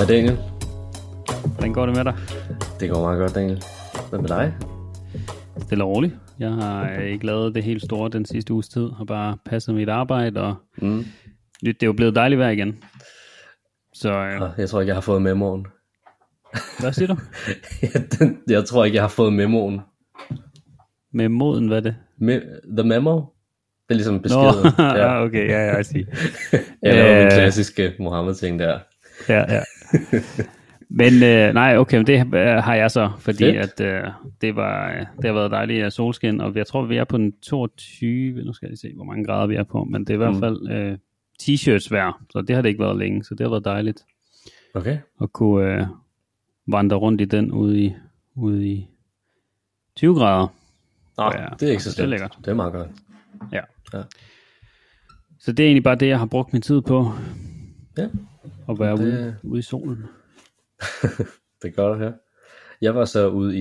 Daniel. Hvordan går det med dig? Det går meget godt, Daniel. Hvad med dig? Stille og roligt. Jeg har ikke lavet det helt store den sidste uges tid, har bare passet mit arbejde, og det er jo blevet dejligt vejr igen. Så, Jeg tror ikke, jeg har fået memoen. Hvad siger du? Jeg tror ikke, jeg har fået memoen. Memoen, hvad er det? The memo? Det er ligesom beskeden. Ja. Okay, ja, jeg siger. Jeg laver min klassiske Mohammed-ting der. Ja. Men nej, okay, men det har jeg så, fordi at det har været dejligt solskin, og jeg tror, vi er på den 22, nu skal jeg se, hvor mange grader vi er på, men det er i hvert fald t-shirts vejr, så det har det ikke været længe, så det har været dejligt. Okay. At kunne vandre rundt i den ude i 20 grader. Ja, det er ikke så slemt. Det er lækkert. Det er meget godt. Ja. Så det er egentlig bare det, jeg har brugt min tid på. Ja. At være ude i solen. Det er godt at høre. Jeg var så ude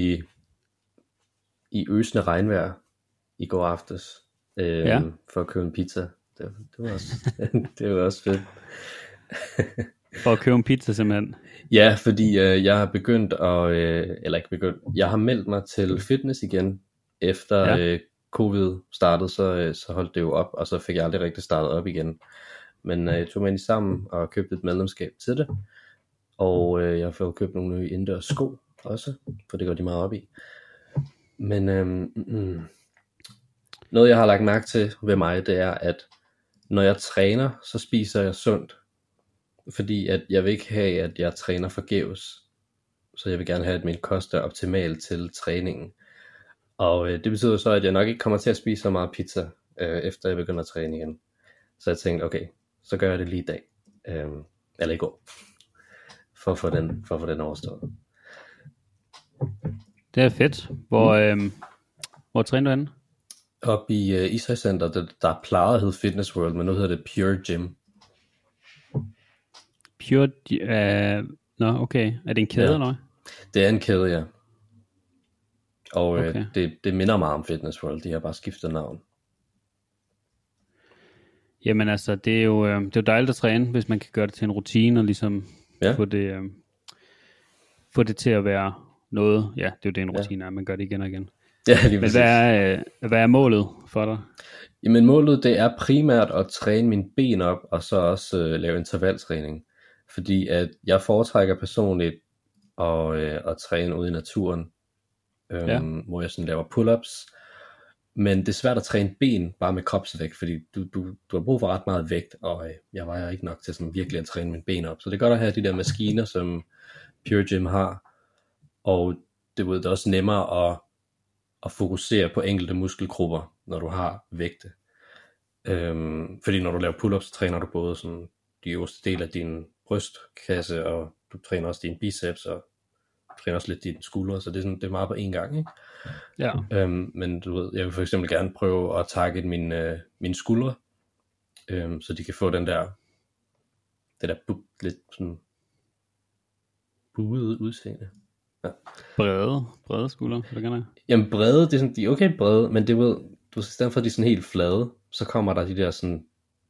i øsende regnvejr i går aftes for at købe en pizza. Det var også, det var også fedt. For at købe en pizza simpelthen? Ja, fordi jeg har begyndt jeg har meldt mig til fitness igen, efter covid startede, så holdt det jo op, og så fik jeg aldrig rigtig startet op igen. Men jeg tog mig ind sammen og købte et medlemskab til det, og jeg har fået købt nogle nye indendørs sko også, for det går de meget op i. Men noget jeg har lagt mærke til ved mig, det er, at når jeg træner, så spiser jeg sundt. Fordi at jeg vil ikke have, at jeg træner forgæves. Så jeg vil gerne have, at min kost er optimal til træningen. Og det betyder så, at jeg nok ikke kommer til at spise så meget pizza, efter jeg begynder at træne igen. Så jeg tænkte, okay, så gør jeg det lige i dag. Eller i går. For at få den overstået. Det er fedt. Hvor træner du henne? Oppe i Ishøj Center, der plejede at hedde Fitness World, men nu hedder det Pure Gym. Pure, okay. Er det en kæde eller noget? Det er en kæde, ja. Og okay. Det minder meget om Fitness World, de har bare skiftet navn. Jamen altså, det er jo dejligt at træne, hvis man kan gøre det til en rutine, og ligesom få det til at være noget. Ja, det er jo det en rutine er, man gør det igen og igen. Ja, lige men hvad er målet for dig? Jamen målet, det er primært at træne mine ben op, og så også lave intervaltræning. Fordi at jeg foretrækker personligt at træne ude i naturen, hvor jeg sådan laver pull-ups. Men det er svært at træne ben bare med kropsvægt, fordi du har brug for ret meget vægt, og jeg vejer ikke nok til sådan virkelig at træne mine ben op. Så det er godt at have de der maskiner, som Pure Gym har, og det er også nemmere at fokusere på enkelte muskelgrupper, når du har vægte. Fordi når du laver pull-ups, så træner du både sådan de øverste del af din brystkasse, og du træner også din biceps, og du træner også lidt dine skuldre, så det er meget på én gang, ikke? Ja. Men du ved, jeg vil for eksempel gerne prøve at target mine skuldre, så de kan få det der lidt sådan buede udseende. Ja. Brede skuldre, vil du gerne have? Jamen brede, det er sådan, de er okay brede, men det ved, du i stedet for at de er sådan helt flade, så kommer der de der sådan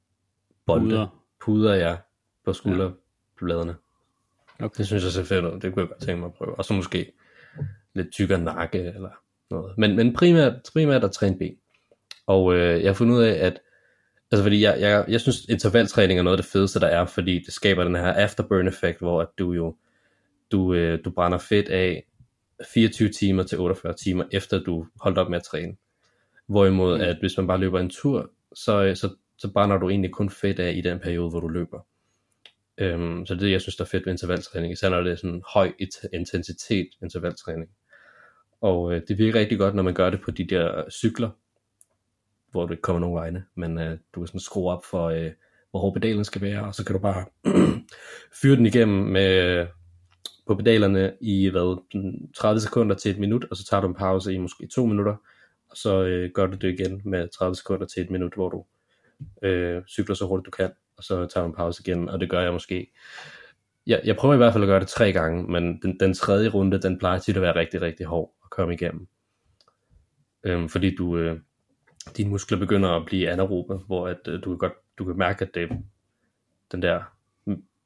puder på skulderbladene. Okay. Det synes jeg ser fedt ud, det kunne jeg godt tænke mig at prøve. Og så måske lidt tykkere nakke eller noget. Men primært at træne ben. Og jeg har fundet ud af, at altså fordi jeg synes intervaltræning er noget af det fedeste der er, fordi det skaber den her afterburn effekt, hvor at du brænder fedt af 24 timer til 48 timer efter du holdt op med at træne. Hvorimod at hvis man bare løber en tur, så brænder du egentlig kun fedt af i den periode hvor du løber. Så det jeg synes der er fedt ved intervaltræning, især når det er sådan høj intensitet intervaltræning. Og det virker rigtig godt når man gør det på de der cykler, hvor du ikke kommer nogen vegne, men du kan sådan skrue op for hvor hård pedalen skal være, og så kan du bare fyre den igennem på pedalerne i 30 sekunder til 1 minut, og så tager du en pause i måske 2 minutter, og så gør du det igen med 30 sekunder til 1 minut, hvor du cykler så hurtigt du kan, og så tager du en pause igen, og det gør jeg måske. Jeg prøver i hvert fald at gøre det 3 gange, men den tredje runde, den plejer tit at være rigtig, rigtig hård at komme igennem. Fordi dine muskler begynder at blive anaerobe, hvor at du kan mærke, at det den der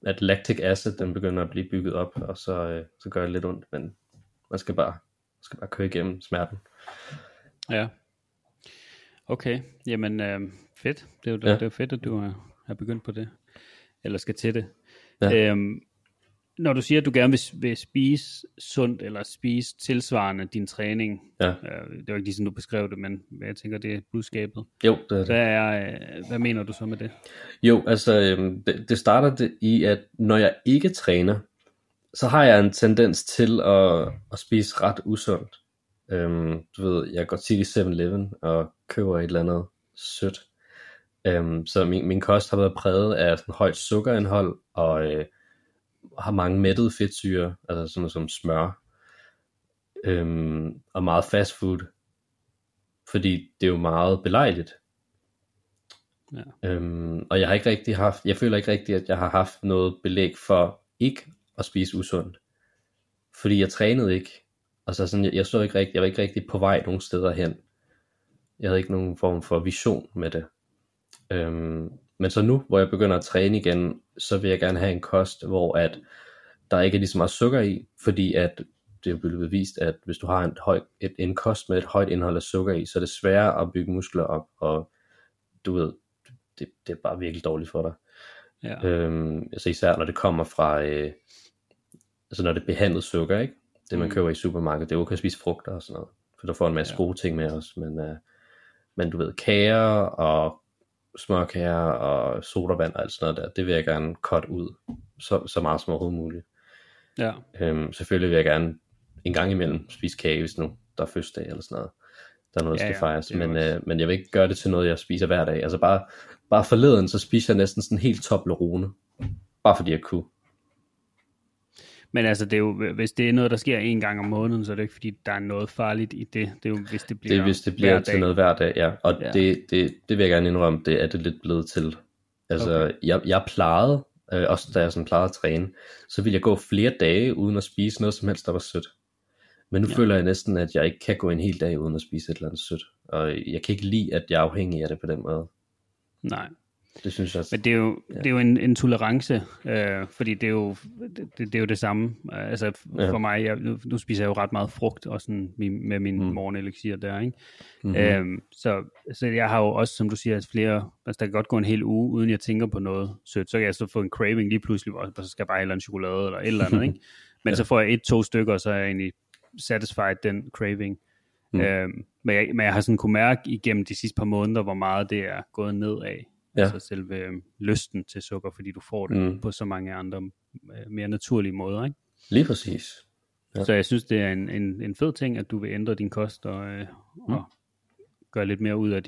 at lactic acid, den begynder at blive bygget op, og så gør det lidt ondt, men man skal bare køre igennem smerten. Ja. Okay, jamen fedt. Det er jo fedt, at du har begyndt på det, eller skal til det. Ja. Når du siger, at du gerne vil spise sundt, eller spise tilsvarende din træning, Ja. det var ikke ligesom du beskrev det, men jeg tænker, det er budskabet. Jo, det er det. Hvad mener du så med det? Jo, altså det starter i, at når jeg ikke træner, så har jeg en tendens til at spise ret usundt. Du ved, jeg går tit i 7-Eleven og køber et eller andet sødt. Så min kost har været præget af sådan højt sukkerindhold og har mange mættede fedtsyrer, altså sådan noget som smør, og meget fast food, fordi det er jo meget belejligt. Ja. Og jeg føler ikke rigtig, at jeg har haft noget belæg for ikke at spise usundt, fordi jeg trænede ikke. Altså sådan, jeg var ikke rigtig på vej nogen steder hen. Jeg havde ikke nogen form for vision med det. Men så nu, hvor jeg begynder at træne igen, så vil jeg gerne have en kost, hvor at der ikke er lige så meget sukker i, fordi at det er blevet bevist, at hvis du har en kost med et højt indhold af sukker i, så er det sværere at bygge muskler op, og du ved, det er bare virkelig dårligt for dig. Ja. Altså især når det kommer fra, altså når det er behandlet sukker, ikke? Det man køber i supermarkedet, det er jo kan spise frugter og sådan noget, for der får en masse gode ting med os, men du ved, kager og smørkager og sodavand og alt sådan noget der, det vil jeg gerne cut ud, så meget som overhovedet muligt. Ja. Selvfølgelig vil jeg gerne en gang imellem spise kage, hvis nu der er fødselsdag eller sådan noget, der er noget, der skal fejres, men jeg vil ikke gøre det til noget, jeg spiser hver dag. Altså bare forleden, så spiser jeg næsten sådan helt Toblerone, bare fordi jeg kunne. Men altså, det er jo, hvis det er noget, der sker en gang om måneden, så er det ikke, fordi der er noget farligt i det. Det er jo, hvis det bliver, til noget hver dag, ja. Og ja. Det vil jeg gerne indrømme, det er det lidt blevet til. Altså, okay. jeg plejede, også da jeg sådan plejede at træne, så ville jeg gå flere dage, uden at spise noget som helst, der var sødt. Men nu føler jeg næsten, at jeg ikke kan gå en hel dag, uden at spise et eller andet sødt. Og jeg kan ikke lide, at jeg er afhængig af det på den måde. Nej. Det synes jeg. Men det er jo en tolerance, fordi det er jo det samme. Altså for mig, nu spiser jeg jo ret meget frugt, og sådan med min morgenelixir der, ikke? Mm-hmm. Så jeg har jo også, som du siger, flere, altså der kan godt gå en hel uge, uden jeg tænker på noget sødt, så kan jeg så få en craving lige pludselig, og så skal jeg bare have en chokolade, eller et eller andet, ikke? Men så får jeg 1-2 stykker, og så er jeg egentlig satisfied den craving. Men jeg har sådan kunne mærke igennem de sidste par måneder, hvor meget det er gået nedad. Ja. Altså selve lysten til sukker, fordi du får det på så mange andre mere naturlige måder, ikke? Lige præcis. Ja. Så jeg synes, det er en fed ting, at du vil ændre din kost og gøre lidt mere ud af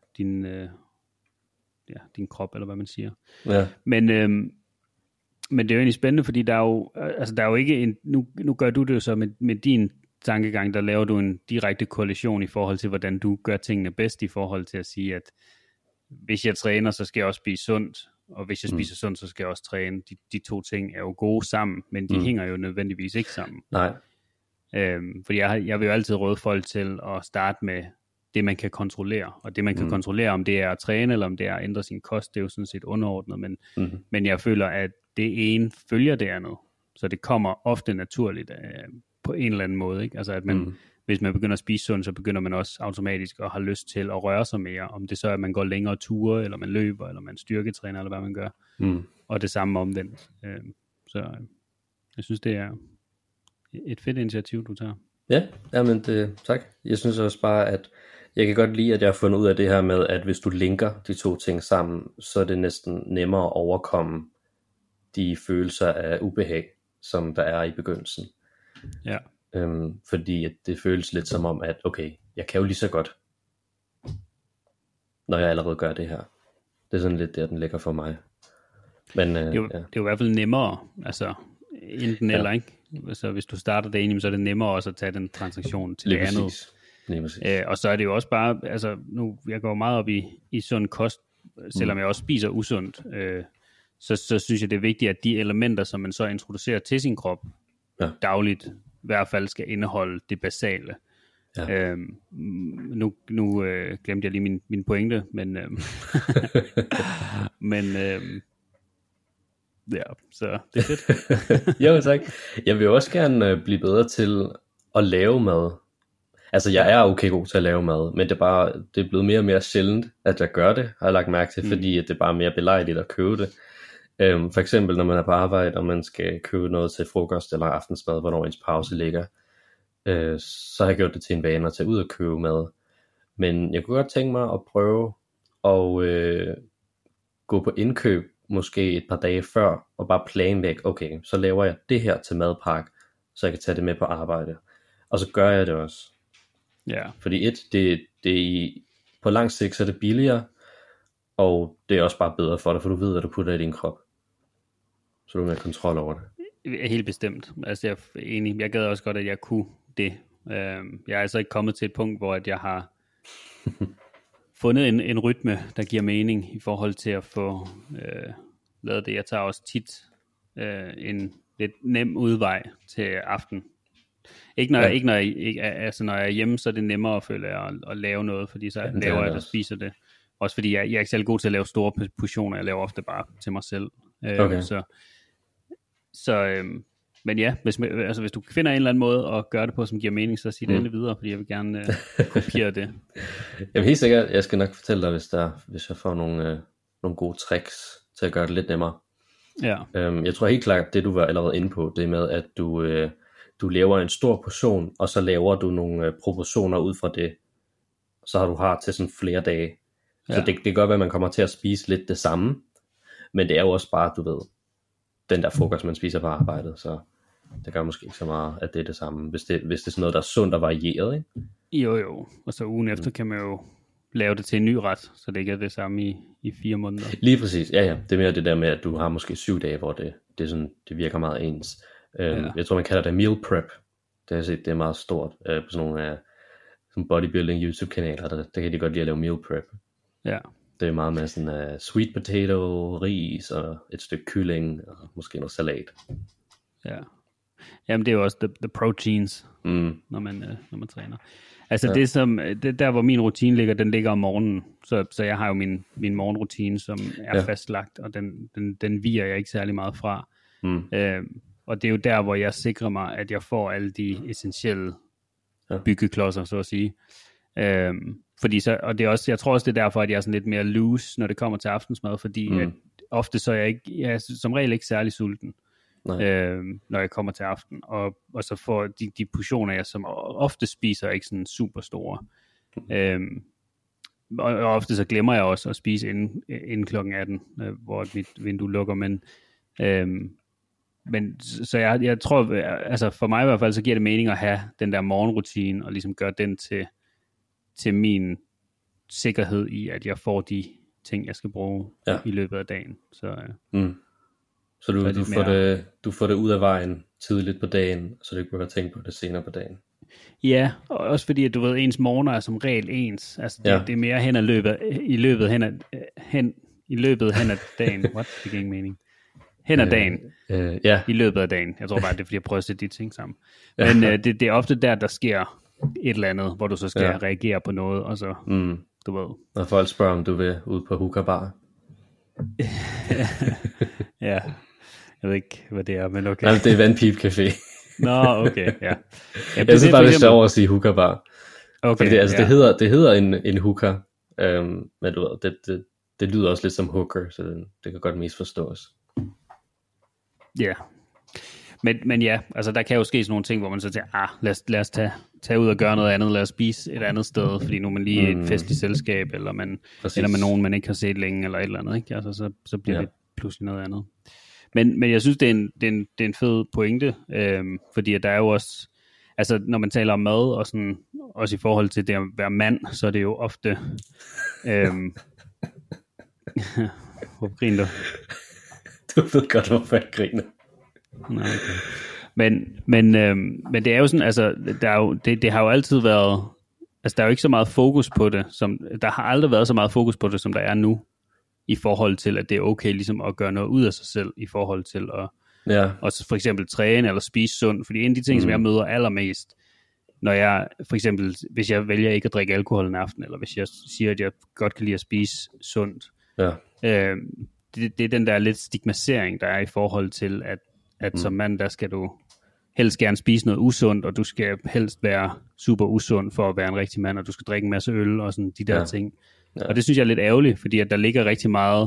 din krop, eller hvad man siger. Ja. Men det er jo egentlig spændende, fordi der er jo ikke nu gør du det jo så med din tankegang, der laver du en direkte korrelation i forhold til, hvordan du gør tingene bedst, i forhold til at sige, at hvis jeg træner, så skal jeg også spise sundt, og hvis jeg spiser sundt, så skal jeg også træne. De to ting er jo gode sammen, men de hænger jo nødvendigvis ikke sammen. Nej. Fordi jeg vil jo altid råde folk til at starte med det, man kan kontrollere. Og det, man kan kontrollere, om det er at træne, eller om det er at ændre sin kost, det er jo sådan set underordnet. Men jeg føler, at det ene følger det andet. Så det kommer ofte naturligt på en eller anden måde. Ikke? Altså at man... Hvis man begynder at spise sundt, så begynder man også automatisk at have lyst til at røre sig mere. Om det så er, at man går længere ture, eller man løber, eller man styrketræner, eller hvad man gør. Og det samme omvendt. Så jeg synes, det er et fedt initiativ, du tager. Ja, men tak. Jeg synes også bare, at jeg kan godt lide, at jeg har fundet ud af det her med, at hvis du linker de to ting sammen, så er det næsten nemmere at overkomme de følelser af ubehag, som der er i begyndelsen. Ja. Fordi at det føles lidt som om, at okay, jeg kan jo lige så godt, når jeg allerede gør det her. Det er sådan lidt der, den ligger for mig. Men, det er jo i hvert fald nemmere, altså enten eller, ikke? Så hvis du starter det ene, så er det nemmere også at tage den transaktion til det andet. Og så er det jo også bare, altså nu, jeg går meget op i sund kost, selvom jeg også spiser usundt, så synes jeg, det er vigtigt, at de elementer, som man så introducerer til sin krop dagligt, i hvert fald skal indeholde det basale. Ja. Nu glemte jeg lige min pointe, men Ja, så det er fedt. Jo, tak. Jeg vil også gerne blive bedre til at lave mad. Altså, jeg er okay god til at lave mad, men det er blevet mere og mere sjældent, at jeg gør det, har jeg lagt mærke til, fordi at det er bare mere belejligt at købe det. For eksempel, når man er på arbejde, og man skal købe noget til frokost eller aftensmad, hvornår ens pause ligger, så har jeg gjort det til en vane at tage ud og købe mad. Men jeg kunne godt tænke mig at prøve at gå på indkøb, måske et par dage før, og bare planlægge, okay, så laver jeg det her til madpakke, så jeg kan tage det med på arbejde. Og så gør jeg det også. Ja. Fordi på lang sigt, så er det billigere, og det er også bare bedre for dig, for du ved, hvad du putter i din krop. Så du har mere kontrol over det. Helt bestemt. Altså jeg er enig. Jeg gad også godt, at jeg kunne det. Jeg er altså ikke kommet til et punkt, hvor at jeg har fundet en rytme, der giver mening i forhold til at få lavet det. Jeg tager også tit en lidt nem udvej til aften. Når jeg er hjemme, så er det nemmere at føle at lave noget, fordi så laver jeg det og spiser det. Også fordi jeg er ikke særlig god til at lave store portioner. Jeg laver ofte bare til mig selv. Okay. Men ja, hvis du finder en eller anden måde at gøre det på, som giver mening, så sig det endelig videre, fordi jeg vil gerne kopiere det. Jamen helt sikkert, jeg skal nok fortælle dig, hvis jeg får nogle gode tricks til at gøre det lidt nemmere. Ja. Jeg tror helt klart, det du var allerede inde på, det med, at du laver en stor portion, og så laver du nogle proportioner ud fra det, så har til sådan flere dage. Ja. Så det kan godt være, at man kommer til at spise lidt det samme, men det er jo også bare, du ved, den der frokost, man spiser på arbejdet, så det gør måske ikke så meget, at det er det samme, hvis det er sådan noget, der er sundt og varieret, ikke? Jo, og så ugen efter kan man jo lave det til en ny ret, så det ikke er det samme i 4 måneder. Lige præcis, ja, det er mere det der med, at du har måske 7 dage, hvor det er sådan, det virker meget ens. Jeg tror, man kalder det meal prep, det har jeg set, det er meget stort, på sådan nogle bodybuilding YouTube-kanaler, der kan de godt lide at lave meal prep. Ja. Det er meget med sådan sweet potato, ris og et stykke kylling og måske noget salat. Ja. Jamen det er jo også the proteins, når man træner. Altså det der hvor min rutine ligger, den ligger om morgenen. Så jeg har jo min morgenrutine, som er fastlagt, og den viger jeg ikke særlig meget fra. Og det er jo der, hvor jeg sikrer mig, at jeg får alle de essentielle byggeklodser, så at sige. Fordi og det er også, jeg tror også, det er derfor, at jeg er sådan lidt mere loose, når det kommer til aftensmad, fordi at ofte så er jeg er som regel ikke særlig sulten, når jeg kommer til aften, og så får de portioner, jeg som ofte spiser, ikke sådan super store. Og ofte så glemmer jeg også at spise inden klokken 18, hvor mit vindue lukker, men så jeg tror, altså for mig i hvert fald, så giver det mening at have den der morgenrutine, og ligesom gøre den til min sikkerhed i, at jeg får de ting, jeg skal bruge i løbet af dagen. Så du får det ud af vejen tidligt på dagen, så du ikke behøver at tænke på det senere på dagen. Ja, og også fordi, at du ved, ens morgener er som regel ens. Altså det er mere hen ad dagen. What? Det giver ingen mening. Hen ad dagen. I løbet af dagen. Jeg tror bare, det er fordi, jeg prøver at sætte de ting sammen. Men det er ofte der sker et eller andet, hvor du så skal reagere på noget, og så, du ved. Når folk spørger, om du vil ud på Hookah Bar. Ja, jeg ved ikke, hvad det er, men okay. Nej, det er Vandpip Café. Nå, okay, ja. Jeg synes bare, det er sjovt at sige Hookah Bar. Okay, fordi det hedder en hookah, men du ved, det lyder også lidt som hooker, så det kan godt misforstås. Ja. Men ja, altså der kan jo ske sådan nogle ting, hvor man så tænker, lad os tage ud og gøre noget andet, lad os spise et andet sted, fordi nu er man lige i et festligt selskab, eller med nogen, man ikke har set længe, eller et eller andet, ikke? Altså så bliver det pludselig noget andet. Men jeg synes, det er en fed pointe, fordi at der er jo også, altså når man taler om mad, og sådan, også i forhold til det at være mand, så er det jo ofte, hvorfor griner du? Du ved godt, hvorfor jeg griner. Nej, okay. Men det er jo sådan, altså det har jo altid været, altså der er jo ikke så meget fokus på det, der har aldrig været så meget fokus på det, som der er nu, i forhold til, at det er okay ligesom at gøre noget ud af sig selv, i forhold til at også for eksempel træne eller spise sundt, fordi en af de ting, som jeg møder allermest, når jeg for eksempel, hvis jeg vælger ikke at drikke alkohol en aften, eller hvis jeg siger, at jeg godt kan lide at spise sundt, det er den der lidt stigmatisering, der er i forhold til, at som mand, der skal du helst gerne spise noget usundt, og du skal helst være super usund for at være en rigtig mand, og du skal drikke en masse øl og sådan de der ting. Ja. Og det synes jeg er lidt ærgerligt, fordi at der ligger rigtig meget,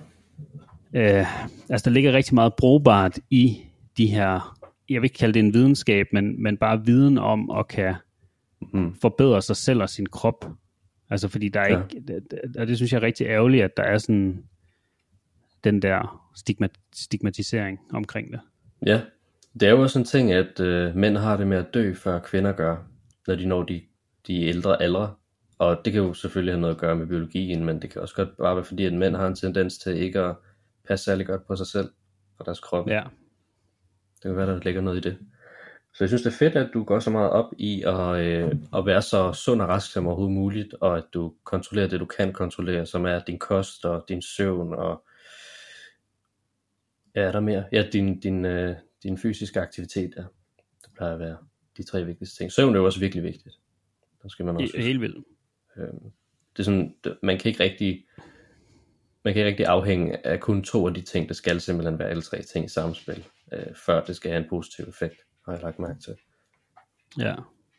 der ligger rigtig meget brugbart i de her, jeg vil ikke kalde det en videnskab, men bare viden om at kan forbedre sig selv og sin krop. Altså fordi der er ikke, og det synes jeg er rigtig ærgerligt, at der er sådan den der stigmatisering omkring det. Ja, det er jo også en ting, at mænd har det med at dø, før kvinder gør, når de når de ældre aldre. Og det kan jo selvfølgelig have noget at gøre med biologien, men det kan også godt bare være fordi, at mænd har en tendens til ikke at passe særlig godt på sig selv og deres krop. Ja. Det kan være, der ligger noget i det. Så jeg synes, det er fedt, at du går så meget op i at være så sund og rask som overhovedet muligt, og at du kontrollerer det, du kan kontrollere, som er din kost og din søvn og ja, er der mere? Ja, din fysiske aktivitet, ja. Det plejer at være de 3 vigtigste ting. Søvn er jo også virkelig vigtigt. Der skal man også. Helt vildt. Det er sådan, man kan ikke rigtig afhænge af kun 2 af de ting. Det skal simpelthen være alle 3 ting i samspil, før det skal have en positiv effekt, har jeg lagt mærke til. Ja.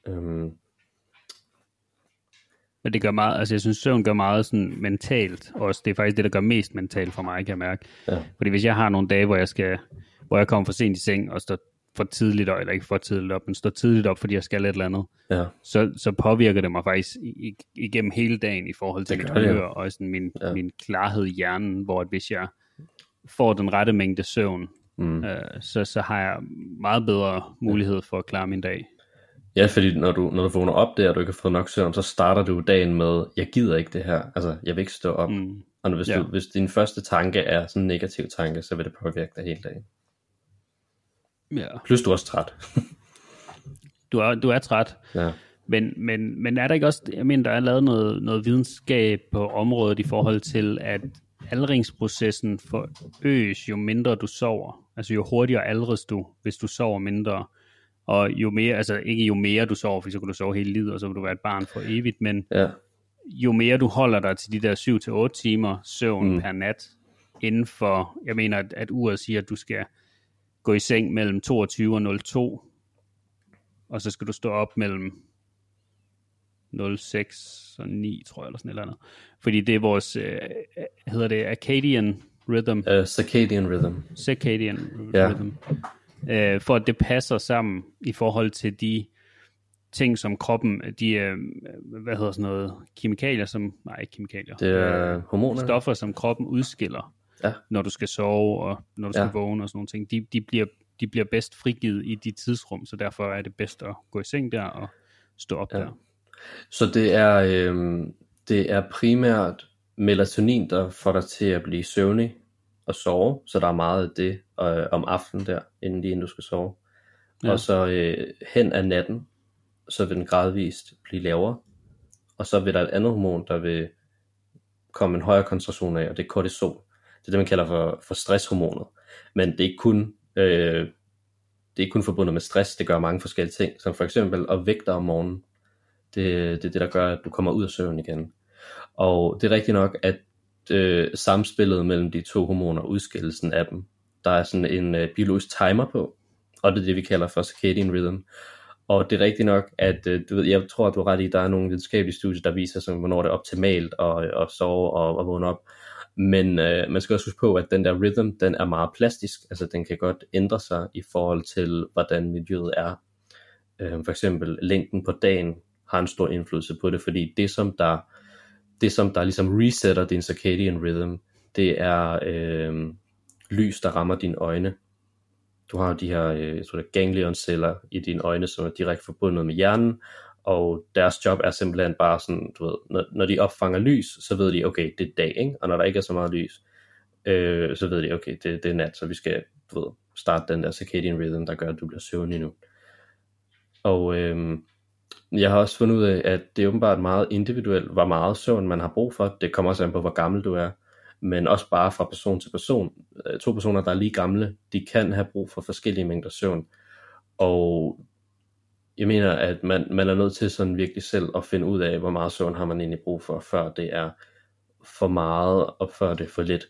Men det gør meget, altså jeg synes søvn gør meget sådan mentalt også. Det er faktisk det, der gør mest mentalt for mig, kan jeg mærke. Ja. Fordi hvis jeg har nogle dage, hvor jeg kommer for sent i seng og står for tidligt op, eller ikke for tidligt op, men står tidligt op, fordi jeg skal et eller andet, så påvirker det mig faktisk igennem hele dagen i forhold til mit humør og sådan min klarhed i hjernen, hvor hvis jeg får den rette mængde søvn, så har jeg meget bedre mulighed for at klare min dag. Ja, fordi når du vågner op der, og du ikke har fået nok søvn, så starter du dagen med, jeg gider ikke det her, altså jeg vil ikke stå op. Og hvis din første tanke er sådan en negativ tanke, så vil det påvirke dig hele dagen. Ja. Plus du er også træt. du er træt. Ja. Men er der ikke også, jeg mener, der er lavet noget videnskab på området i forhold til, at aldringsprocessen forøges, jo mindre du sover. Altså jo hurtigere aldres du, hvis du sover mindre. Og jo mere, altså ikke jo mere du sover, for så kan du sove hele livet, og så vil du være et barn for evigt, men jo mere du holder dig til de der 7-8 timer søvn per nat, inden for, jeg mener, at uret siger, at du skal gå i seng mellem 22 og 02, og så skal du stå op mellem 06 og 9, tror jeg, eller sådan et eller andet. Fordi det er vores, hedder det Circadian Rhythm? Circadian Rhythm. Circadian Rhythm. For at det passer sammen i forhold til de ting, som kroppen, hvad hedder sådan noget, kemikalier, det er hormoner. Stoffer, som kroppen udskiller, når du skal sove, og når du skal vågne og sådan nogle ting, de bliver bedst frigivet i de tidsrum, så derfor er det bedst at gå i seng der og stå op der. Så det er primært melatonin, der får dig til at blive søvnig og sove, så der er meget af det om aftenen der, inden du skal sove. Og så hen ad natten, så vil den gradvist blive lavere, og så vil der et andet hormon, der vil komme en højere koncentration af, og det er kortisol. Det er det, man kalder for stresshormonet. Men det er ikke kun forbundet med stress, det gør mange forskellige ting, som for eksempel at vække dig om morgenen. Det er det, der gør, at du kommer ud af søvn igen. Og det er rigtigt nok, at samspillet mellem de 2 hormoner, udskillelsen af dem, der er sådan en biologisk timer på, og det er det, vi kalder for circadian rhythm. Og det er rigtigt nok, at jeg tror, at du er ret i, der er nogle videnskabelige studier, der viser, hvornår det er optimalt at sove og vågne op. Men man skal også huske på, at den der rhythm, den er meget plastisk, altså den kan godt ændre sig i forhold til, hvordan miljøet er. For eksempel længden på dagen har en stor indflydelse på det, fordi det som der ligesom resetter din circadian rhythm, det er lys, der rammer dine øjne. Du har de her jeg tror det er ganglionceller i dine øjne, som er direkte forbundet med hjernen, og deres job er simpelthen bare sådan, du ved, når de opfanger lys, så ved de, okay, det er dag, ikke? Og når der ikke er så meget lys, så ved de, okay, det er nat, så vi skal, du ved, starte den der circadian rhythm, der gør, at du bliver søvnig nu. Og jeg har også fundet ud af, at det er åbenbart meget individuelt, hvor meget søvn man har brug for. Det kommer også an på, hvor gammel du er, men også bare fra person til person. 2 personer, der er lige gamle, de kan have brug for forskellige mængder søvn. Og jeg mener, at man er nødt til sådan virkelig selv at finde ud af, hvor meget søvn har man egentlig brug for, før det er for meget, og før det er for lidt.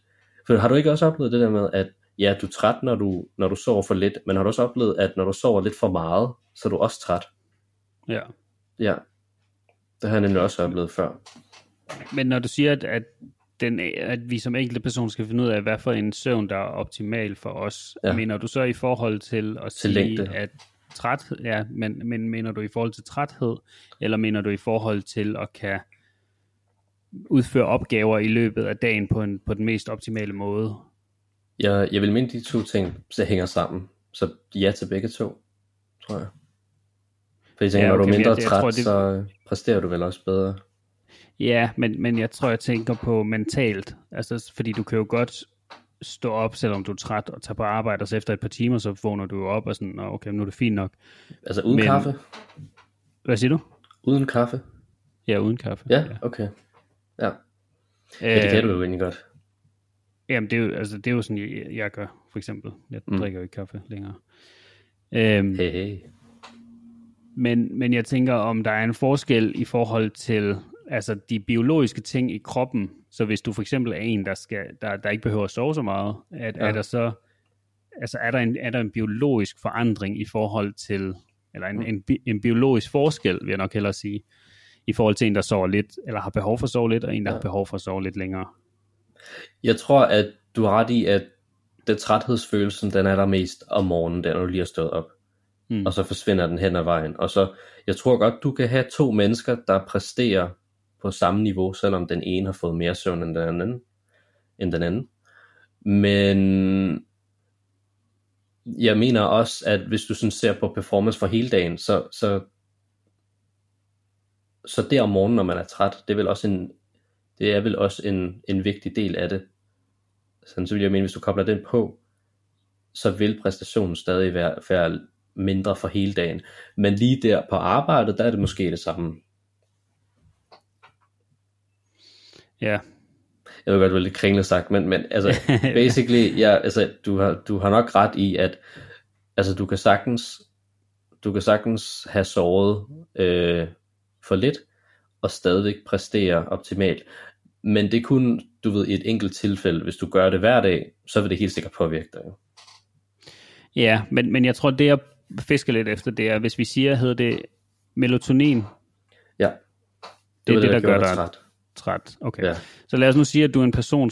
For har du ikke også oplevet det der med, at ja, du er træt, når du sover for lidt, men har du også oplevet, at når du sover lidt for meget, så er du også træt? Ja. Ja, det har jeg nemlig også oplevet før. Men når du siger, at vi som enkelte person skal finde ud af, hvad for en søvn, der er optimal for os, mener du så i forhold til at sige, længde. At træthed, ja, men mener du i forhold til træthed, eller mener du i forhold til at kan udføre opgaver i løbet af dagen på den mest optimale måde? Jeg vil mene, de to ting så hænger sammen. Så ja til begge to, tror jeg. For jeg tænker, når du er mindre træt, så præsterer du vel også bedre. Ja, men jeg tror, jeg tænker på mentalt. Altså, fordi du kan jo godt stå op, selvom du er træt, og tage på arbejde, og så efter et par timer, så vågner du op og sådan, okay, nu er det fint nok. Altså uden kaffe? Hvad siger du? Uden kaffe? Ja, uden kaffe. Ja, okay. Ja. Ja, det kan du jo egentlig godt. Jamen, det er jo sådan, jeg gør, for eksempel. Jeg drikker jo ikke kaffe længere. Hey. Men jeg tænker, om der er en forskel i forhold til altså de biologiske ting i kroppen. Så hvis du for eksempel er en, der ikke behøver at sove så meget, er der så altså er der en biologisk forandring i forhold til, eller en biologisk forskel, vil jeg nok hellere sige, i forhold til en, der sover lidt, eller har behov for at sove lidt, og en, der har behov for at sove lidt længere? Jeg tror, at du har ret i, at den træthedsfølelsen, den er der mest om morgenen, der når du lige har stået op. Og så forsvinder den hen ad vejen. Og så, jeg tror godt, du kan have to mennesker, der præsterer på samme niveau, selvom den ene har fået mere søvn end den anden. Men jeg mener også, at hvis du sådan ser på performance for hele dagen, så det om morgenen, når man er træt, det er vel også en vigtig del af det. Sådan så vil jeg mene, hvis du kobler den på, så vil præstationen stadig være mindre for hele dagen. Men lige der på arbejdet, der er det måske det samme. Ja. Jeg ved godt, det var lidt kringlet sagt, men altså, basically, ja, altså, du har nok ret i, at altså, du kan sagtens have sovet for lidt, og stadigvæk præstere optimalt. Men det kun, du ved, i et enkelt tilfælde, hvis du gør det hver dag, så vil det helt sikkert påvirke dig. Ja, men jeg tror, det jeg fisker lidt efter, det er, hvis vi siger, hedder det melatonin? Ja. Det er det, der gør dig træt. Okay. Ja. Så lad os nu sige, at du er en person,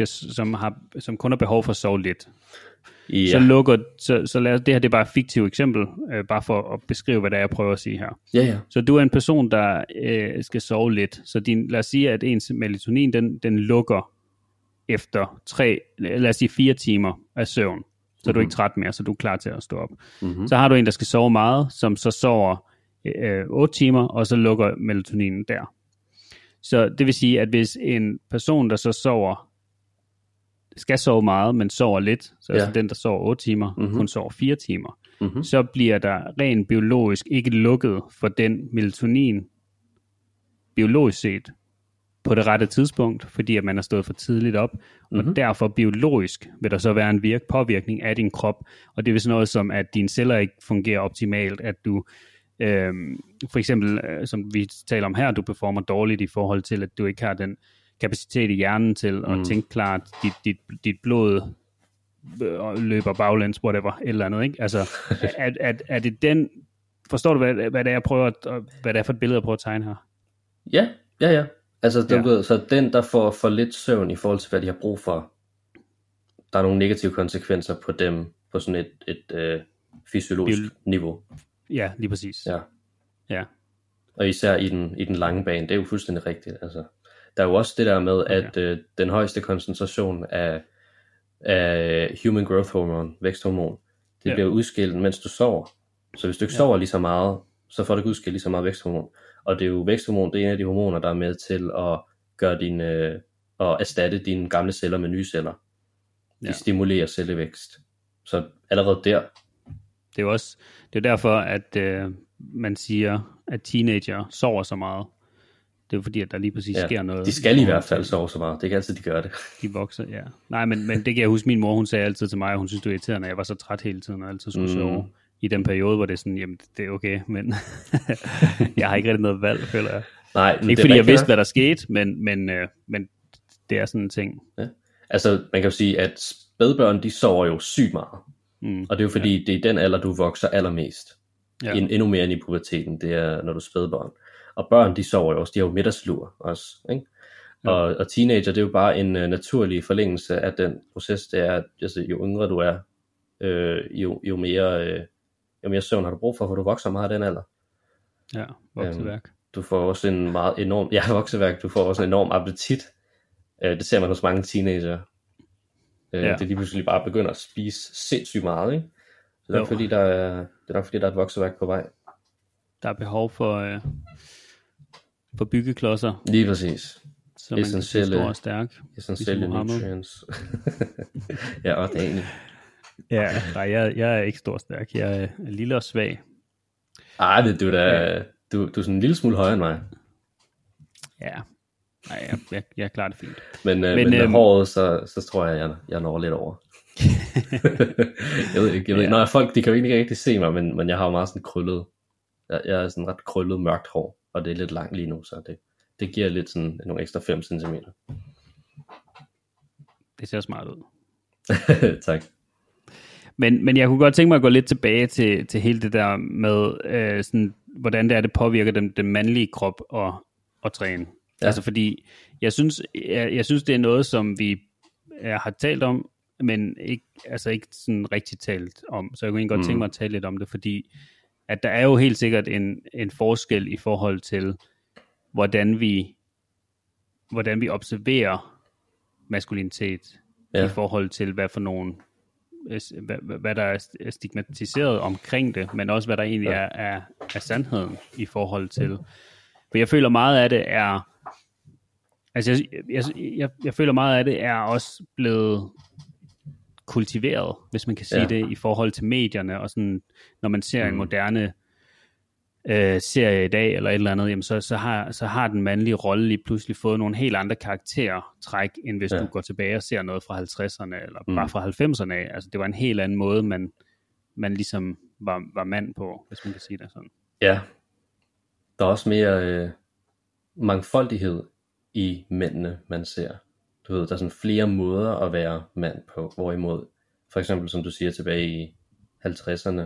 som kun har behov for at sove lidt. Ja. Så lad os, det her det er bare et fiktivt eksempel, bare for at beskrive, hvad det er, jeg prøver at sige her. Ja. Så du er en person, der skal sove lidt. Så lad os sige, at ens melatonin, den lukker efter 4 timer af søvn. Så du er ikke træt mere, så du er klar til at stå op. Så har du en, der skal sove meget, som så sover 8 timer, og så lukker melatoninen der. Så det vil sige, at hvis en person, der så skal sove meget, men sover lidt, så altså den, der sover 8 timer, kun sover 4 timer, så bliver der rent biologisk ikke lukket for den melatonin, biologisk set, på det rette tidspunkt, fordi at man er stået for tidligt op, og derfor biologisk vil der så være en påvirkning af din krop, og det er sådan noget som, at dine celler ikke fungerer optimalt, at du for eksempel, som vi taler om her, du performer dårligt i forhold til, at du ikke har den kapacitet i hjernen til at tænke klart, dit blod løber baglæns, whatever, et eller andet, ikke? Altså, er det den, forstår du, hvad det er, hvad det er for et billede, jeg prøver at tegne her? Ja. Altså, så den, der får for lidt søvn i forhold til, hvad de har brug for, der er nogle negative konsekvenser på dem, på sådan et fysiologisk niveau. Ja, lige præcis. Ja. Og især i den lange bane, det er jo fuldstændig rigtigt. Altså, der er jo også det der med, at den højeste koncentration af human growth hormone, væksthormon, det bliver udskilt, mens du sover. Så hvis du ikke sover lige så meget, så får du ikke udskilt lige så meget væksthormon. Og det er jo væksthormon, det er en af de hormoner, der er med til at gøre at erstatte dine gamle celler med nye celler. De stimulerer cellevækst. Så allerede der. Det er derfor, at man siger, at teenager sover så meget. Det er jo fordi, at der lige præcis sker noget. De skal i hvert fald sove så meget. Det er ikke altid, de gør det. De vokser, ja. Nej, men det kan jeg huske, min mor, hun sagde altid til mig, at hun synes, det var irriterende, at jeg var så træt hele tiden, og altid skulle sove. I den periode, hvor det er sådan, jamen, det er okay, men jeg har ikke rigtig noget valg, føler jeg. Nej, ikke fordi jeg vidste, hvad der skete, men det er sådan en ting. Ja. Altså, man kan jo sige, at spædbørn, de sover jo sygt meget. Og det er jo fordi, det er den alder, du vokser allermest. Endnu mere end i puberteten, det er, når du er spædbørn. Og børn, de sover jo også, de har jo middagslur også, ikke? Og teenager, det er jo bare en naturlig forlængelse af den proces, det er, at altså, jo yngre du er, jo mere søvn har du brug for du vokser meget af den alder. Ja, vokseværk. Du får også en meget enorm, vokseværk, du får også en enorm appetit. Det ser man hos mange teenager. Det lige pludselig bare begynder at spise sindssygt meget, ikke? Så det er fordi, det er nok fordi, der er et vokseværk på vej. Der er behov for byggeklodser. Lige præcis. Så man kan se stor og stærk. Essentielle nutrients. Ja, og det er egentlig. Ja, nej, jeg er ikke stor og stærk. Jeg er lille og svag. Ej, du er sådan en lille smule højere end mig. Ja, nej, jeg klarer det fint. Men med håret, så tror jeg når lidt over. Jeg ved ikke. Når folk, de kan jo ikke rigtig se mig, men jeg har jo meget sådan krøllet. Jeg er sådan ret krøllet mørkt hår, og det er lidt langt lige nu, så det giver lidt sådan nogle ekstra 5 cm. Det ser smart ud. Tak. Men jeg kunne godt tænke mig at gå lidt tilbage til hele det der med, sådan, hvordan det påvirker den mandlige krop at træne. Ja. Altså fordi, jeg synes det er noget, som vi har talt om, men ikke sådan rigtig talt om. Så jeg kunne egentlig godt tænke mig at tale lidt om det, fordi at der er jo helt sikkert en forskel i forhold til, hvordan vi observerer maskulinitet i forhold til, hvad for nogle, hvad der er stigmatiseret omkring det, men også hvad der egentlig er sandheden i forhold til. For jeg føler meget af det er, altså jeg føler meget af det er også blevet kultiveret, hvis man kan sige det, i forhold til medierne, og sådan, når man ser en moderne serie i dag, eller et eller andet, jamen så har den mandlige rolle lige pludselig fået nogle helt andre karaktertræk, end hvis du går tilbage og ser noget fra 50'erne, eller bare fra 90'erne af. Altså det var en helt anden måde, man ligesom var mand på, hvis man kan sige det sådan. Ja, der er også mere mangfoldighed i mændene, man ser. Du ved, der er sådan flere måder at være mand på, hvorimod, for eksempel som du siger, tilbage i 50'erne,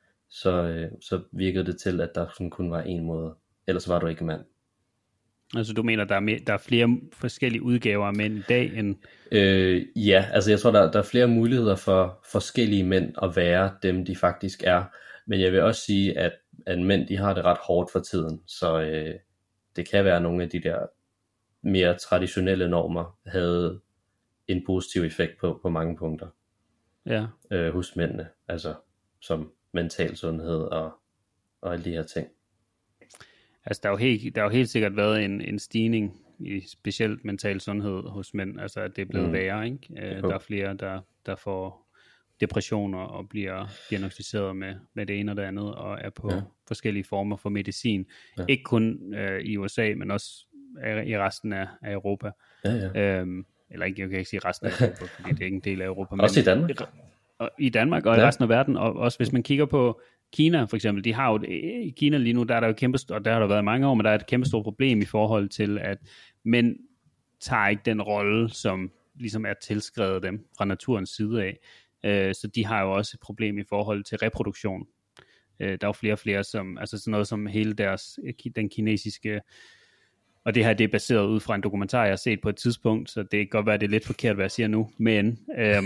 så virkede det til, at der sådan kun var en måde, ellers var du ikke mand. Altså du mener, der er flere forskellige udgaver af mænd i dag end... Ja, altså jeg tror, der er flere muligheder for forskellige mænd at være dem, de faktisk er. Men jeg vil også sige, at mænd, de har det ret hårdt for tiden, så det kan være nogle af de der mere traditionelle normer havde en positiv effekt på mange punkter hos mændene, altså som mental sundhed og alle de her ting. Altså der har jo helt sikkert været en stigning i specielt mental sundhed hos mænd, altså at det er blevet værre, ikke? Der er flere, der får depressioner og bliver diagnosticeret med det ene og det andet, og er på forskellige former for medicin. Ja. Ikke kun i USA, men også i resten af Europa. Eller ikke, jeg kan ikke sige resten af Europa, fordi det er ikke en del af Europa. Også men i Danmark. I Danmark og i resten af verden, og også hvis man kigger på Kina for eksempel, de har jo i Kina lige nu, der er der jo kæmpe, og der har der været mange år, men der er et kæmpe stort problem i forhold til, at mænd tager ikke den rolle, som ligesom er tilskrevet dem fra naturens side af. Så de har jo også et problem i forhold til reproduktion. Der er jo flere og flere, som, altså sådan noget som hele den kinesiske, og det her, det er baseret ud fra en dokumentar, jeg har set på et tidspunkt, så det kan godt være, det er lidt forkert, hvad jeg siger nu, men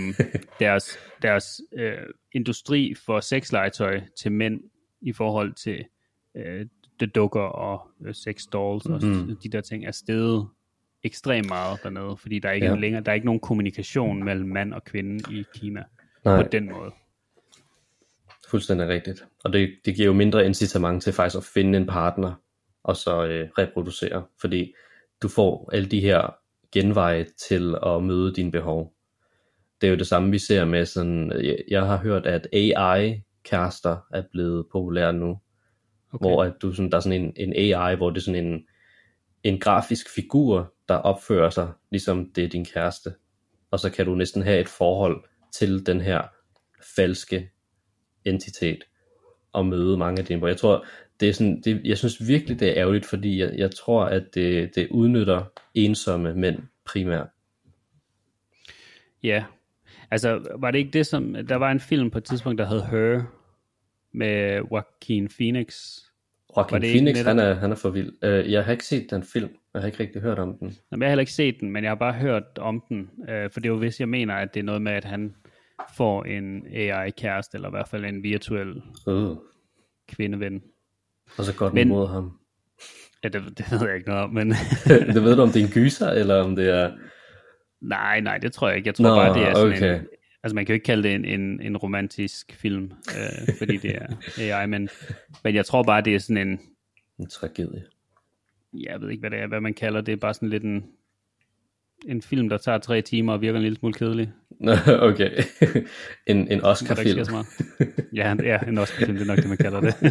deres industri for sexlegetøj til mænd i forhold til det dukker og sex dolls og de der ting er steget ekstremt meget dernede, fordi der er ikke længere, der er ikke nogen kommunikation mellem mand og kvinde i Kina på den måde. Fuldstændig rigtigt. Og det giver jo mindre incitament til faktisk at finde en partner og så reproducere, fordi du får alle de her genveje til at møde dine behov. Det er jo det samme vi ser med sådan, jeg har hørt at AI-kærester er blevet populære nu, hvor at du sådan, der er sådan en AI, hvor det er sådan en grafisk figur, der opfører sig ligesom det er din kæreste, og så kan du næsten have et forhold til den her falske entitet og møde mange af dine behov. Jeg tror det er sådan, jeg synes virkelig det er ærgerligt, fordi jeg tror at det udnytter ensomme mænd primært. Ja, altså var det ikke det, som... Der var en film på et tidspunkt, der hed Her, med Joaquin Phoenix. Joaquin Phoenix, han er for vild. Jeg har ikke set den film. Jeg har ikke rigtig hørt om den. Jeg har heller ikke set den, men jeg har bare hørt om den. For det er jo hvis jeg mener, at det er noget med, at han får en AI-kæreste, eller i hvert fald en virtuel kvindeven. Og så godt imod ham. Ja, det ved jeg ikke noget om, men... Det ved du, om det er en gyser, eller om det er... Nej, det tror jeg ikke. Jeg tror bare, det er sådan okay. en... Altså, man kan jo ikke kalde det en romantisk film, fordi det er AI, men jeg tror bare, det er sådan en tragedie. Jeg ved ikke, hvad det er, hvad man kalder det. Det er bare sådan lidt en film, der tager 3 timer og virker en lille smule kedelig. Okay. en Oscar-film. Ja, en Oscar-film, det er nok det, man kalder det.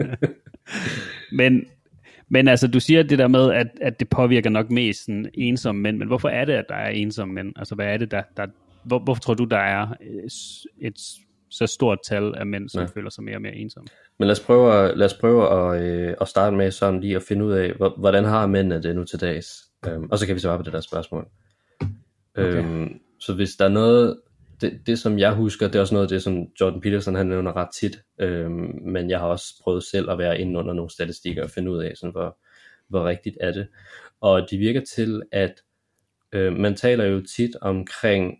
Men altså, du siger det der med, at det påvirker nok mest sådan ensomme mænd, men hvorfor er det, at der er ensomme mænd? Altså, hvad er det, hvorfor tror du, der er et så stort tal af mænd, som føler sig mere og mere ensomme? Men lad os prøve at starte med sådan lige at finde ud af, hvordan har mændene det nu til dags? Og så kan vi svare på det der spørgsmål. Okay. Så hvis der er noget, det som jeg husker, det er også noget af det, som Jordan Peterson han nævner ret tit, men jeg har også prøvet selv at være inde under nogle statistikker og finde ud af, sådan, hvor rigtigt er det. Og de virker til, at man taler jo tit omkring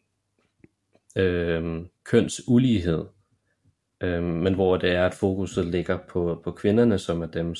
kønsulighed, men hvor det er, at fokuset ligger på kvinderne, som er dem,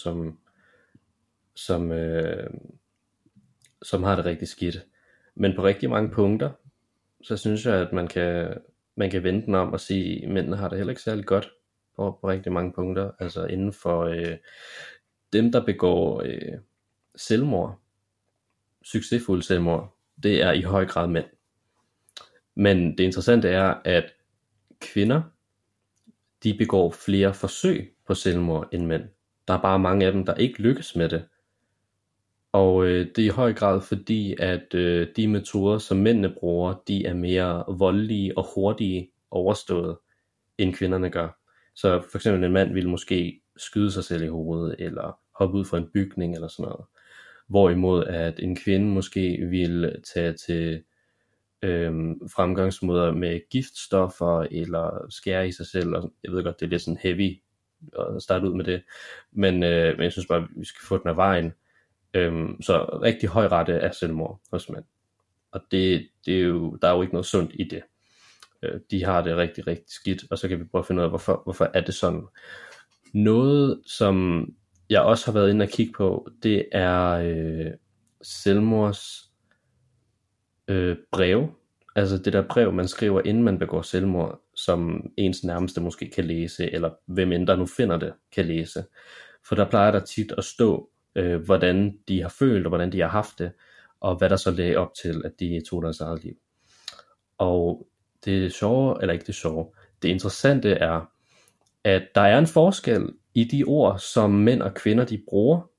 som har det rigtig skidt. Men på rigtig mange punkter, så synes jeg, at man kan vende den om og sige, at mændene har det heller ikke særlig godt på rigtig mange punkter. Altså inden for dem, der begår selvmord, succesfulde selvmord, det er i høj grad mænd. Men det interessante er, at kvinder, de begår flere forsøg på selvmord end mænd. Der er bare mange af dem, der ikke lykkes med det. Og det er i høj grad fordi, at de metoder, som mændene bruger, de er mere voldelige og hurtige overstået, end kvinderne gør. Så for eksempel en mand ville måske skyde sig selv i hovedet, eller hoppe ud fra en bygning, eller sådan noget. Hvorimod at en kvinde måske ville tage til fremgangsmåder med giftstoffer, eller skære i sig selv. Og jeg ved godt, det er lidt sådan heavy at starte ud med det. Men jeg synes bare, vi skal få den af vejen. Så rigtig høj rate er selvmord hos mænd. Og det er jo, der er jo ikke noget sundt i det. De har det rigtig, rigtig skidt, og så kan vi prøve at finde ud af, hvorfor er det sådan. Noget, som jeg også har været inde og kigge på, det er selvmords breve. Altså det der brev, man skriver, inden man begår selvmord, som ens nærmeste måske kan læse, eller hvem end der nu finder det, kan læse. For der plejer der tit at stå, hvordan de har følt, og hvordan de har haft det, og hvad der så lagde op til, at de tog deres eget liv. Og det sjove, eller ikke det sjove, det interessante er, at der er en forskel i de ord, som mænd og kvinder de bruger.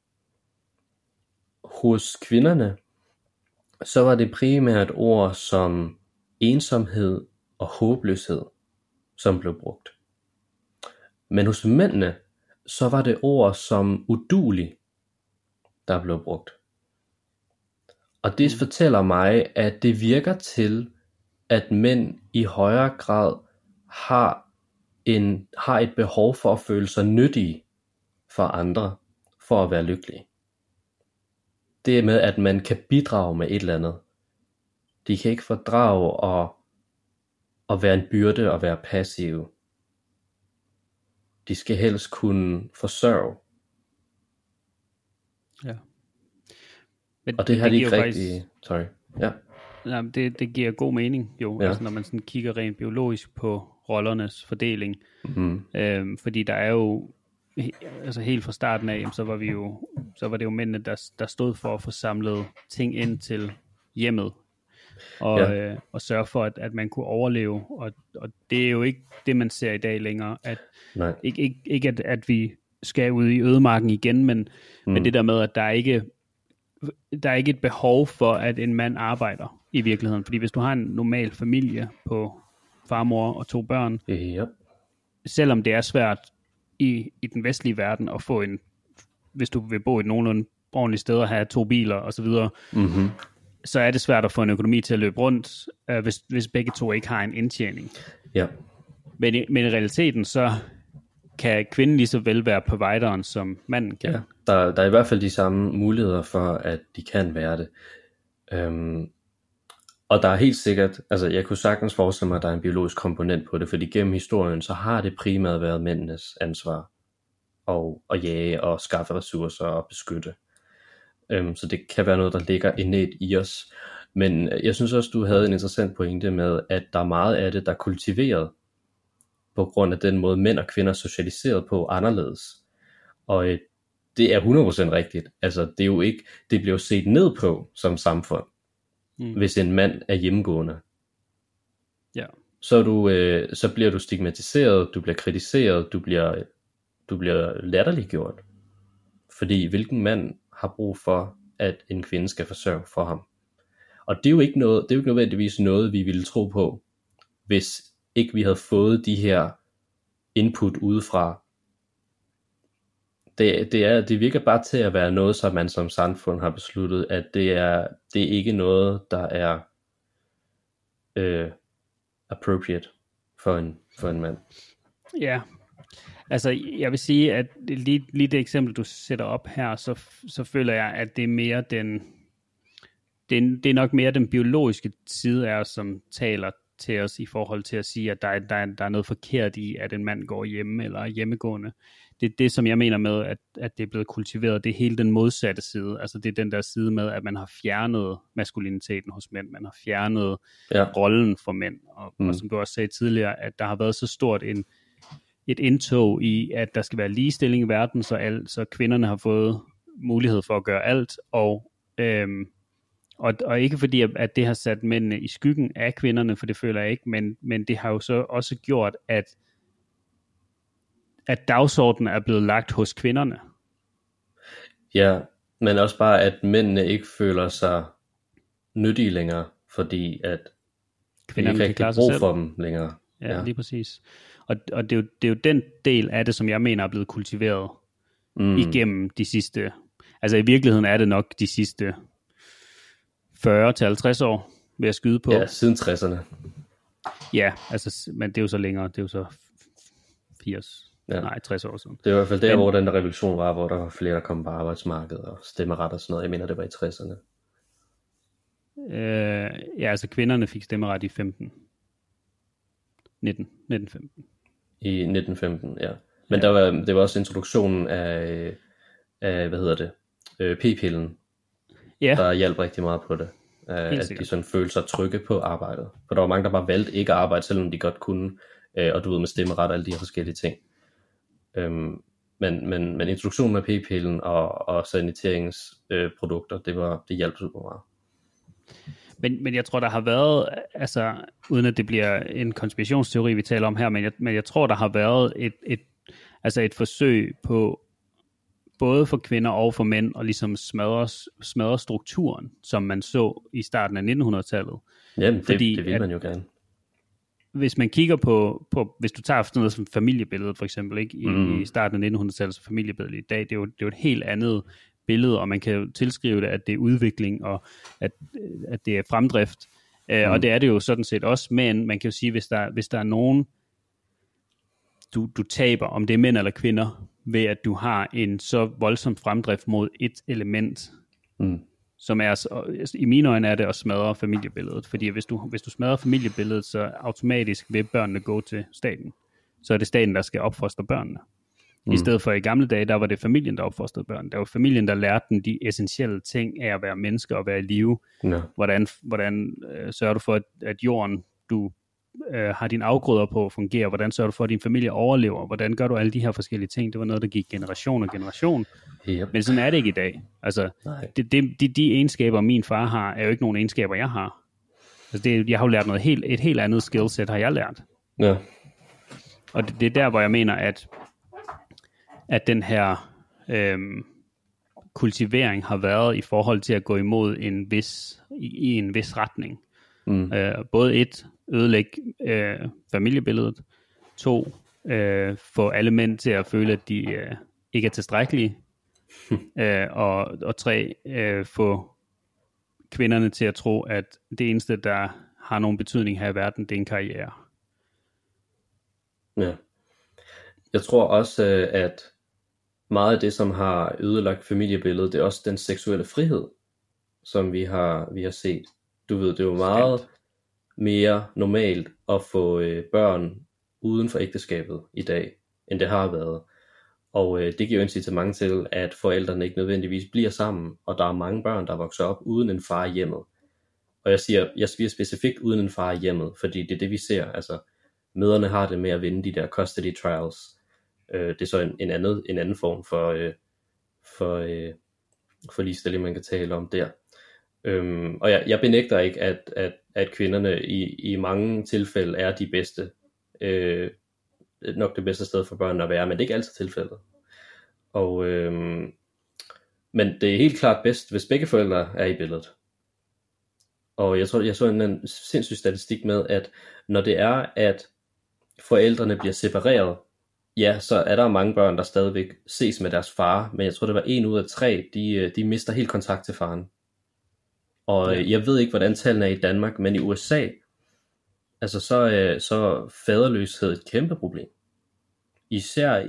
Hos kvinderne, så var det primært ord som ensomhed og håbløshed, som blev brugt. Men hos mændene, så var det ord som uduelig, der blev brugt. Og det fortæller mig, at det virker til, at mænd i højere grad har et behov for at føle sig nyttige for andre, for at være lykkelige. Det med, at man kan bidrage med et eller andet. De kan ikke fordrage at være en byrde og være passive. De skal helst kunne forsørge. Ja. Men og det har de ikke rigtig... Sorry. Ja. Nej, det giver god mening jo, ja. Altså når man sådan kigger rent biologisk på rollernes fordeling. Mm-hmm. Fordi der er jo, altså helt fra starten af, så var det jo mændene, der stod for at få samlet ting ind til hjemmet. Og sørge for, at man kunne overleve. Og det er jo ikke det, man ser i dag længere. Ikke at vi skal ud i ødemarken igen, men det der med, at der er ikke et behov for, at en mand arbejder i virkeligheden. Fordi hvis du har en normal familie på farmor og 2 børn, selvom det er svært i den vestlige verden at få hvis du vil bo i et nogenlunde ordentligt sted og have 2 biler osv., så er det svært at få en økonomi til at løbe rundt, hvis begge to ikke har en indtjening. Ja. Men i realiteten, så kan kvinden lige så vel være provideren, som manden kan. Ja, der er i hvert fald de samme muligheder for, at de kan være det. Og der er helt sikkert, altså jeg kunne sagtens forestille mig, at der er en biologisk komponent på det, fordi gennem historien, så har det primært været mændenes ansvar at jage og skaffe ressourcer og beskytte. Så det kan være noget, der ligger innat i os. Men jeg synes også, du havde en interessant pointe med, at der er meget af det, der er kultiveret på grund af den måde, mænd og kvinder er socialiseret på anderledes. Og det er 100% rigtigt. Altså det er jo ikke, det bliver set ned på som samfund, hvis en mand er hjemmegående. Ja. Så bliver du stigmatiseret, du bliver kritiseret, du bliver latterliggjort. Fordi hvilken mand har brug for, at en kvinde skal forsørge for ham? Og det er jo ikke nødvendigvis noget, vi ville tro på, hvis ikke vi havde fået de her input udefra. Det virker bare til at være noget, som man som samfund har besluttet, at det er ikke noget, der er appropriate for en mand. Ja. Altså, jeg vil sige, at lige det eksempel, du sætter op her, så føler jeg, at det er mere det er nok mere den biologiske side af os, som taler til os i forhold til at sige, at der er noget forkert i, at en mand går hjemme eller er hjemmegående. Det er det, som jeg mener med, at det er blevet kultiveret. Det er hele den modsatte side. Altså det er den der side med, at man har fjernet maskuliniteten hos mænd. Man har fjernet rollen for mænd. Og som du også sagde tidligere, at der har været så stort et indtog i, at der skal være ligestilling i verden, så kvinderne har fået mulighed for at gøre alt, og ikke fordi, at det har sat mændene i skyggen af kvinderne, for det føler jeg ikke, men det har jo så også gjort, at dagsordenen er blevet lagt hos kvinderne. Ja, men også bare, at mændene ikke føler sig nyttige længere, fordi at kvinderne ikke har brug for dem længere. Ja, lige præcis. Og det er jo den del af det, som jeg mener er blevet kultiveret igennem de sidste, altså i virkeligheden er det nok de sidste 40 til 50 år, vil jeg skyde på. Ja, siden 60'erne. Ja, altså, men det er jo så længere, det er jo så 60 år siden. Det er i hvert fald der, hvor den der revolution var, hvor der var flere, der kom på arbejdsmarkedet og stemmeret og sådan noget. Jeg mener, det var i 60'erne. Ja, altså kvinderne fik stemmeret i 1915. I 1915, ja. Men det var også introduktionen af p-pillen, der hjalp rigtig meget på det. At de sådan følte sig trygge på arbejdet. For der var mange, der bare valgte ikke at arbejde, selvom de godt kunne. Og du ved, med stemmeret og alle de her forskellige ting. Men introduktionen af p-pillen og saniteringsprodukter, det hjalp super meget. Men jeg tror, der har været, altså uden at det bliver en konspirationsteori, vi taler om her, men jeg tror, der har været et forsøg på, både for kvinder og for mænd, og ligesom smadre strukturen, som man så i starten af 1900-tallet. Jamen, det vil man jo gerne. Hvis man kigger på hvis du tager sådan noget som familiebilledet for eksempel, ikke i starten af 1900-tallet, familiebilledet i dag, det er jo et helt andet billede, og man kan jo tilskrive det, at det er udvikling, og at det er fremdrift. Og det er det jo sådan set også, men man kan jo sige, hvis der er nogen, du taber, om det er mænd eller kvinder, ved at du har en så voldsom fremdrift mod et element, som er, i mine øjne er det at smadre familiebilledet. Fordi hvis du smadrer familiebilledet, så automatisk vil børnene gå til staten. Så er det staten, der skal opfostre børnene. I stedet for i gamle dage, der var det familien, der opfostrede børn. Der var familien, der lærte dem de essentielle ting af at være mennesker og være i live. Ja. Hvordan sørger du for, at jorden, du har dine afgrøder på fungerer? Hvordan sørger du for, at din familie overlever? Hvordan gør du alle de her forskellige ting? Det var noget, der gik generation og generation. Yep. Men sådan er det ikke i dag. Altså, de egenskaber, min far har, er jo ikke nogen egenskaber, jeg har. Altså, jeg har jo lært et helt andet skillset, har jeg lært. Ja. Og det er der, hvor jeg mener, at den her kultivering har været i forhold til at gå imod i en vis retning. Både ødelægge familiebilledet, 2 få alle mænd til at føle, at de ikke er tilstrækkelige, og 3 få kvinderne til at tro, at det eneste, der har nogen betydning her i verden, det er en karriere. Ja. Jeg tror også, at meget af det, som har ødelagt familiebilledet, det er også den seksuelle frihed, som vi har set. Du ved, det er jo meget mere normalt at få børn uden for ægteskabet i dag, end det har været. Og det giver jo incitament til, at forældrene ikke nødvendigvis bliver sammen, og der er mange børn, der vokser op uden en far i hjemmet. Og jeg siger specifikt uden en far i hjemmet, fordi det er det, vi ser. Altså, mødrene har det med at vinde de der custody trials. Det er så en anden form for ligestilling, man kan tale om der. Og jeg benægter ikke, at kvinderne i mange tilfælde er de bedste, nok det bedste sted for børnene at være, men det er ikke altid tilfældet. Og, men det er helt klart bedst, hvis begge forældre er i billedet. Og jeg tror, jeg så en sindssyg statistik med, at når det er, at forældrene bliver separeret, ja, så er der mange børn, der stadigvæk ses med deres far, men jeg tror, det var 1 ud af 3, de mister helt kontakt til faren. Og jeg ved ikke, hvordan tallene er i Danmark, men i USA, altså så faderløshed et kæmpe problem. Især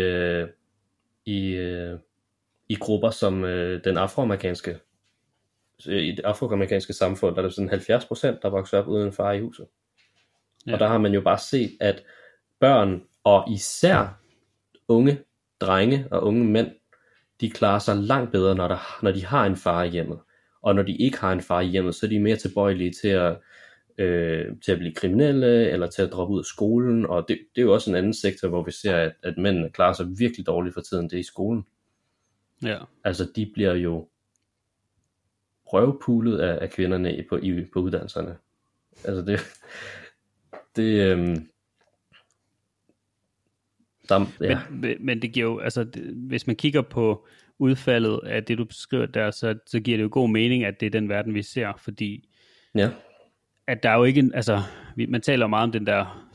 i grupper som den afroamerikanske, i det afroamerikanske samfund, der er der sådan 70%, der vokser op uden en far i huset. Ja. Og der har man jo bare set, at børn, og især unge drenge og unge mænd, de klarer sig langt bedre, når de har en far i hjemmet. Og når de ikke har en far i hjemmet, så er de mere tilbøjelige til at blive kriminelle, eller til at droppe ud af skolen. Og det er jo også en anden sektor, hvor vi ser, at mændene klarer sig virkelig dårligt for tiden, det er i skolen. Ja. Altså de bliver jo røvpulet af kvinderne på uddannelserne. Altså men det giver jo, altså hvis man kigger på udfaldet af det, du beskriver der, så giver det jo god mening, at det er den verden, vi ser, fordi at der er jo ikke, altså man taler meget om den der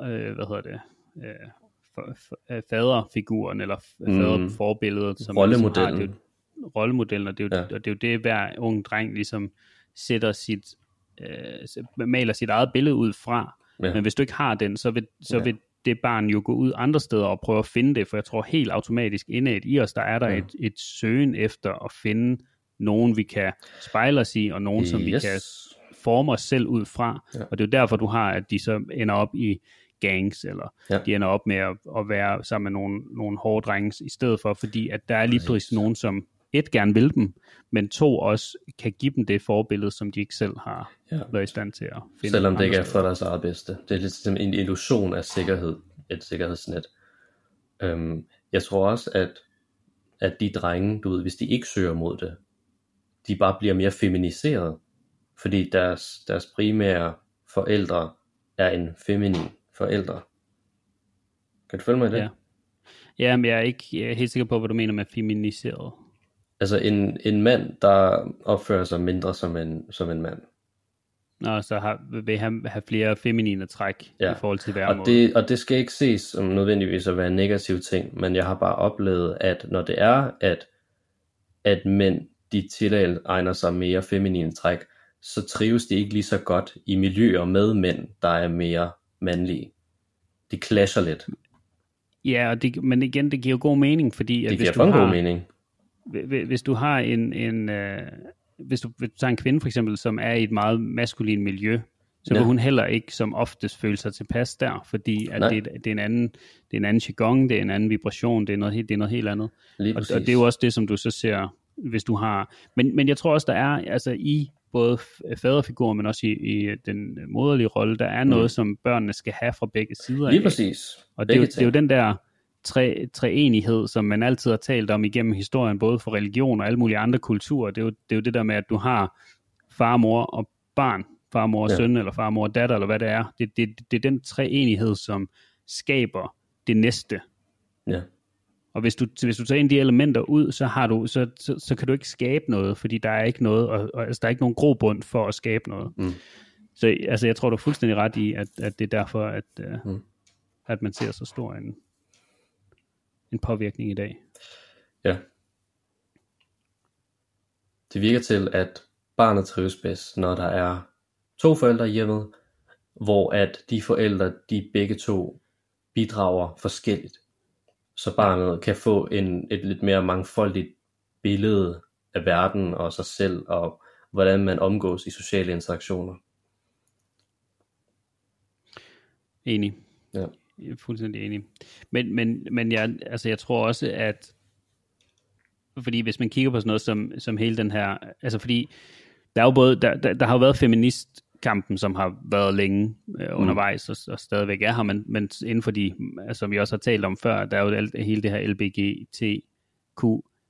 faderfiguren, eller faderforbilledet, som rollemodellen. Ligesom rollemodellen, og det er jo det, hver ung dreng ligesom maler sit eget billede ud fra. Ja. Men hvis du ikke har den, så vil det barn jo gå ud andre steder og prøve at finde det, for jeg tror helt automatisk indad i os, der er der et søgen efter at finde nogen, vi kan spejle os i, og nogen, som vi kan forme os selv ud fra. Ja. Og det er jo derfor, du har, at de så ender op i gangs, eller de ender op med at være sammen med nogle hårde drenges i stedet for, fordi at der er lige pludselig nogen, som gerne vil dem, men 2 også kan give dem det forbillede, som de ikke selv har været i stand til at finde. Selvom det ikke er for deres eget bedste. Det er lidt som en illusion af sikkerhed, et sikkerhedsnet. Jeg tror også, at de drenge, du ved, hvis de ikke søger mod det, de bare bliver mere feminiseret, fordi deres primære forældre er en feminin forældre. Kan du følge mig i det? Ja, men jeg er ikke helt sikker på, hvad du mener med feminiseret. Altså en mand, der opfører sig mindre som en mand. Nå, så vil han have flere feminine træk i forhold til væremåde. Og det skal ikke ses som nødvendigvis at være en negativ ting, men jeg har bare oplevet, at når det er, at mænd, de tilegner sig mere feminine træk, så trives de ikke lige så godt i miljøer med mænd, der er mere mandlige. De clasher lidt. Ja, men igen, det giver jo god mening, fordi at det giver en god mening. Hvis du har hvis du tager en kvinde for eksempel, som er i et meget maskulin miljø, så vil hun heller ikke som oftest føle sig tilpas der, fordi at det er en anden qigong, det er en anden vibration, det er noget helt andet. Og det er jo også det, som du så ser, hvis du har. Men jeg tror også, der er altså i både faderfigurer, men også i den moderlige rolle, der er noget, som børnene skal have fra begge sider. Lige præcis. Og det er jo den der treenighed, som man altid har talt om igennem historien, både for religion og alle mulige andre kulturer. Det er jo det der med, at du har far, mor og barn, far, mor og søn, eller far, mor og datter, eller hvad det er. Det er den treenighed, som skaber det næste. Ja. Og hvis du tager en af de elementer ud, så kan du ikke skabe noget, fordi der er ikke noget, og altså, der er ikke nogen grobund for at skabe noget. Så altså, jeg tror, du er fuldstændig ret i, at det er derfor, at man ser så stor en påvirkning i dag. Ja. Det virker til, at barnet trives bedst, når der er 2 forældre i hjemmet, hvor at de forældre, de begge to bidrager forskelligt. Så barnet kan få et lidt mere mangfoldigt billede af verden og sig selv, og hvordan man omgås i sociale interaktioner. Enig. Ja. Jeg er fuldstændig enig. Men jeg tror også, at fordi hvis man kigger på sådan noget som hele den her, altså fordi der er jo både, der har jo været feministkampen, som har været længe undervejs, og stadigvæk er her, men inden for de, altså, som vi også har talt om før, der er jo hele det her LGBTQ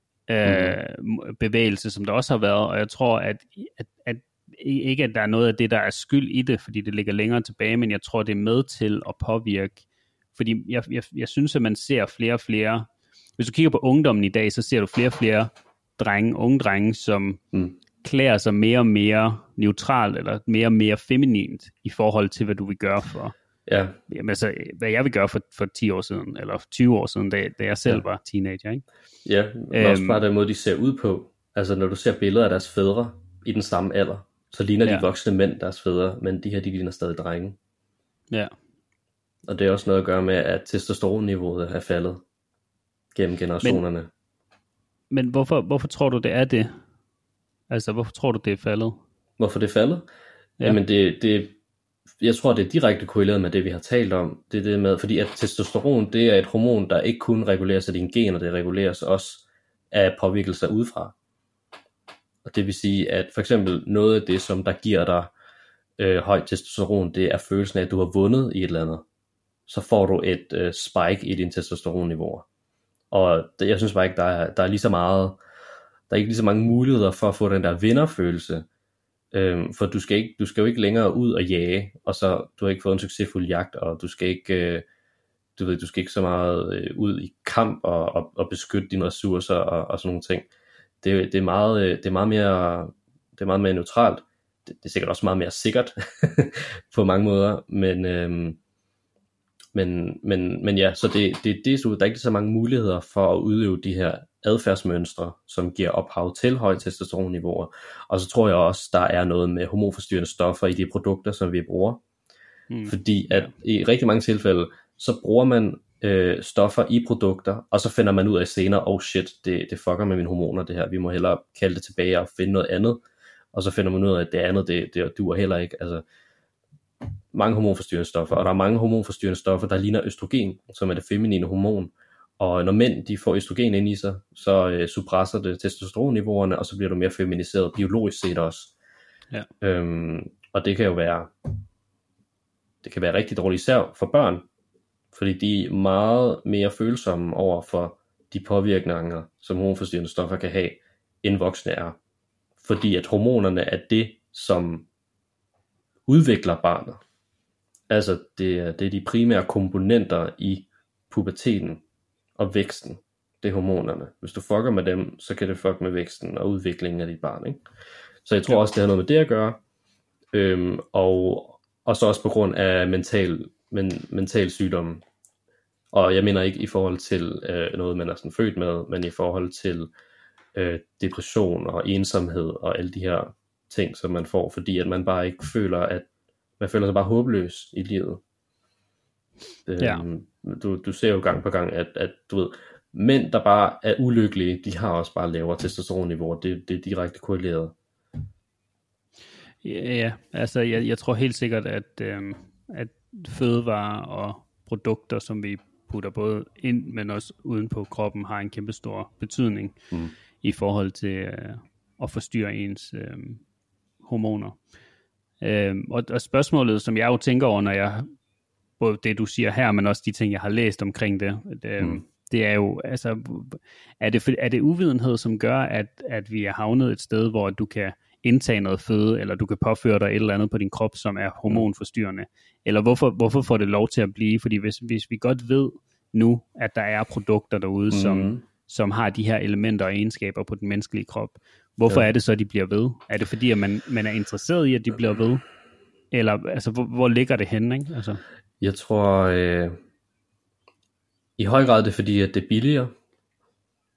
bevægelse, som der også har været, og jeg tror, at ikke at der er noget af det, der er skyld i det, fordi det ligger længere tilbage, men jeg tror, det er med til at påvirke, fordi jeg synes, at man ser flere og flere, hvis du kigger på ungdommen i dag, så ser du flere og flere unge drenge, som klæder sig mere og mere neutralt, eller mere og mere feminint, i forhold til, hvad du vil gøre for, jamen, altså, hvad jeg vil gøre for 10 år siden, eller 20 år siden, da jeg selv var teenager, ikke? Ja, men også bare den måde, de ser ud på. Altså, når du ser billeder af deres fædre i den samme alder, så ligner de voksne mænd deres fædre, men de her, de ligner stadig drenge. Ja. Og det er også noget at gøre med, at testosteronniveauet er faldet gennem generationerne. Men hvorfor tror du, det er det? Altså, hvorfor tror du, det er faldet? Hvorfor det er faldet? Ja. Jamen, jeg tror, det er direkte korreleret med det, vi har talt om. Det er det med, fordi at testosteron, det er et hormon, der ikke kun reguleres af dine gener, det reguleres også af påvirkelser udefra. Og det vil sige, at for eksempel noget af det, som der giver dig højt testosteron, det er følelsen af, at du har vundet i et eller andet. Så får du et spike i din testosteronniveauer. Og jeg synes bare ikke, der er lige så meget, der er ikke lige så mange muligheder for at få den der vinderfølelse. For du skal jo ikke længere ud og jage, og så du har ikke fået en succesfuld jagt, og du skal ikke så meget ud i kamp og beskytte dine ressourcer og sådan nogle ting. Det er meget mere neutralt. Det er sikkert også meget mere sikkert på mange måder, men ja, så det så der er ikke så mange muligheder for at udøve de her adfærdsmønstre, som giver ophav til høje testosteronniveauer. Og så tror jeg også, der er noget med hormonforstyrrende stoffer i de produkter, som vi bruger. Fordi at i rigtig mange tilfælde, så bruger man stoffer i produkter, og så finder man ud af senere, shit, det fucker med mine hormoner det her, vi må hellere kalde det tilbage og finde noget andet, og så finder man ud af, at det andet, det duer heller ikke. Altså, mange hormonforstyrrende stoffer, og der er mange hormonforstyrrende stoffer, der ligner østrogen, som er det feminine hormon, og når mænd de får østrogen ind i sig, så suppresser det testosteronniveauerne, og så bliver du mere feminiseret, biologisk set også. Ja. Og det kan jo være rigtig dårligt, især for børn, fordi de er meget mere følsomme over for de påvirkninger, som hormonforstyrrende stoffer kan have, end voksne er. Fordi at hormonerne er det, som udvikler barnet. Altså det er de primære komponenter i puberteten og væksten. Det er hormonerne. Hvis du fucker med dem, så kan det fuck med væksten og udviklingen af dit barn, ikke? Så jeg tror også, det har noget med det at gøre. Og så også på grund af mental sygdom. Og jeg mener ikke i forhold til noget, man er sådan født med, men i forhold til depression og ensomhed og alle de her ting, som man får, fordi at man bare ikke føler, man føler sig bare håbløs i livet. Du ser jo gang på gang, at du ved, mænd, der bare er ulykkelige, de har også bare lavere testosteronniveauer. Det er direkte korreleret. Ja, altså jeg tror helt sikkert, at fødevarer og produkter, som vi putter både ind, men også uden på kroppen, har en kæmpe stor betydning i forhold til at forstyrre ens hormoner. Og spørgsmålet, som jeg jo tænker over, når jeg både det du siger her, men også de ting jeg har læst omkring det, det er jo, altså, er det uvidenhed, som gør, at vi er havnet et sted, hvor du kan indtage noget føde, eller du kan påføre dig et eller andet på din krop, som er hormonforstyrrende, eller hvorfor får det lov til at blive? Fordi hvis vi godt ved nu, at der er produkter derude, som har de her elementer og egenskaber på den menneskelige krop, hvorfor er det så, de bliver ved? Er det fordi, at man er interesseret i, at de bliver ved? Eller altså, hvor ligger det henne, ikke? Altså. Jeg tror, i høj grad det er fordi, at det er billigere.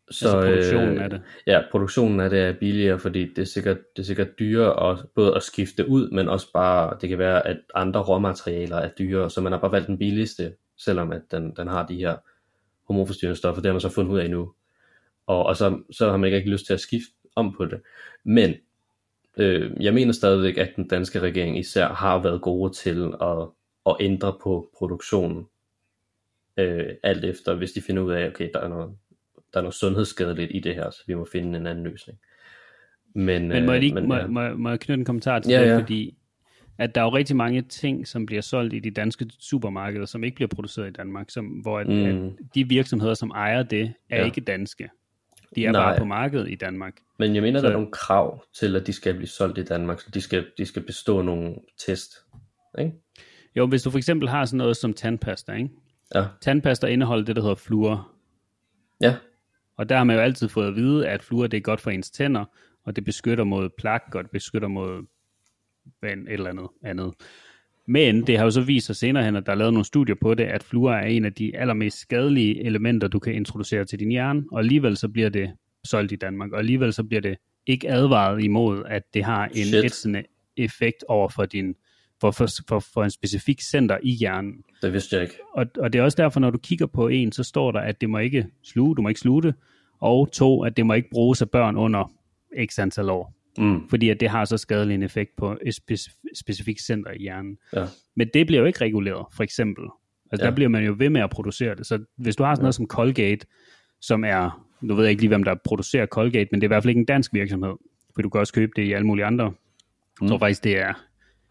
Altså produktionen af det. Ja, produktionen af det er billigere, fordi det er sikkert dyrere både at skifte ud, men også bare, det kan være, at andre råmaterialer er dyrere, så man har bare valgt den billigste, selvom at den har de her hormonforstyrrende stoffer, det har man så fundet ud af nu. Og så har man ikke lyst til at skifte om på det. Men jeg mener stadigvæk, at den danske regering især har været gode til at ændre på produktionen, alt efter, hvis de finder ud af, okay, der er noget sundhedsskadeligt i det her, så vi må finde en anden løsning. Men må jeg knytte en kommentar til det, fordi at der er jo rigtig mange ting, som bliver solgt i de danske supermarkeder, som ikke bliver produceret i Danmark, hvor at de virksomheder, som ejer det, er ikke danske. De er bare på markedet i Danmark. Men jeg mener, der er nogle krav til, at de skal blive solgt i Danmark, så de skal bestå nogle test, ikke? Jo, hvis du for eksempel har sådan noget som tandpasta, ikke? Ja. Tandpasta indeholder det, der hedder fluor. Ja. Og der har man jo altid fået at vide, at fluor, det er godt for ens tænder, og det beskytter mod plak, og det beskytter mod et eller andet. Men det har jo så vist sig senere hen, at der er lavet nogle studier på det, at fluor er en af de allermest skadelige elementer, du kan introducere til din hjerne, og alligevel så bliver det solgt i Danmark, og alligevel så bliver det ikke advaret imod, at det har en ætsende effekt over for for en specifik center i hjernen. Det vidste jeg ikke. Og det er også derfor, når du kigger på en, så står der, at det må ikke sluge, du må ikke sluge det, og 2, at det må ikke bruges af børn under x antal år. Fordi at det har så skadelig en effekt på et specifikt center i hjernen. Ja. Men det bliver jo ikke reguleret, for eksempel. Altså der bliver man jo ved med at producere det. Så hvis du har sådan noget som Colgate, som er, nu ved jeg ikke lige, hvem der producerer Colgate, men det er i hvert fald ikke en dansk virksomhed, for du kan også købe det i alle mulige andre. Jeg tror faktisk, det er...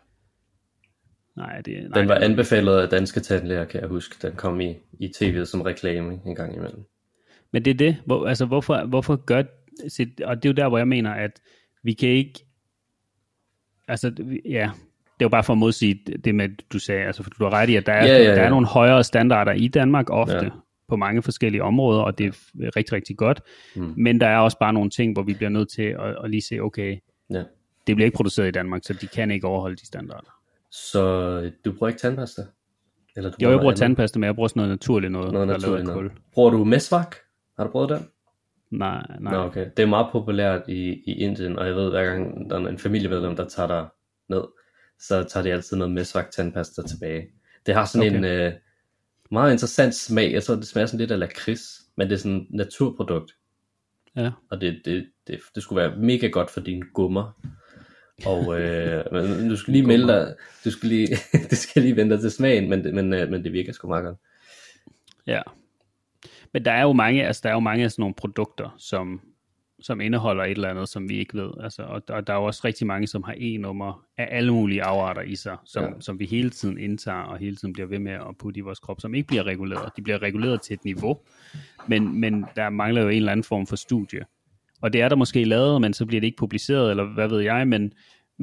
Den var anbefalet af danske tandlæger, kan jeg huske. Den kom i tv'et som reklame en gang imellem. Men det er det. Hvorfor gør... Og det er jo der, hvor jeg mener, at vi kan ikke... Altså, ja... Det er jo bare for at modsige det med, du sagde, altså for du har ret i, at der er nogle højere standarder i Danmark ofte, på mange forskellige områder, og det er rigtig, rigtig godt. Men der er også bare nogle ting, hvor vi bliver nødt til at lige se, okay, det bliver ikke produceret i Danmark, så de kan ikke overholde de standarder. Så du bruger ikke tandpasta? Eller jeg bruger tandpasta, men jeg bruger sådan noget naturligt noget naturligt noget. Bruger du mesvak? Har du prøvet den? Nej. Nå, okay. Det er meget populært i Indien, og jeg ved, hver gang der er en familiemedlem, der tager der ned, så tager de altid noget mesvak tandpasta tilbage. Det har sådan en meget interessant smag. Jeg tror, det smager sådan lidt af lakrids, men det er sådan et naturprodukt. Ja. Og det skulle være mega godt for dine gummer. Og men du skal lige melde dig, du skal lige vente til smagen, men det virker sgu meget godt. Ja. Men der er jo mange af sådan nogle produkter, som indeholder et eller andet, som vi ikke ved. Altså, og der er jo også rigtig mange, som har E-nummer af alle mulige afarter i sig, som vi hele tiden indtager, og hele tiden bliver ved med at putte i vores krop, som ikke bliver reguleret. De bliver reguleret til et niveau, men der mangler jo en eller anden form for studie. Og det er der måske lavet, men så bliver det ikke publiceret, eller hvad ved jeg, men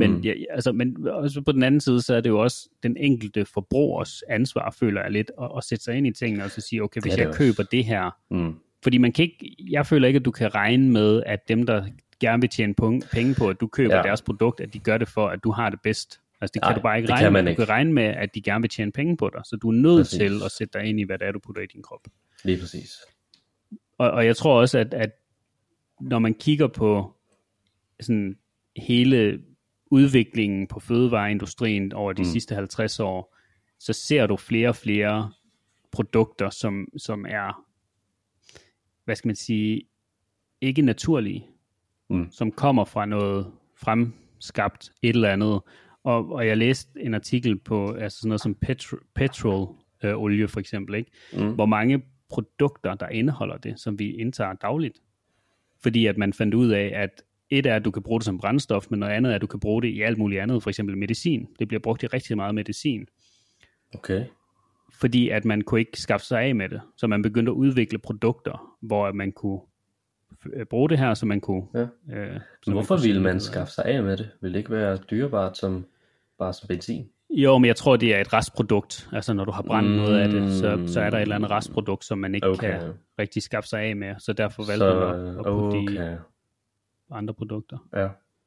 også på den anden side, så er det jo også den enkelte forbrugers ansvar, føler jeg lidt, at sætte sig ind i tingene, og så sige, okay, hvis jeg køber det her, fordi jeg føler ikke, at du kan regne med, at dem, der gerne vil tjene penge på, at du køber deres produkt, at de gør det for, at du har det bedst. Altså det kan du bare ikke regne med. Du kan regne med, at de gerne vil tjene penge på dig, så du er nødt til at sætte dig ind i, hvad det er, du putter i din krop. Lige præcis. Og jeg tror også, at når man kigger på sådan hele udviklingen på fødevareindustrien over de sidste 50 år, så ser du flere og flere produkter, som er, hvad skal man sige, ikke naturlige, som kommer fra noget fremskabt et eller andet. Og jeg læste en artikel på sådan noget som petrol-olie for eksempel, ikke? Hvor mange produkter, der indeholder det, som vi indtager dagligt. Fordi at man fandt ud af, at et er, at du kan bruge det som brændstof, men noget andet er, at du kan bruge det i alt muligt andet, for eksempel medicin. Det bliver brugt i rigtig meget medicin. Okay. Fordi at man kunne ikke skaffe sig af med det. Så man begyndte at udvikle produkter, hvor man kunne bruge det her, så man kunne... Ja. Hvorfor ville man skaffe sig af med det? Vil det ikke være dyrebart bare som benzin? Jo, men jeg tror, det er et restprodukt. Altså når du har brændt noget af det, så er der et eller andet restprodukt, som man ikke kan rigtig skaffe sig af med. Så derfor valgte man at putte i andre produkter. Ja.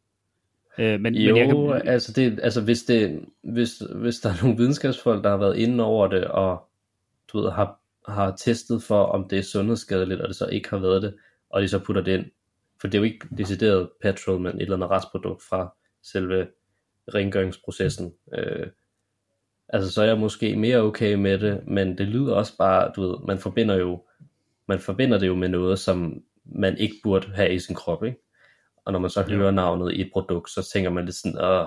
Men jeg kan... hvis der er nogle videnskabsfolk, der har været inde over det, og du ved, har testet for, om det er sundhedsskadeligt, og det så ikke har været det, og de så putter det ind, for det er jo ikke decideret petrol, men et eller andet restprodukt fra selve rengøringsprocessen. Altså så er jeg måske mere okay med det, men det lyder også bare, du ved, man forbinder det jo med noget, som man ikke burde have i sin krop, ikke? Og når man så hører navnet i et produkt, så tænker man lidt sådan,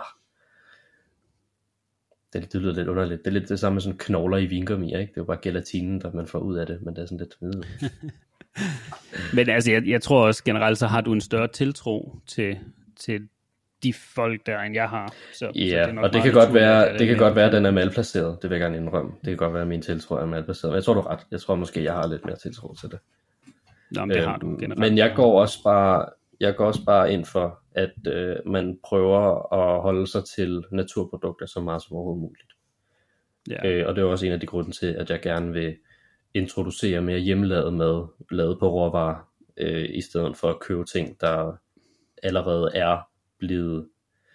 det lyder lidt underligt. Det er lidt det samme med sådan knogler i vingummi, ikke? Det er jo bare gelatinen, der man får ud af det, men det er sådan lidt Men altså, jeg tror også generelt, så har du en større tiltro til de folk der, end jeg har. Så det og det kan godt være, at den er malplaceret. Det vil jeg gerne indrømme. Det kan godt være, at min tiltro er malplaceret. Men jeg tror, du er ret. Jeg tror måske, jeg har lidt mere tiltro til det. Nå, men det har du generelt. Men jeg går også bare ind for, at man prøver at holde sig til naturprodukter så meget som overhovedet muligt. Ja. Og det er også en af de grunde til, at jeg gerne vil introducere mere hjemmelavet mad, lavet på råvarer, i stedet for at købe ting, der allerede er blevet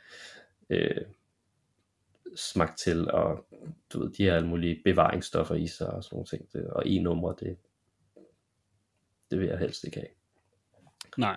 smagt til, og du ved, de har alle mulige bevaringsstoffer i sig og sådan nogle ting. Og e-numre, det vil jeg helst ikke have. Nej.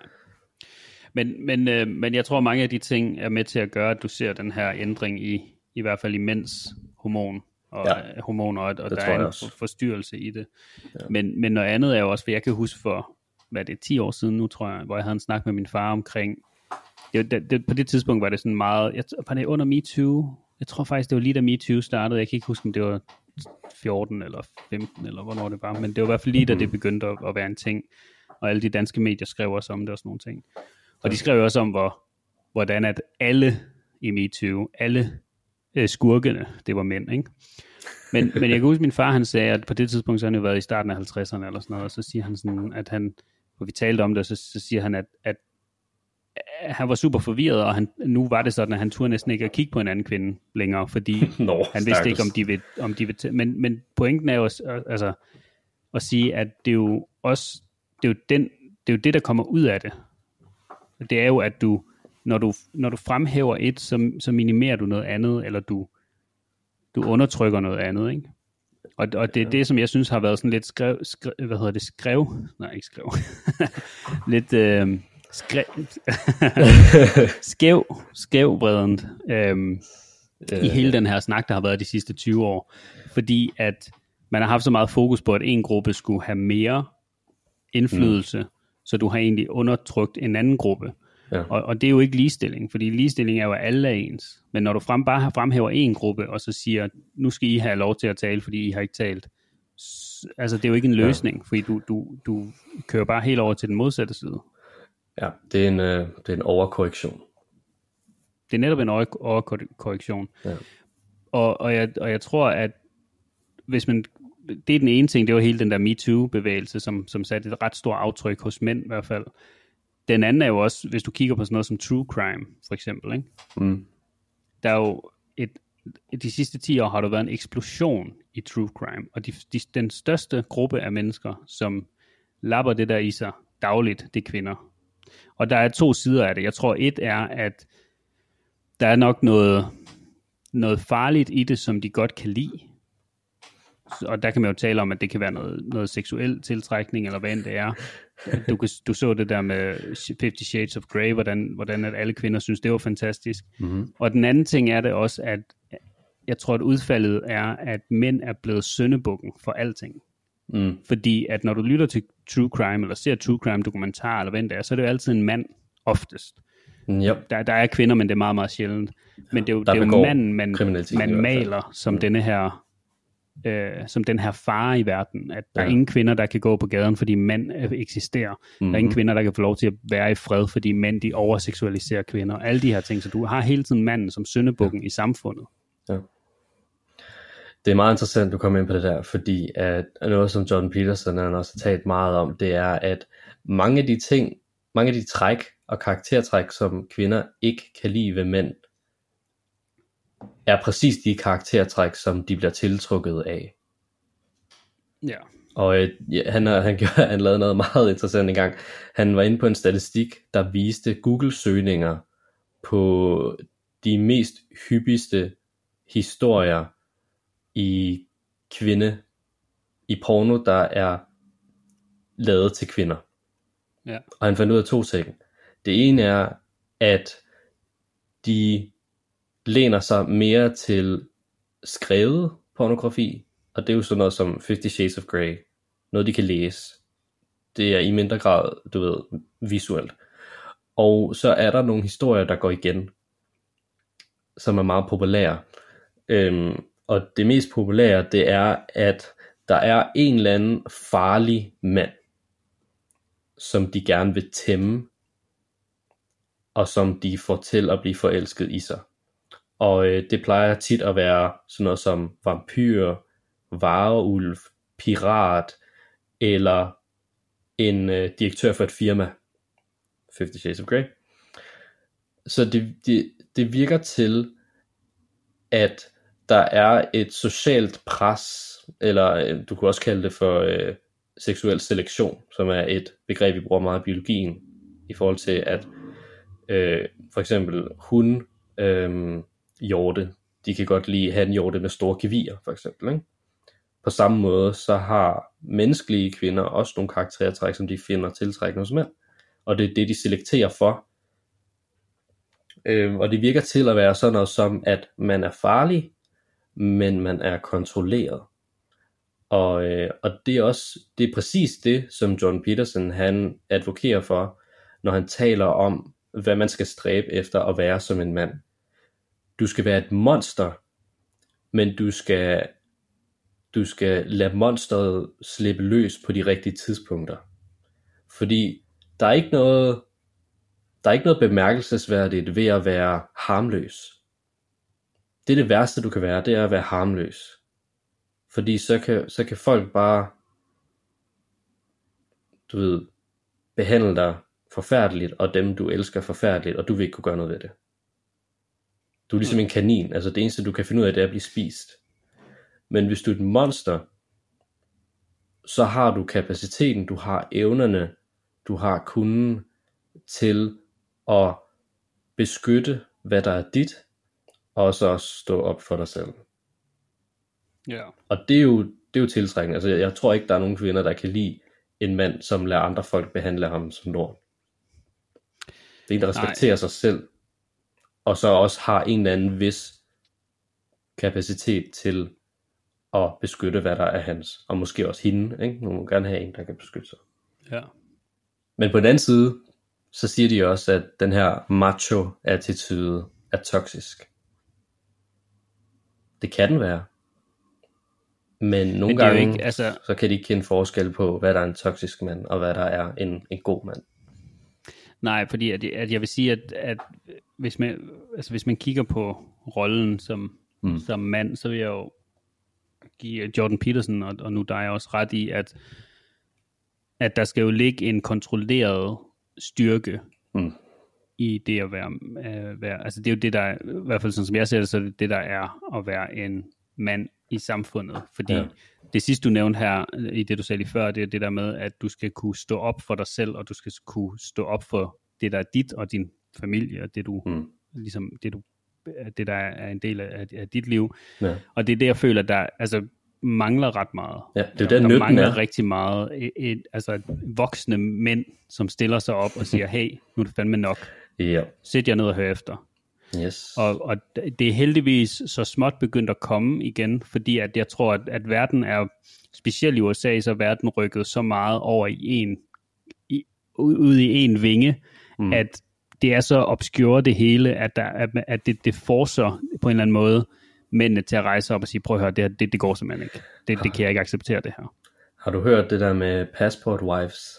Men jeg tror, mange af de ting er med til at gøre, at du ser den her ændring i hvert fald i mænds hormoner, og der er en forstyrrelse i det. Ja. Men noget andet er jo også, for jeg kan huske for, hvad det er, 10 år siden nu, tror jeg, hvor jeg havde en snak med min far omkring, på det tidspunkt var det sådan meget, var det under MeToo? Jeg tror faktisk, det var lige da MeToo startede, jeg kan ikke huske, om det var 14 eller 15, eller hvornår det var, men det var i hvert fald lige da det begyndte at være en ting, og alle de danske medier skrev også om det og sådan nogle ting. Og de skrev også om, hvordan at alle i MeToo, alle skurkene, det var mænd, ikke? Men jeg kan huske, min far, han sagde, at på det tidspunkt, så han jo været i starten af 50'erne eller sådan noget, og så siger han sådan, at hvor vi talte om det, så siger han, at han var super forvirret, og nu var det sådan, at han turde næsten ikke at kigge på en anden kvinde længere, fordi han vidste ikke, om de vil men pointen er jo altså, at sige, at det er jo også, det er jo det, der kommer ud af det. Det er jo, at når du fremhæver et, så minimerer du noget andet, eller du undertrykker noget andet, ikke? Og det er det, som jeg synes har været sådan lidt skævbredent i hele den her snak, der har været de sidste 20 år. Fordi at man har haft så meget fokus på, at en gruppe skulle have mere indflydelse, så du har egentlig undertrykt en anden gruppe. Ja. Og det er jo ikke ligestilling, fordi ligestilling er jo alle ens. Men når du bare fremhæver en gruppe, og så siger, nu skal I have lov til at tale, fordi I har ikke talt. Altså det er jo ikke en løsning, fordi du kører bare helt over til den modsatte side. Ja, det er en overkorrektion. Det er netop en overkorrektion. Ja. Og jeg tror, at hvis man, det er den ene ting, det var hele den der MeToo-bevægelse, som satte et ret stort aftryk hos mænd i hvert fald. Den anden er jo også, hvis du kigger på sådan noget som true crime, for eksempel, ikke? Mm. Der er jo de sidste 10 år har der været en eksplosion i true crime, og den største gruppe af mennesker, som lapper det der i sig dagligt, det er kvinder. Og der er 2 sider af det. Jeg tror, et er, at der er nok noget farligt i det, som de godt kan lide. Og der kan man jo tale om, at det kan være noget seksuel tiltrækning, eller hvad end det er. Du så det der med 50 Shades of Grey, hvordan at alle kvinder synes, det var fantastisk. Mm-hmm. Og den anden ting er det også, at jeg tror, at udfaldet er, at mænd er blevet syndebukken for alting. Mm. Fordi at når du lytter til true crime, eller ser true crime dokumentar, eller hvad end det er, så er det jo altid en mand, oftest. Yep. Der er kvinder, men det er meget, meget sjældent. Men det er jo manden, man maler som denne her som den her fare i verden, at der er ingen kvinder, der kan gå på gaden, fordi mænd eksisterer. Mm-hmm. Der er ingen kvinder, der kan få lov til at være i fred, fordi mænd, de overseksualiserer kvinder. Alle de her ting, så du har hele tiden manden som syndebukken i samfundet. Ja. Det er meget interessant, du kommer ind på det der, fordi at noget, som Jordan Peterson han også har talt meget om, det er, at mange af de træk og karaktertræk, som kvinder ikke kan lide ved mænd, er præcis de karaktertræk, som de bliver tiltrukket af. Ja. Og han lavede noget meget interessant engang. Han var inde på en statistik, der viste Google-søgninger på de mest hyppigste historier i porno, der er lavet til kvinder. Ja. Og han fandt ud af 2 ting. Det ene er, at de læner sig mere til skrevet pornografi, og det er jo sådan noget som 50 Shades of Grey. Noget de kan læse. Det er i mindre grad, du ved, visuelt. Og så er der nogle historier, der går igen, som er meget populære. Og det mest populære, det er, at der er en eller anden farlig mand, som de gerne vil tæmme, og som de får til at blive forelsket i sig. Og det plejer tit at være sådan noget som vampyr, varulv, pirat, eller en direktør for et firma. 50 Shades of Grey. Så det virker til, at der er et socialt pres, eller du kunne også kalde det for seksuel selektion, som er et begreb, vi bruger meget i biologien, i forhold til at for eksempel hjorte, de kan godt lide hanhjorte med store gevier, for eksempel, ikke? På samme måde, så har menneskelige kvinder også nogle karaktertræk, som de finder tiltrækkende hos mænd, og det er det, de selekterer for. Og det virker til at være sådan noget som, at man er farlig, men man er kontrolleret. Og det er præcis det, som Jordan Peterson han advokerer for, når han taler om, hvad man skal stræbe efter at være som en mand. Du skal være et monster, men du skal lade monsteret slippe løs på de rigtige tidspunkter. Fordi der er ikke noget bemærkelsesværdigt ved at være harmløs. Det er det værste du kan være, det er at være harmløs. Fordi så kan folk bare, du ved, behandle dig forfærdeligt, og dem du elsker forfærdeligt, og du vil ikke kunne gøre noget ved det. Du er ligesom en kanin, altså det eneste du kan finde ud af, det er at blive spist. Men hvis du er et monster, så har du kapaciteten, du har evnerne, du har kunden til at beskytte, hvad der er dit, og så stå op for dig selv. Ja. Og det er jo tiltrækkende. Altså jeg tror ikke, der er nogen kvinder, der kan lide en mand, som lader andre folk behandle ham som lort. Det er en, der respekterer sig selv, og så også har en eller anden vis kapacitet til at beskytte, hvad der er hans, og måske også hende, ikke? Nogen må gerne have en, der kan beskytte sig. Ja. Men på den anden side, så siger de også, at den her macho-attitude er toksisk. Det kan den være. Men nogle gange, ikke, altså, så kan de ikke kende forskel på, hvad der er en toksisk mand, og hvad der er en god mand. Nej, fordi at jeg vil sige, at hvis man kigger på rollen som mand, så vil jeg jo give Jordan Peterson og nu dig også ret i, at der skal jo ligge en kontrolleret styrke i det at være, altså det er jo det, der er, i hvert fald sådan som jeg ser det, så er det der er at være en mand i samfundet, fordi det sidste du nævnte her, i det du sagde lige før, det er det der med, at du skal kunne stå op for dig selv, og du skal kunne stå op for det, der er dit og din familie, og det du, ligesom det der er en del af dit liv. Ja. Og det er det, jeg føler, der altså mangler ret meget. Ja, det er der mangler rigtig meget, altså voksne mænd, som stiller sig op og siger, hey, nu er det fandme nok. Ja. Sæt jer ned og hør efter. Yes. Og det er heldigvis så småt begyndt at komme igen, fordi at jeg tror, at verden er, specielt i USA, så er verden rykket så meget over ud i en vinge, at det er så obscure det hele, at det forcer på en eller anden måde mændene til at rejse op og sige, prøv at høre, det går simpelthen ikke. Det kan jeg ikke acceptere det her. Har du hørt det der med passport wives?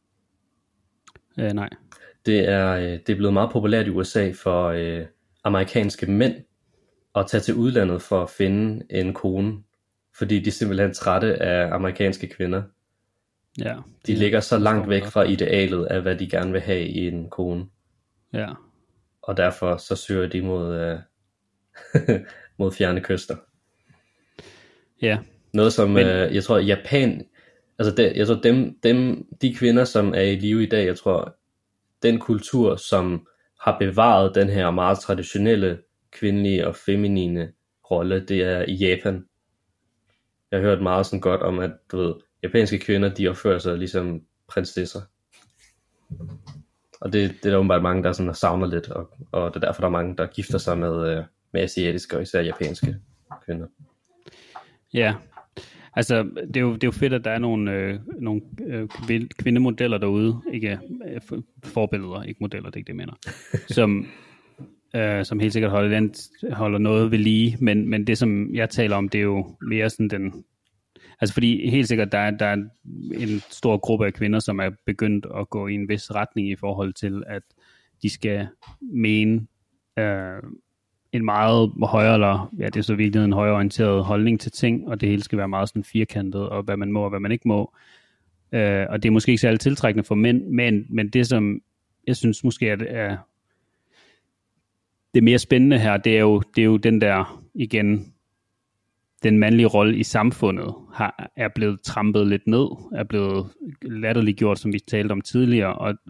Nej. Det er blevet meget populært i USA for amerikanske mænd at tage til udlandet for at finde en kone, fordi de er simpelthen trætte af amerikanske kvinder. Ja, de ligger så langt væk fra idealet af, hvad de gerne vil have i en kone. Ja. Og derfor så søger de mod mod fjerne kyster. Ja. Noget som jeg tror Japan, altså jeg tror de kvinder som er i live i dag, jeg tror den kultur som har bevaret den her meget traditionelle kvindelige og feminine rolle, det er i Japan. Jeg har hørt meget sådan godt om, at du ved, japanske kvinder, de opfører sig ligesom prinsesser. Og det er der åbenbart mange, der sådan savner lidt, og det er derfor, der er mange, der gifter sig med asiatiske og især japanske kvinder. Ja, altså det er jo fedt, at der er nogle kvindemodeller derude, ikke forbilleder, ikke modeller, det er ikke det, jeg mener, som helt sikkert holder noget ved lige, men det, som jeg taler om, det er jo mere sådan den, altså fordi helt sikkert, der er en stor gruppe af kvinder, som er begyndt at gå i en vis retning i forhold til, at de skal mene en meget højere, eller ja, det er så virkelig en højreorienteret holdning til ting, og det hele skal være meget sådan firkantet, og hvad man må og hvad man ikke må. Og det er måske ikke særlig tiltrækkende for mænd, men det, som jeg synes måske er det mere spændende her, det er jo den der, igen, den mandlige rolle i samfundet er blevet trampet lidt ned, er blevet latterliggjort, som vi talte om tidligere,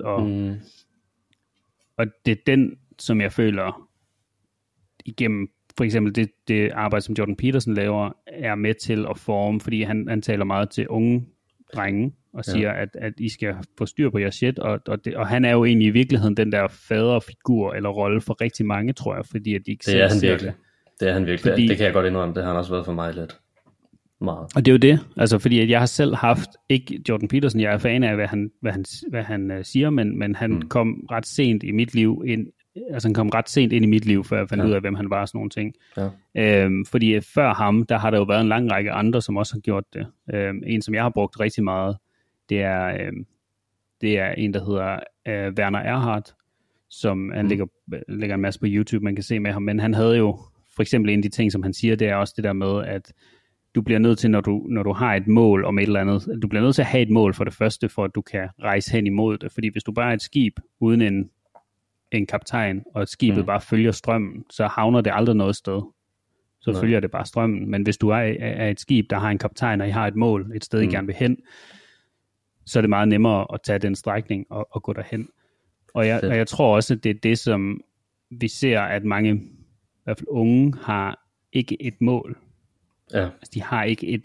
og det er den, som jeg føler igennem for eksempel det arbejde, som Jordan Peterson laver, er med til at forme, fordi han taler meget til unge drenge, og siger, at I skal få styr på jeres shit, og han er jo egentlig i virkeligheden den der faderfigur eller rolle for rigtig mange, tror jeg, fordi at de ikke selv ser det. Det er han virkelig. Fordi, det kan jeg godt indrømme, det har han også været for mig lidt. Meget. Og det er jo det, altså fordi at jeg har selv haft, ikke Jordan Peterson, jeg er fan af, hvad han siger, men han kom ret sent i mit liv ind, altså han kom ret sent ind i mit liv, før jeg fandt ud af, hvem han var og sådan nogle ting. Ja. Fordi før ham, der har der jo været en lang række andre, som også har gjort det. En, som jeg har brugt rigtig meget, det er en, der hedder Werner Erhard, som han lægger en masse på YouTube, man kan se med ham, men han havde jo, for eksempel en af de ting, som han siger, det er også det der med, at du bliver nødt til, når du har et mål om et eller andet, du bliver nødt til at have et mål for det første, for at du kan rejse hen imod det. Fordi hvis du bare er et skib uden en kaptajn, og skibet bare følger strømmen, så havner det aldrig noget sted. Så følger det bare strømmen. Men hvis du er et skib, der har en kaptajn, og I har et mål, et sted I gerne vil hen, så er det meget nemmere at tage den strækning og gå derhen. Og jeg tror også, at det er det, som vi ser, at mange, i hvert fald unge, har ikke et mål. Ja. Altså, de har ikke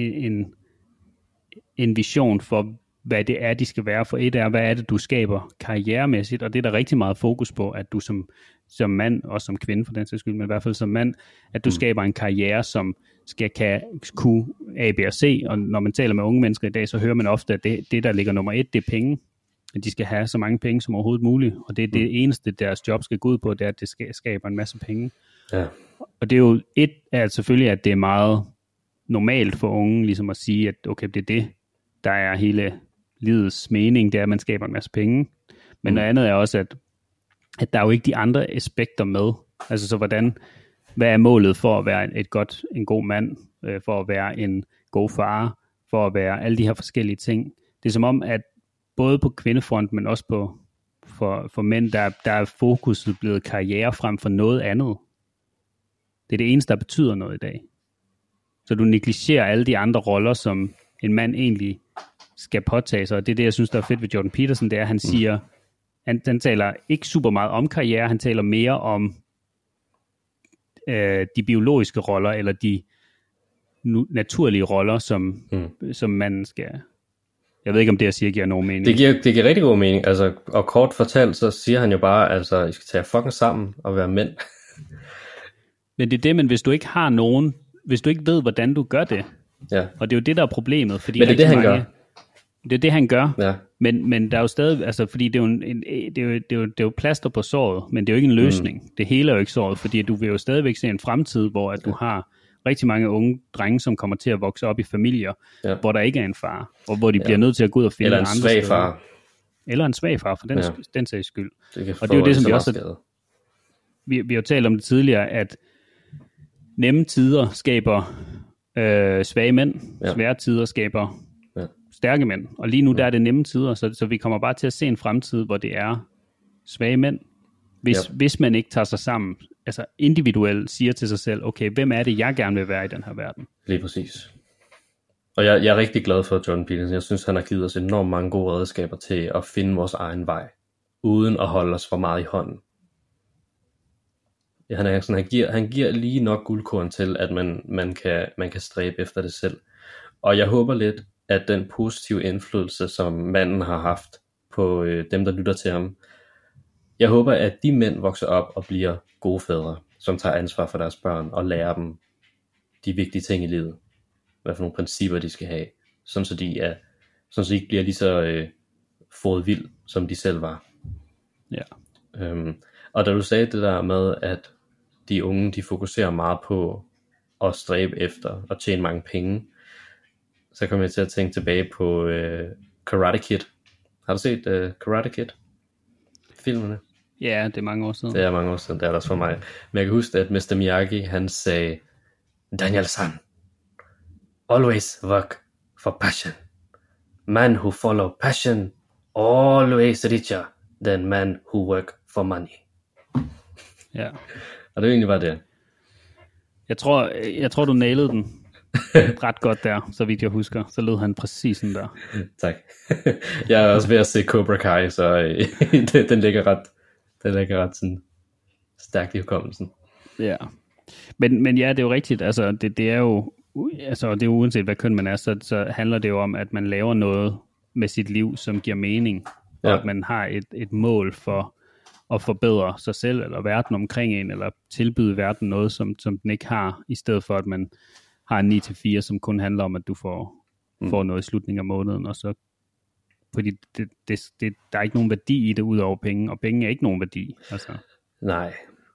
en vision for, hvad det er, de skal være. For et er, hvad er det, du skaber karrieremæssigt, og det er der rigtig meget fokus på, at du som mand, og som kvinde for den sags skyld, men i hvert fald som mand, at du skaber en karriere, som kan kunne A, B og C, og når man taler med unge mennesker i dag, så hører man ofte, at det der ligger nummer 1, det er penge. At de skal have så mange penge som overhovedet muligt, og det er det eneste, deres job skal gå ud på, det er, at det skaber en masse penge. Ja. Og det er jo selvfølgelig, at det er meget normalt for unge, ligesom at sige, at okay, det er det, der er hele livets mening, det er, at man skaber en masse penge. Men noget andet er også, at der er jo ikke de andre aspekter med. Altså så hvad er målet for at være en god mand, for at være en god far, for at være alle de her forskellige ting. Det er som om, at både på kvindefront, men også for mænd, der er fokuset blevet karriere frem for noget andet. Det er det eneste, der betyder noget i dag. Så du negligerer alle de andre roller, som en mand egentlig skal påtage sig. Og det er det, jeg synes, der er fedt ved Jordan Peterson, det er, at han siger, han taler ikke super meget om karriere, han taler mere om de biologiske roller, eller de naturlige roller, som manden skal. Jeg ved ikke, om det, jeg siger, giver nogen mening. Det giver rigtig god mening. Altså, og kort fortalt, så siger han jo bare, altså, I skal tage fucking sammen og være mænd. Men det er det, men hvis du ikke har nogen, hvis du ikke ved, hvordan du gør det, og det er jo det, der er problemet. Fordi men det er det, han gør. Det er det, han gør, ja. Men der er jo stadig, altså, fordi det er jo plaster på såret, men det er jo ikke en løsning. Det hele er jo ikke såret, fordi du vil jo stadigvæk se en fremtid, hvor at du har rigtig mange unge drenge, som kommer til at vokse op i familier, hvor der ikke er en far, og hvor de bliver nødt til at gå ud og finde andre steder. Eller en svag far. Eller en svag far, for den sags skyld. Og det er jo det, som vi også vi har jo talt om det tidligere, at nemme tider skaber svage mænd, svære tider skaber stærke mænd. Og lige nu der er det nemme tider, så vi kommer bare til at se en fremtid, hvor det er svage mænd, hvis man ikke tager sig sammen, altså individuelt siger til sig selv, okay, hvem er det, jeg gerne vil være i den her verden? Lige præcis. Og jeg er rigtig glad for Jordan Peterson. Jeg synes, han har givet os enormt mange gode redskaber til at finde vores egen vej, uden at holde os for meget i hånden. Ja, han giver lige nok guldkorn til, at man kan stræbe efter det selv. Og jeg håber lidt, at den positive indflydelse, som manden har haft på dem, der lytter til ham. Jeg håber, at de mænd vokser op og bliver gode fædre, som tager ansvar for deres børn og lærer dem de vigtige ting i livet. Hvad for nogle principper de skal have, sådan så de ikke bliver lige så fået vild, som de selv var. Ja. Og da du sagde det der med, at de unge, de fokuserer meget på at stræbe efter at tjene mange penge, så kom jeg til at tænke tilbage på Karate Kid. Har du set Karate Kid? Filmene? Ja, det er mange år siden. Det er mange år siden, det er der også for mig. Men jeg kan huske, at Mr. Miyagi, han sagde, Daniel-san, always work for passion. Man who follow passion always richer than man who work for money. Ja. Og det er egentlig bare det. Jeg tror du nailede den ret godt der, så vidt jeg husker. Så lød han præcis sådan der. Tak. Jeg er også ved at se Cobra Kai, så den ligger ret sådan stærkt i hukommelsen. Ja. Men ja, det er jo rigtigt. Altså, det er jo, altså, det er jo uanset hvad køn man er, så handler det jo om, at man laver noget med sit liv, som giver mening. Ja. Og at man har et mål for at forbedre sig selv, eller verden omkring en, eller tilbyde verden noget, som den ikke har, i stedet for at man har en 9-4, som kun handler om, at du får noget i slutningen af måneden, og så fordi der er ikke nogen værdi i det, ud over penge, og penge er ikke nogen værdi. Altså. Nej.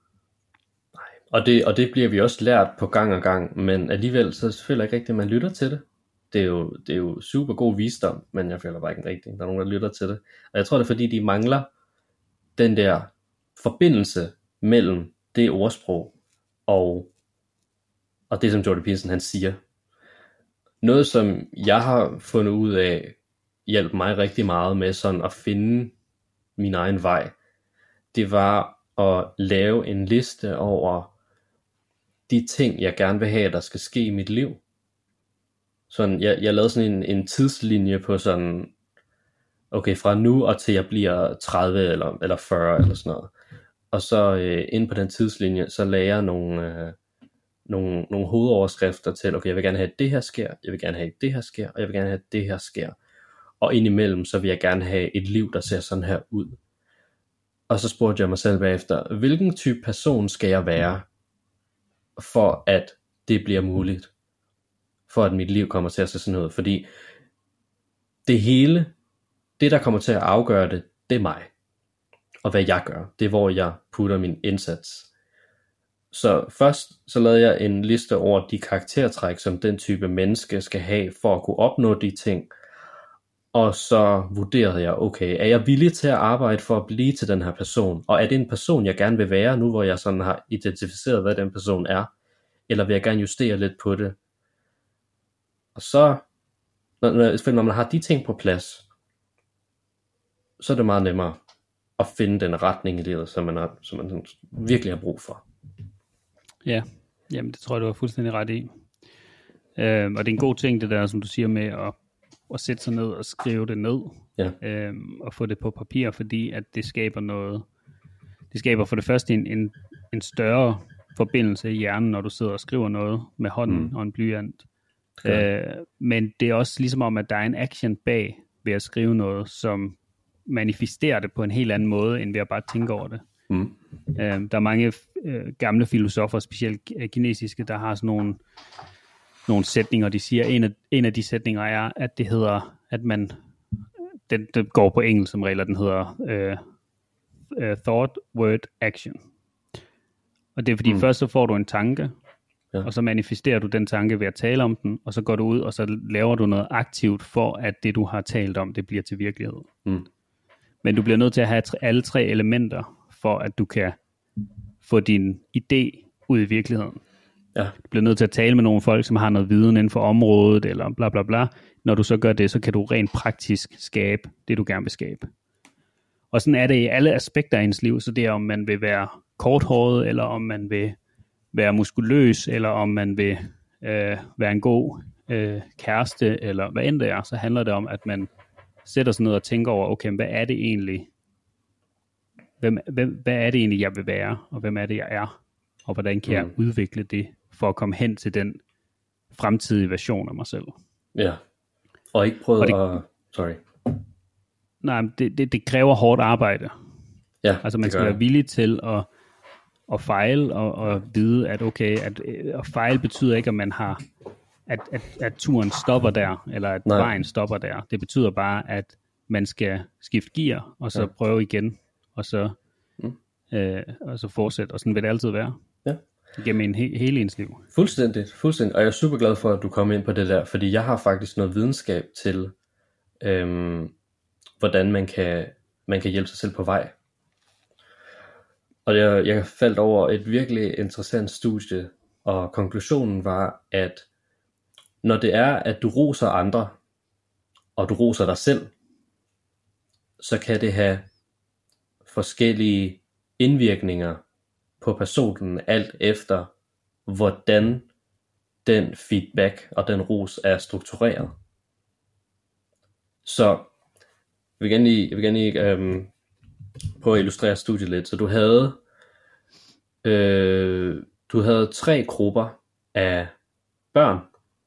Og det bliver vi også lært på gang og gang, men alligevel så føler jeg ikke rigtigt, at man lytter til det. Det er jo super god visdom, men jeg føler bare ikke rigtigt, der er nogen, der lytter til det. Og jeg tror, det er fordi, de mangler den der forbindelse mellem det ordsprog og det, som Jordan Peterson han siger. Noget, som jeg har fundet ud af, hjalp mig rigtig meget med sådan at finde min egen vej, det var at lave en liste over de ting, jeg gerne vil have, der skal ske i mit liv. Sådan, jeg lavede sådan en tidslinje på sådan, okay, fra nu og til jeg bliver 30 eller 40 eller sådan noget. Og så inde på den tidslinje, så lagde jeg nogle hovedoverskrifter til, okay, jeg vil gerne have, at det her sker, jeg vil gerne have, at det her sker, og jeg vil gerne have, at det her sker. Og indimellem, så vil jeg gerne have et liv, der ser sådan her ud. Og så spurgte jeg mig selv bagefter, hvilken type person skal jeg være, for at det bliver muligt? For at mit liv kommer til at se sådan ud. Fordi det hele, det der kommer til at afgøre det, det er mig. Og hvad jeg gør, det er hvor jeg putter min indsats. Så først så lavede jeg en liste over de karaktertræk, som den type menneske skal have, for at kunne opnå de ting. Og så vurderede jeg, okay, er jeg villig til at arbejde for at blive til den her person? Og er det en person, jeg gerne vil være, nu hvor jeg sådan har identificeret, hvad den person er? Eller vil jeg gerne justere lidt på det? Og så, når man har de ting på plads, så er det meget nemmere at finde den retning i livet, som man virkelig har brug for. Ja, jamen det tror jeg, du har fuldstændig ret i. Og det er en god ting, det der, som du siger med at sætte sig ned og skrive det ned, Ja. Og få det på papir, fordi at det skaber noget. Det skaber for det første en større forbindelse i hjernen, når du sidder og skriver noget med hånden og en blyant. Men det er også ligesom om, at der er en action bag ved at skrive noget, som manifesterer det på en helt anden måde, end ved at bare tænke over det. Der er mange gamle filosofer, specielt kinesiske, der har sådan nogle sætninger, de siger, en af de sætninger er, at det hedder, at man, det går på engelsk som regel, den hedder thought, word, action. Og det er fordi først så får du en tanke, og så manifesterer du den tanke ved at tale om den, og så går du ud, og så laver du noget aktivt for, at det du har talt om, det bliver til virkelighed. Men du bliver nødt til at have alle tre elementer, for at du kan få din idé ud i virkeligheden. Ja. Du bliver nødt til at tale med nogle folk, som har noget viden inden for området, eller bla bla bla. Når du så gør det, så kan du rent praktisk skabe det, du gerne vil skabe. Og sådan er det i alle aspekter af ens liv, så det er, om man vil være korthåret, eller om man vil være muskuløs, eller om man vil være en god kæreste, eller hvad end det er, så handler det om, at man sætter sig ned og tænker over, okay, hvad er det egentlig, hvad er det egentlig, jeg vil være, og hvem er det, jeg er, og hvordan kan jeg udvikle det, for at komme hen til den fremtidige version af mig selv. Ja, og ikke prøve at... Sorry. Nej, det kræver hårdt arbejde. Ja, altså man skal være villig til at fejle, og vide, at okay, at fejle betyder ikke, at man har, at turen stopper der, eller at vejen stopper der. Det betyder bare, at man skal skifte gear, og så prøve igen, og så fortsætte, og sådan vil det altid være. Ja. Gennem hele ens liv. Fuldstændig. Og jeg er super glad for, at du kom ind på det der, fordi jeg har faktisk noget videnskab til, hvordan man kan hjælpe sig selv på vej. Og jeg faldt over et virkelig interessant studie, og konklusionen var, at når det er, at du roser andre, og du roser dig selv, så kan det have forskellige indvirkninger på personen, alt efter hvordan den feedback og den ros er struktureret. Så jeg vil gerne lige på at illustrere studiet lidt. Så du havde 3 grupper af børn,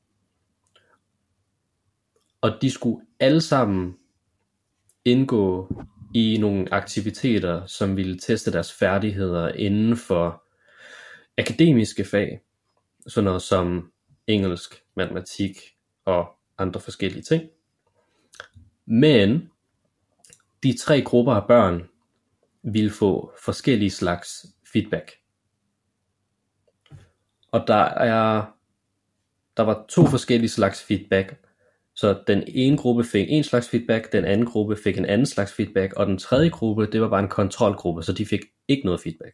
og de skulle alle sammen indgå i nogle aktiviteter, som ville teste deres færdigheder inden for akademiske fag, sådan noget som engelsk, matematik og andre forskellige ting. Men de 3 grupper af børn ville få forskellige slags feedback. Og der var 2 forskellige slags feedback. Så den ene gruppe fik en slags feedback, den anden gruppe fik en anden slags feedback, og den tredje gruppe, det var bare en kontrolgruppe, så de fik ikke noget feedback.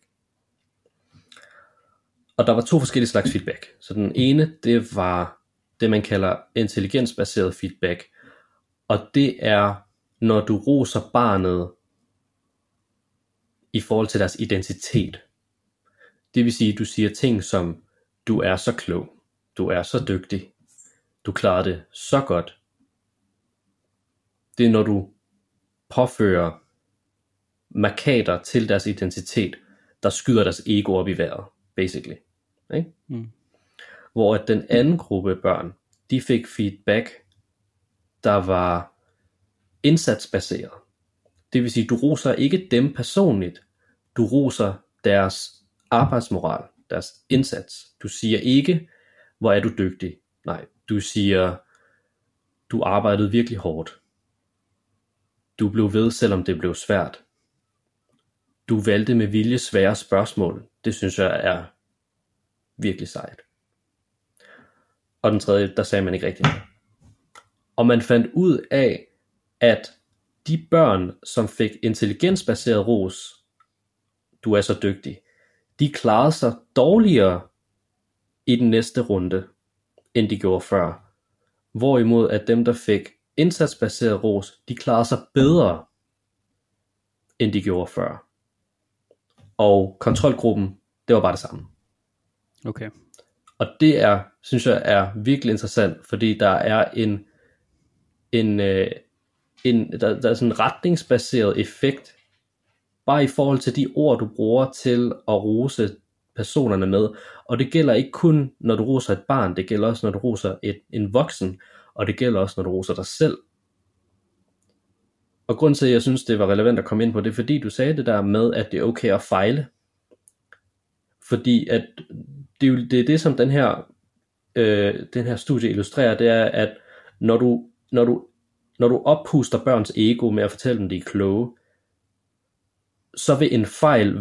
Og der var 2 forskellige slags feedback. Så den ene, det var det, man kalder intelligensbaseret feedback. Og det er, når du roser barnet i forhold til deres identitet. Det vil sige, at du siger ting som, du er så klog, du er så dygtig, du klarer det så godt. Det er, når du påfører markader til deres identitet, der skyder deres ego op i vejret, basically. Ikke? Hvor at den anden gruppe børn, de fik feedback, der var indsatsbaseret. Det vil sige, du roser ikke dem personligt, du roser deres arbejdsmoral, deres indsats. Du siger ikke, hvor er du dygtig. Nej, du siger, du arbejdede virkelig hårdt. Du blev ved, selvom det blev svært. Du valgte med vilje svære spørgsmål. Det synes jeg er virkelig sejt. Og den tredje, der sagde man ikke rigtigt. Og man fandt ud af, at de børn, som fik intelligensbaseret ros, du er så dygtig, de klarede sig dårligere i den næste runde, end de gjorde før. Hvorimod at dem, der fik indsatsbaseret ros, de klarede sig bedre, end de gjorde før. Og kontrolgruppen, det var bare det samme. Okay. Og det synes jeg er virkelig interessant, fordi der er der er sådan en retningsbaseret effekt, bare i forhold til de ord, du bruger til at rose personerne med. Og det gælder ikke kun, når du roser et barn, det gælder også, når du roser en voksen, og det gælder også, når du roser dig selv. Og grunden til, at jeg synes, det var relevant at komme ind på, det er, fordi du sagde det der med, at det er okay at fejle. Fordi at det er det, som den her studie illustrerer, det er, at når du oppuster børns ego med at fortælle dem, de er kloge, så vil en fejl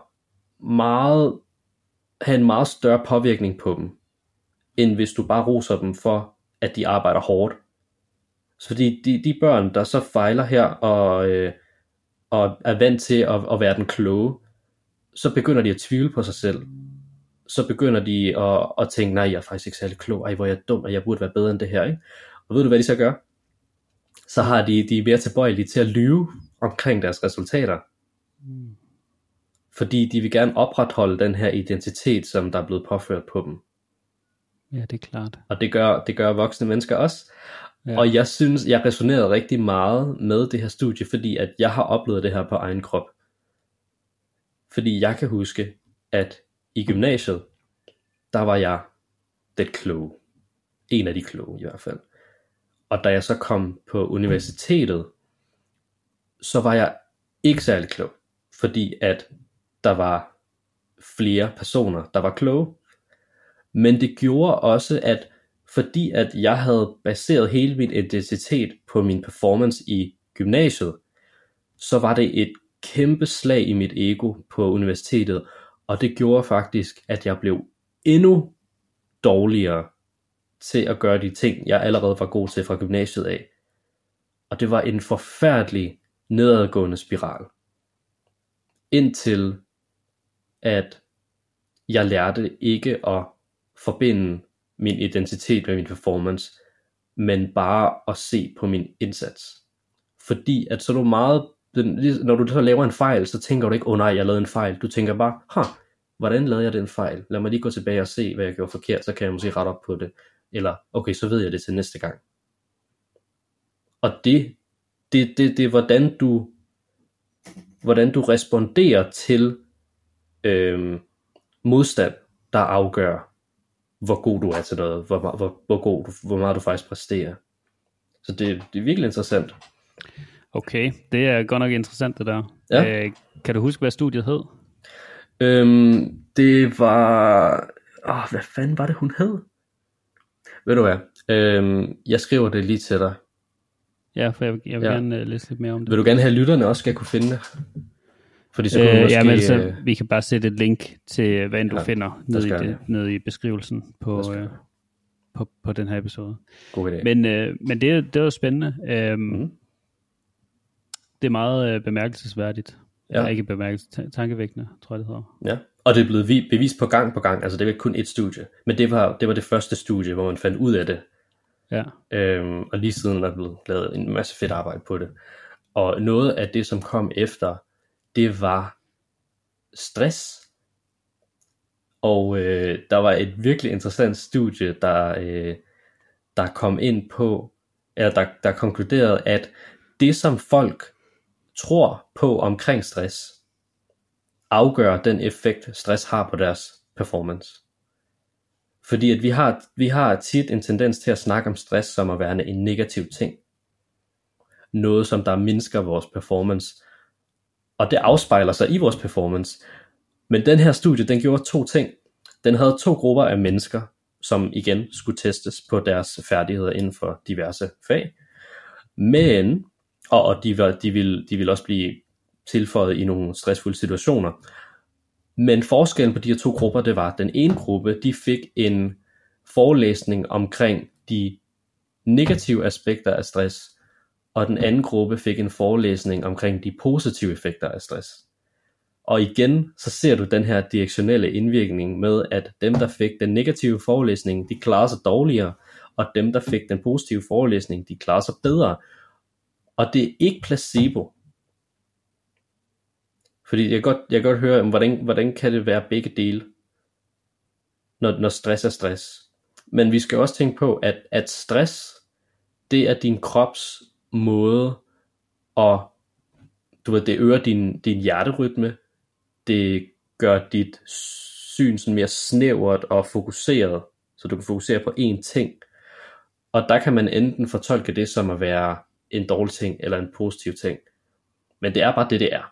have en meget større påvirkning på dem, end hvis du bare roser dem for, at de arbejder hårdt. Så fordi de børn, der så fejler her, og er vant til at være den kloge, så begynder de at tvivle på sig selv. Så begynder de at tænke, nej, jeg er faktisk ikke særlig klog, ej, hvor er jeg dum, og jeg burde være bedre end det her, ikke? Og ved du, hvad de så gør? Så har de er mere tilbøjelige til at lyve omkring deres resultater. Fordi de vil gerne opretholde den her identitet, som der er blevet påført på dem. Ja, det er klart. Og det gør voksne mennesker også. Ja. Og jeg synes, jeg resonerede rigtig meget med det her studie, fordi at jeg har oplevet det her på egen krop. Fordi jeg kan huske, at i gymnasiet, der var jeg det kloge. En af de kloge i hvert fald. Og da jeg så kom på universitetet, så var jeg ikke særlig klog, fordi at der var flere personer, der var kloge. Men det gjorde også, at fordi at jeg havde baseret hele min identitet på min performance i gymnasiet, så var det et kæmpe slag i mit ego på universitetet, og det gjorde faktisk, at jeg blev endnu dårligere til at gøre de ting, jeg allerede var god til fra gymnasiet af. Og det var en forfærdelig nedadgående spiral. Indtil at jeg lærte ikke at forbinde min identitet med min performance, men bare at se på min indsats. Fordi at så er du meget, når du så laver en fejl, så tænker du ikke, nej, jeg lavede en fejl. Du tænker bare, hvordan lavede jeg den fejl? Lad mig lige gå tilbage og se, hvad jeg gjorde forkert, så kan jeg måske rette op på det. Eller, okay, så ved jeg det til næste gang. Og det er hvordan du responderer til modstand, der afgør, hvor god du er til noget, hvor meget du faktisk præsterer. Så det er virkelig interessant. Okay, det er godt nok interessant det der. Ja. Kan du huske, hvad studiet hed? Det var... hvad fanden var det, hun hed? Ved du hvad? Jeg skriver det lige til dig. Ja, for jeg vil gerne læse lidt mere om det. Vil du gerne have, lytterne også skal kunne finde det? Fordi så kunne du måske... Ja, men så vi kan bare sætte et link til, hvad du finder nede i beskrivelsen på den her episode. God idé. Men det er jo spændende. Det er meget bemærkelsesværdigt. Ja. Ikke tankevækkende, tror jeg det hedder. Ja, og det er blevet bevist på gang. Altså det var ikke kun et studie. Men det var det første studie, hvor man fandt ud af det. Ja. Og lige siden er der blevet lavet en masse fedt arbejde på det. Og noget af det, som kom efter, det var stress. Og der var et virkelig interessant studie, der kom ind på, eller der konkluderede, at det som folk tror på omkring stress, afgør den effekt stress har på deres performance. Fordi at vi har tit en tendens til at snakke om stress som at være en negativ ting. Noget som der mindsker vores performance. Og det afspejler sig i vores performance. Men den her studie, den gjorde 2 ting. Den havde 2 grupper af mennesker, som igen skulle testes på deres færdigheder inden for diverse fag. Men, og de ville også blive tilføjet i nogle stressfulde situationer. Men forskellen på de her 2 grupper, det var, at den ene gruppe, de fik en forelæsning omkring de negative aspekter af stress, og den anden gruppe fik en forelæsning omkring de positive effekter af stress. Og igen, så ser du den her direktionelle indvirkning med, at dem, der fik den negative forelæsning, de klarer sig dårligere, og dem, der fik den positive forelæsning, de klarer sig bedre. Og det er ikke placebo. Fordi jeg kan godt høre, hvordan kan det være begge dele, når stress er stress. Men vi skal også tænke på, at stress, det er din krops måde, og det øger din hjerterytme, det gør dit syn sådan mere snævert og fokuseret, så du kan fokusere på én ting. Og der kan man enten fortolke det som at være en dårlig ting, eller en positiv ting. Men det er bare det er.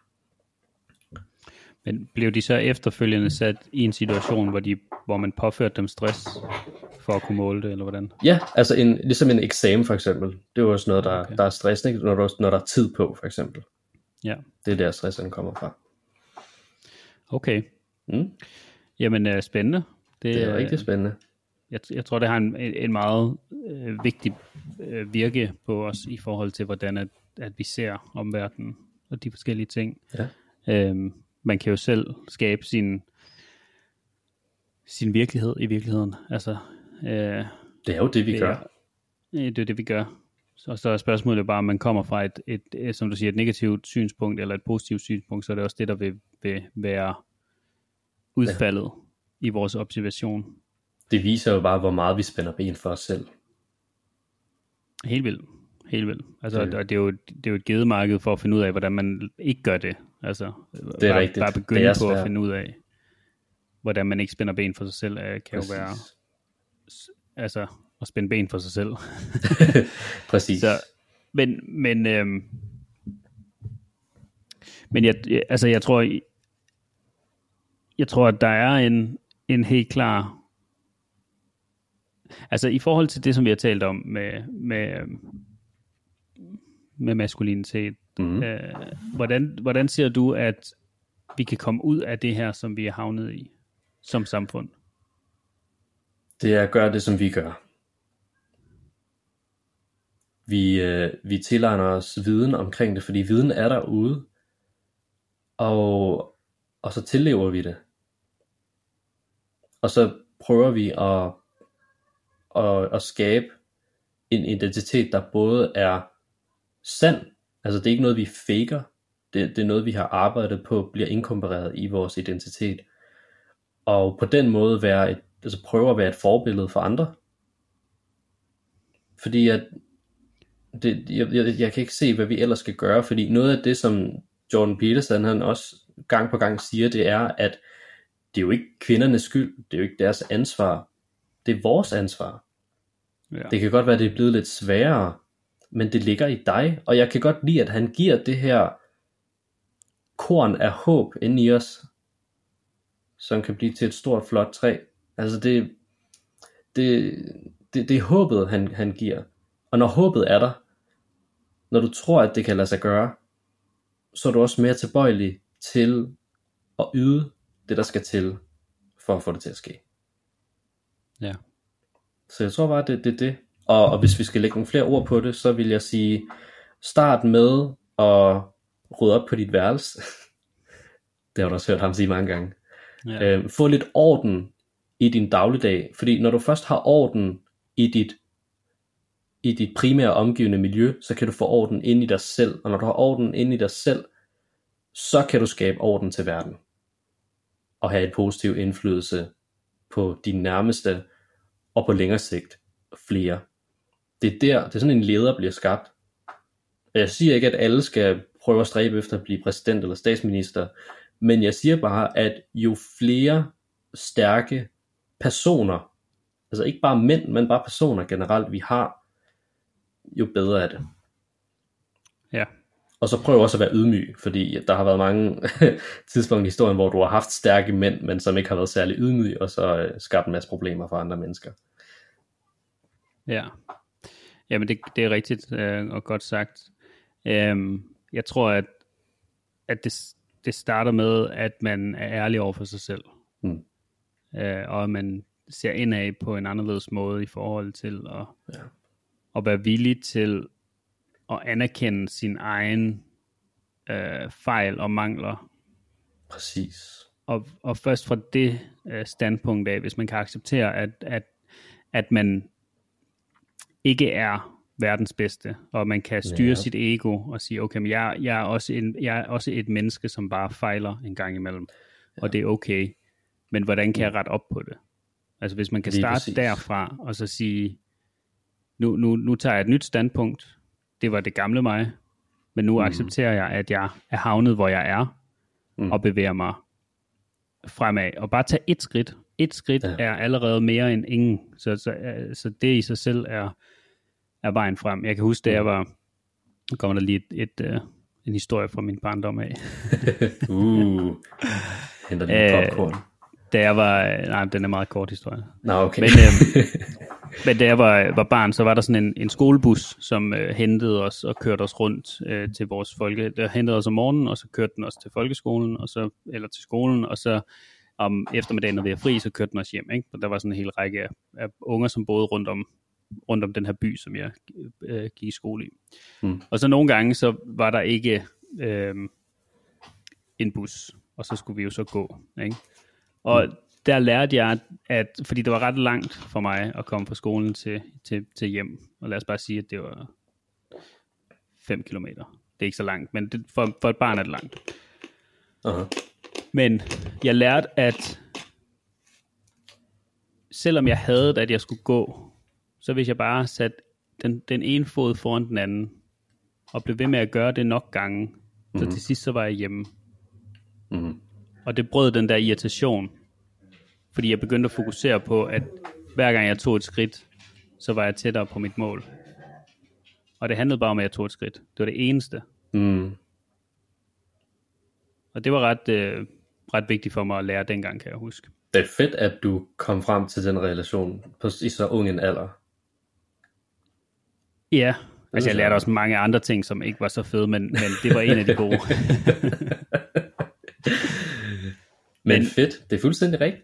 Men blev de så efterfølgende sat i en situation, hvor man påførte dem stress for at kunne måle det, eller hvordan? Ja, altså ligesom en eksamen for eksempel. Det er jo også noget, der er stress, ikke? Når der er tid på, for eksempel. Ja. Det er der stressen kommer fra. Okay. Jamen, spændende. Det er rigtig spændende. Jeg tror, det har en meget vigtig virke på os i forhold til, hvordan at vi ser omverdenen og de forskellige ting. Ja. Man kan jo selv skabe sin virkelighed i virkeligheden. Altså, det er jo det, vi gør. Det er det, vi gør. Så er spørgsmålet bare, om man kommer fra et som du siger, et negativt synspunkt eller et positivt synspunkt, så er det også det, der vil være udfaldet i vores observation. Det viser jo bare, hvor meget vi spænder ben for os selv. Helt vildt. Altså, det er jo et gedemarked for at finde ud af, hvordan man ikke gør det. Altså, det er rigtigt. Bare begynde på at finde ud af, hvordan man ikke spænder ben for sig selv, kan Præcis. Jo være altså at spænde ben for sig selv. Præcis. Så, men Men jeg tror, at der er en helt klar... Altså i forhold til det, som vi har talt om med maskulinitet, hvordan ser du, at vi kan komme ud af det her, som vi er havnet i som samfund? Det er at gøre det, som vi gør. Vi tilegner os viden omkring det, fordi viden er derude, og så tillever vi det. Og så prøver vi at skabe en identitet, der både er sand, altså det er ikke noget, vi faker, det er noget, vi har arbejdet på, bliver inkorporeret i vores identitet, og på den måde prøve at være et forbillede for andre. Fordi at jeg kan ikke se, hvad vi ellers skal gøre, fordi noget af det, som Jordan Peterson han også gang på gang siger, det er, at det er jo ikke kvindernes skyld, det er jo ikke deres ansvar, det er vores ansvar. Ja. Det kan godt være, at det er blevet lidt sværere, men det ligger i dig, og jeg kan godt lide, at han giver det her korn af håb inde i os, som kan blive til et stort, flot træ. Altså det er håbet, han giver. Og når håbet er der, når du tror, at det kan lade sig gøre, så er du også mere tilbøjelig til at yde det, der skal til, for at få det til at ske. Ja. Så jeg tror bare, det er det. Og hvis vi skal lægge nogle flere ord på det, så vil jeg sige, start med at rydde op på dit værelse. Det har du også hørt ham sige mange gange. Ja. Få lidt orden i din dagligdag, fordi når du først har orden i dit primære omgivende miljø, så kan du få orden inde i dig selv, og når du har orden inde i dig selv, så kan du skabe orden til verden, og have en positiv indflydelse på de nærmeste, og på længere sigt flere. Det er sådan en leder bliver skabt. Jeg siger ikke, at alle skal prøve at stræbe efter at blive præsident eller statsminister, men jeg siger bare, at jo flere stærke personer, altså ikke bare mænd, men bare personer generelt, vi har, jo bedre er det. Ja. Og så prøv også at være ydmyg, fordi der har været mange tidspunkter i historien, hvor du har haft stærke mænd, men som ikke har været særlig ydmyg, og så skabt en masse problemer for andre mennesker. Ja. Jamen det er rigtigt og godt sagt. Jeg tror, at det starter med, at man er ærlig over for sig selv. Og at man ser indad på en anderledes måde i forhold til at være villig til at anerkende sin egen fejl og mangler. Præcis. Og først fra det standpunkt af, hvis man kan acceptere, at man ikke er verdens bedste, og man kan styre sit ego og sige, okay, men jeg er også et menneske, som bare fejler en gang imellem, og det er okay, men hvordan kan jeg rette op på det? Altså hvis man kan starte derfra, og så sige, nu tager jeg et nyt standpunkt, det var det gamle mig, men nu accepterer jeg, at jeg er havnet, hvor jeg er, og bevæger mig fremad, og bare tage et skridt. Et skridt er allerede mere end ingen, så det i sig selv er vejen frem. Jeg kan huske, da jeg var, nu kommer der lige en historie fra min barndom af. Henter lige popcorn. Da jeg var, nej, den er meget kort historie. Nå, okay. Men da jeg var barn, så var der sådan en skolebus, som hentede os og kørte os rundt til vores der hentede os om morgenen, og så kørte den os til folkeskolen, eller til skolen, og så om eftermiddagen, når vi er fri, så kørte den os hjem. Ikke? Og der var sådan en hel række af unger, som boede rundt om den her by, som jeg gik i skole i. Og så nogle gange, så var der ikke en bus, og så skulle vi jo så gå. Ikke? Og der lærte jeg, at fordi det var ret langt for mig at komme fra skolen til hjem, og lad os bare sige, at det var 5 kilometer. Det er ikke så langt, men for et barn er det langt. Men jeg lærte, at selvom jeg havde, at jeg skulle gå, så hvis jeg bare satte den ene fod foran den anden, og blev ved med at gøre det nok gange, så til sidst så var jeg hjemme. Og det brød den der irritation, fordi jeg begyndte at fokusere på, at hver gang jeg tog et skridt, så var jeg tættere på mit mål. Og det handlede bare om, at jeg tog et skridt. Det var det eneste. Og det var ret vigtigt for mig at lære dengang, kan jeg huske. Det er fedt, at du kom frem til den relation i så ung en alder. Ja, altså jeg lærte også mange andre ting, som ikke var så fede, men det var en af de gode. Men fedt, det er fuldstændig rigtigt.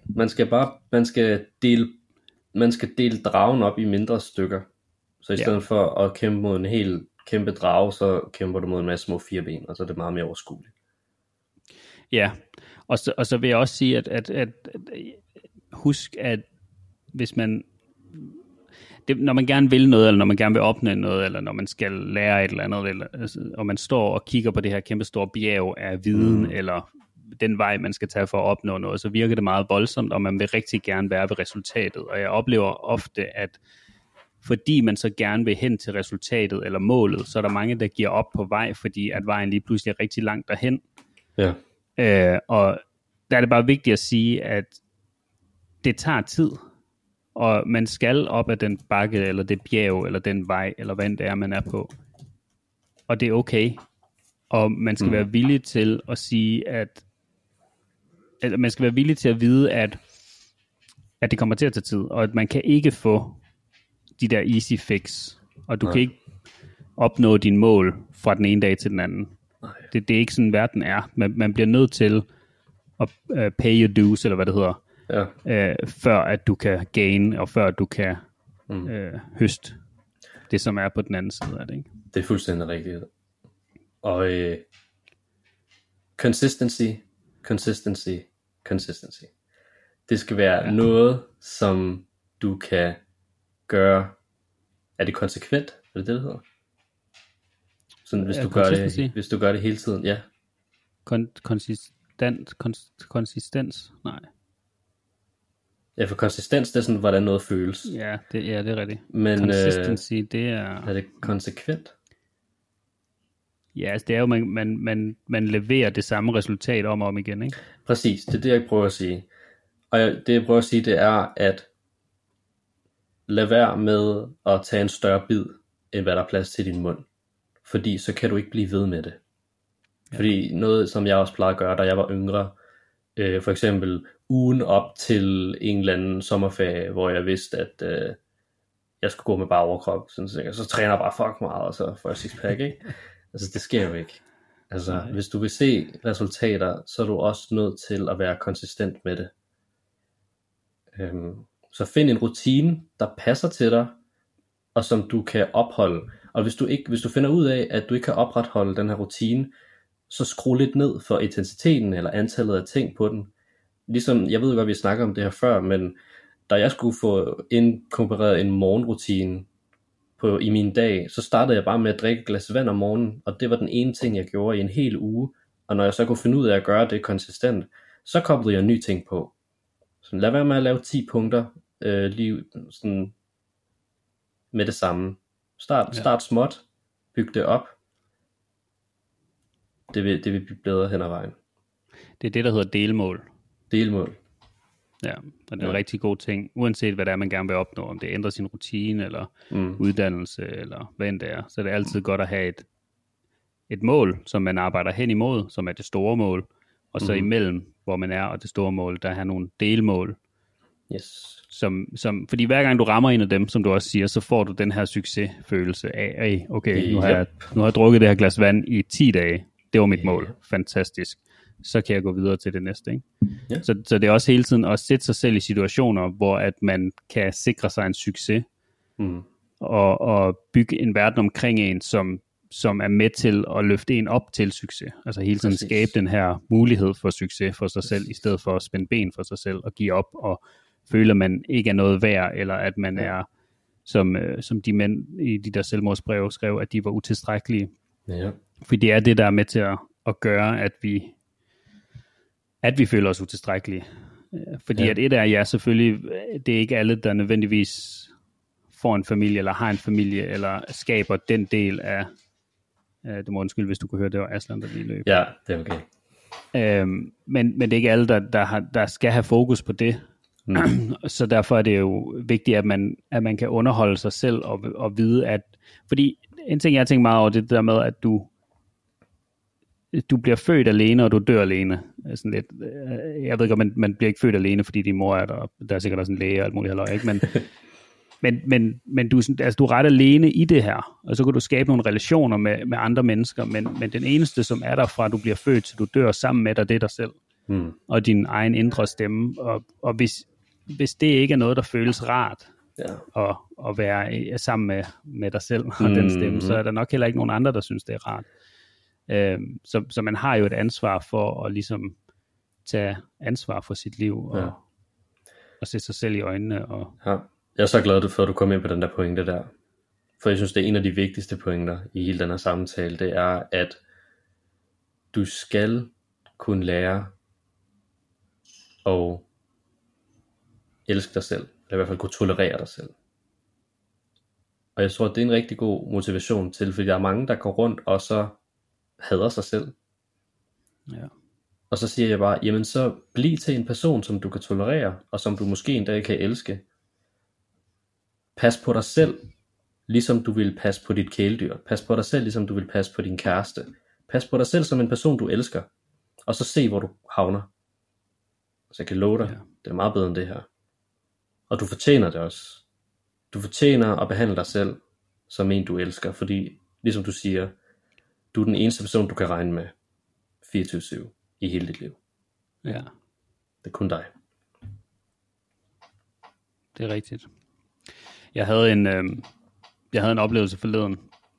Man skal dele dragen op i mindre stykker. Så i stedet for at kæmpe mod en helt kæmpe drage, så kæmper du mod en masse små fireben, og så er det meget mere overskueligt. Ja, og så vil jeg også sige, at husk, at hvis man, når man gerne vil noget, eller når man gerne vil opnå noget, eller når man skal lære et eller andet, eller, og man står og kigger på det her kæmpe store bjerg af viden, eller den vej, man skal tage for at opnå noget, så virker det meget voldsomt, og man vil rigtig gerne være ved resultatet. Og jeg oplever ofte, at fordi man så gerne vil hen til resultatet eller målet, så er der mange, der giver op på vej, fordi at vejen lige pludselig er rigtig langt derhen. Ja. Og der er det bare vigtigt at sige, at det tager tid, og man skal op ad den bakke, eller det bjerg, eller den vej, eller hvad det er, man er på. Og det er okay. Og man skal være villig til at sige, at man skal være villig til at vide, at det kommer til at tage tid, og at man kan ikke få de der easy fix, og du kan ikke opnå dine mål fra den ene dag til den anden. Det er ikke sådan, verden er. Man bliver nødt til at pay your dues, eller hvad det hedder, før at du kan gain, og før at du kan høste det, som er på den anden side af det. Ikke? Det er fuldstændig rigtigt. Og consistency. Det skal være noget, som du kan gøre. Er det konsekvent? Er det det hedder? Sådan, hvis du gør det hele tiden, ja. Konsistens? Nej. Ja, for konsistens, det er sådan, hvordan noget føles. Ja, det er rigtigt. Men consistency, det er... Er det konsekvent? Ja, altså det er jo, man leverer det samme resultat om og om igen, ikke? Præcis, det er det, jeg prøver at sige. Og det, jeg prøver at sige, det er, at lad være med at tage en større bid, end hvad der er plads til din mund. Fordi så kan du ikke blive ved med det. Fordi noget, som jeg også plejede at gøre, da jeg var yngre, for eksempel ugen op til en eller anden sommerferie, hvor jeg vidste, at jeg skulle gå med bare overkrop, så træner jeg bare fuck meget, og så får jeg sixpack, ikke? Altså det sker jo ikke. Altså hvis du vil se resultater, så er du også nødt til at være konsistent med det. Så find en rutine, der passer til dig, og som du kan opholde. Og hvis du finder ud af, at du ikke kan opretholde den her rutine, så skru lidt ned for intensiteten eller antallet af ting på den. Ligesom, jeg ved godt, vi snakker om det her før, men da jeg skulle få inkorporeret en morgenrutine i min dag, så startede jeg bare med at drikke et glas vand om morgenen, og det var den ene ting, jeg gjorde i en hel uge. Og når jeg så kunne finde ud af at gøre det konsistent, så koblede jeg en ny ting på. Så lad være med at lave 10 punkter lige sådan med det samme. Start småt, byg det op. Det vil blive bedre hen ad vejen. Det er det, der hedder delmål. Delmål. Ja, og det er en rigtig god ting, uanset hvad det er, man gerne vil opnå, om det ændrer sin rutine, eller uddannelse, eller hvad end det er. Så er det altid godt at have et mål, som man arbejder hen imod, som er det store mål, og så imellem, hvor man er, og det store mål, der har nogle delmål. Yes. Fordi hver gang du rammer en af dem, som du også siger, så får du den her succesfølelse af, okay, nu har jeg drukket det her glas vand i 10 dage. Det var mit mål. Fantastisk. Så kan jeg gå videre til det næste. Ikke? Yeah. Så det er også hele tiden at sætte sig selv i situationer, hvor at man kan sikre sig en succes, og bygge en verden omkring en, som er med til at løfte en op til succes. Altså hele tiden skabe den her mulighed for succes for sig selv, i stedet for at spænde ben for sig selv og give op og føle, at man ikke er noget værd, eller at man er, som de mænd i de der selvmordsbreve skrev, at de var utilstrækkelige. Ja. For det er det, der er med til at gøre, at vi føler os utilstrækkelige. Fordi at et er, selvfølgelig, det er ikke alle, der nødvendigvis får en familie, eller har en familie, eller skaber den del af, det må undskylde, hvis du kunne høre, det var Aslan, der lige løb. Ja, det er okay. Men det er ikke alle, der skal have fokus på det. Så derfor er det jo vigtigt, at man kan underholde sig selv, og vide, at, fordi en ting, jeg tænker meget over, det der med, at du bliver født alene, og du dør alene. Sådan lidt, jeg ved ikke, man bliver ikke født alene, fordi din mor er der, og der er sikkert også en læge og alt muligt halløj, ikke? Men du, altså, du er ret alene i det her, og så kan du skabe nogle relationer med andre mennesker, men den eneste, som er der fra, du bliver født, til du dør sammen med dig, det er dig selv. Og din egen indre stemme. Og hvis det ikke er noget, der føles rart, at være sammen med dig selv og den stemme, så er der nok heller ikke nogen andre, der synes, det er rart. Så man har jo et ansvar for at ligesom tage ansvar for sit liv og se sig selv i øjnene. Ja. Jeg er så glad for, at du kom ind på den der pointe der. For jeg synes, det er en af de vigtigste pointer i hele den her samtale, det er, at du skal kunne lære at elske dig selv, eller i hvert fald kunne tolerere dig selv. Og jeg tror, at det er en rigtig god motivation til, fordi der er mange, der går rundt og så hader sig selv. Ja. Og så siger jeg bare, jamen så bliv til en person, som du kan tolerere, og som du måske en dag kan elske. Pas på dig selv, ligesom du vil passe på dit kæledyr. Pas på dig selv, ligesom du vil passe på din kæreste. Pas på dig selv som en person, du elsker. Og så se, hvor du havner. Så jeg kan love dig, det er meget bedre end det her. Og du fortjener det også. Du fortjener at behandle dig selv som en, du elsker. Fordi, ligesom du siger, du er den eneste person, du kan regne med 24/7 i hele dit liv. Ja. Det er kun dig. Det er rigtigt. Jeg havde en oplevelse forleden.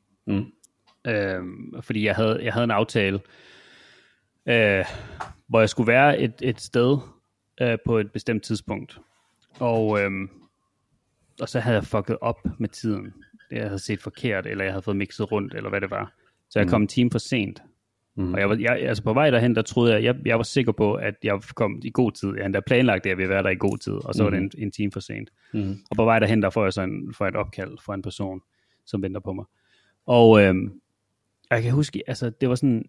Fordi jeg havde en aftale, hvor jeg skulle være et sted på et bestemt tidspunkt. Og så havde jeg fucket op med tiden. Jeg havde set forkert, eller jeg havde fået mixet rundt, eller hvad det var. Så jeg kom en time for sent. Og altså på vej derhen, der troede jeg var sikker på, at jeg kom i god tid. Jeg havde planlagt, at jeg ville være der i god tid, og så var det en time for sent. Og på vej derhen, der får jeg et opkald fra en person, som venter på mig. Og jeg kan huske, altså det var sådan,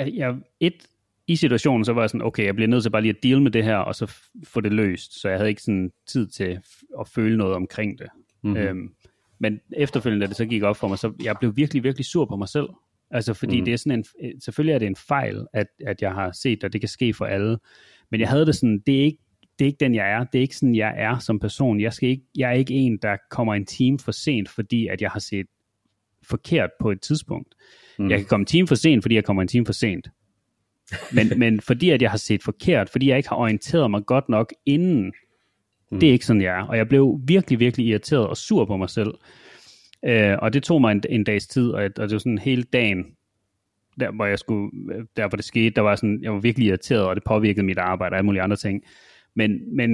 i situationen, så var jeg sådan, okay, jeg bliver nødt til bare lige at deal med det her, og så få det løst. Så jeg havde ikke sådan tid til at føle noget omkring det. Men efterfølgende, da det så gik op for mig, så jeg blev virkelig, virkelig sur på mig selv. Altså fordi det er sådan selvfølgelig er det en fejl, at jeg har set, at det kan ske for alle. Men jeg havde det sådan, det er ikke den jeg er. Det er ikke sådan, jeg er som person. Jeg er ikke en, der kommer en time for sent, fordi at jeg har set forkert på et tidspunkt. Jeg kan komme en time for sent, fordi jeg kommer en time for sent. Men fordi at jeg har set forkert, fordi jeg ikke har orienteret mig godt nok inden, det er ikke sådan, jeg er. Og jeg blev virkelig, virkelig irriteret og sur på mig selv. Og det tog mig en dags tid, og det var sådan hele dagen, der hvor det skete, der var sådan, jeg var virkelig irriteret, og det påvirkede mit arbejde og alle mulige andre ting. Men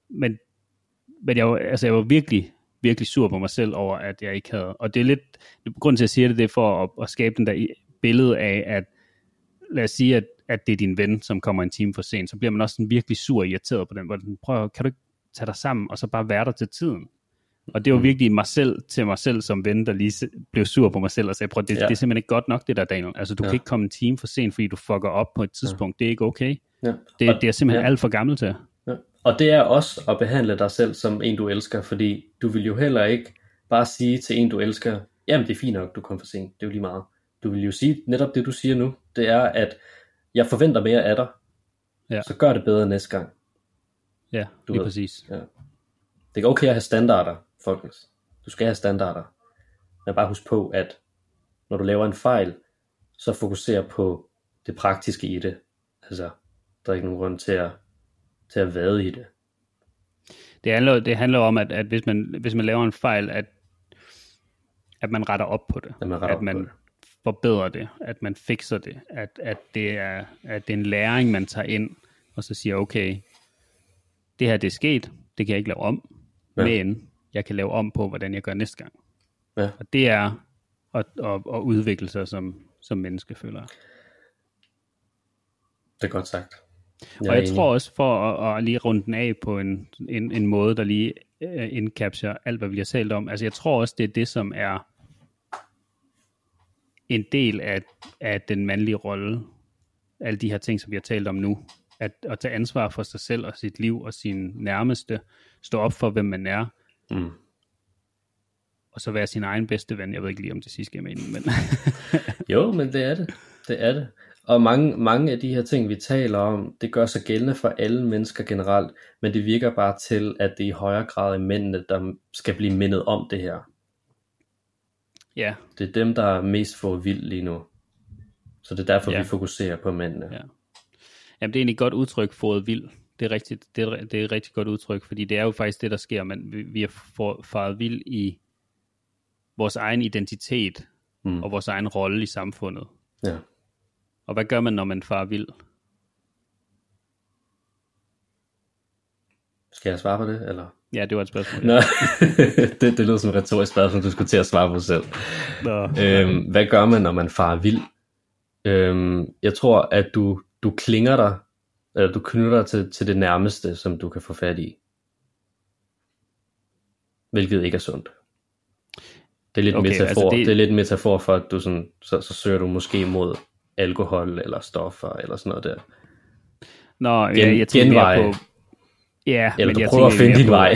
jeg var virkelig, virkelig sur på mig selv over, at jeg ikke havde. Og det er lidt, grunden til at sige det er for at skabe den der billede af, at lad os sige, at det er din ven, som kommer en time for sent, så bliver man også sådan virkelig sur og irriteret på den, hvor den prøver, kan du ikke tage dig sammen, og så bare være der til tiden? Og det var virkelig mig selv som ven, der lige blev sur på mig selv og sagde, prøv, det er simpelthen ikke godt nok det der, Daniel. Altså du kan ikke komme en time for sent, fordi du fucker op på et tidspunkt. Det er ikke okay. Det er simpelthen alt for gammel til. Ja. Og det er også at behandle dig selv som en, du elsker, fordi du vil jo heller ikke bare sige til en, du elsker, jamen det er fint nok, du kom for sent, det er jo lige meget. Du vil jo sige, netop det du siger nu, det er, at jeg forventer mere af dig, så gør det bedre næste gang. Ja, lige præcis. Ja. Det er okay at have standarder, folkens. Du skal have standarder. Men bare husk på, at når du laver en fejl, så fokuser på det praktiske i det. Altså, der er ikke nogen grund til at vade i det. Det handler om, at hvis man laver en fejl, at man retter op på det. At man forbedrer det. At man fikser det. At det er en læring, man tager ind, og så siger, okay, det her det er sket, det kan jeg ikke lave om, men jeg kan lave om på, hvordan jeg gør næste gang. Ja. Og det er at udvikle sig som menneske, føler jeg. Det er godt sagt. Og jeg tror også, for at lige runde den af på en måde, der lige indcapturer alt, hvad vi har talt om, altså jeg tror også, det er det, som er en del af den mandlige rolle, alle de her ting, som vi har talt om nu, at tage ansvar for sig selv og sit liv og sin nærmeste, stå op for, hvem man er, og så være sin egen bedste ven. Jeg ved ikke lige, om det sidste giver mening, men... Jo, men det er det. Det er det. Og mange af de her ting, vi taler om, det gør sig gældende for alle mennesker generelt, men det virker bare til, at det i højere grad er mændene, der skal blive mindet om det her. Ja. Det er dem, der er mest for vild lige nu. Så det er derfor, vi fokuserer på mændene. Ja. Jamen, det er egentlig et godt udtryk, fået vild. Det er rigtigt. Det er et rigtig godt udtryk, fordi det er jo faktisk det, der sker. Men vi er faret vild i vores egen identitet og vores egen rolle i samfundet. Ja. Og hvad gør man, når man farer vild? Skal jeg svare på det, eller? Ja, det var et spørgsmål. Nå, det lyder som et retorisk spørgsmål, du skulle til at svare på selv. Hvad gør man, når man farer vild? Jeg tror, at du klinger dig, eller du knytter dig til det nærmeste, som du kan få fat i. Hvilket ikke er sundt. Det er lidt metafor. Altså det er lidt metafor for, at du sådan, så søger du måske mod alkohol eller stoffer eller sådan noget der. Nå, jeg tænker mere på... Ja, eller men du prøver at finde din vej.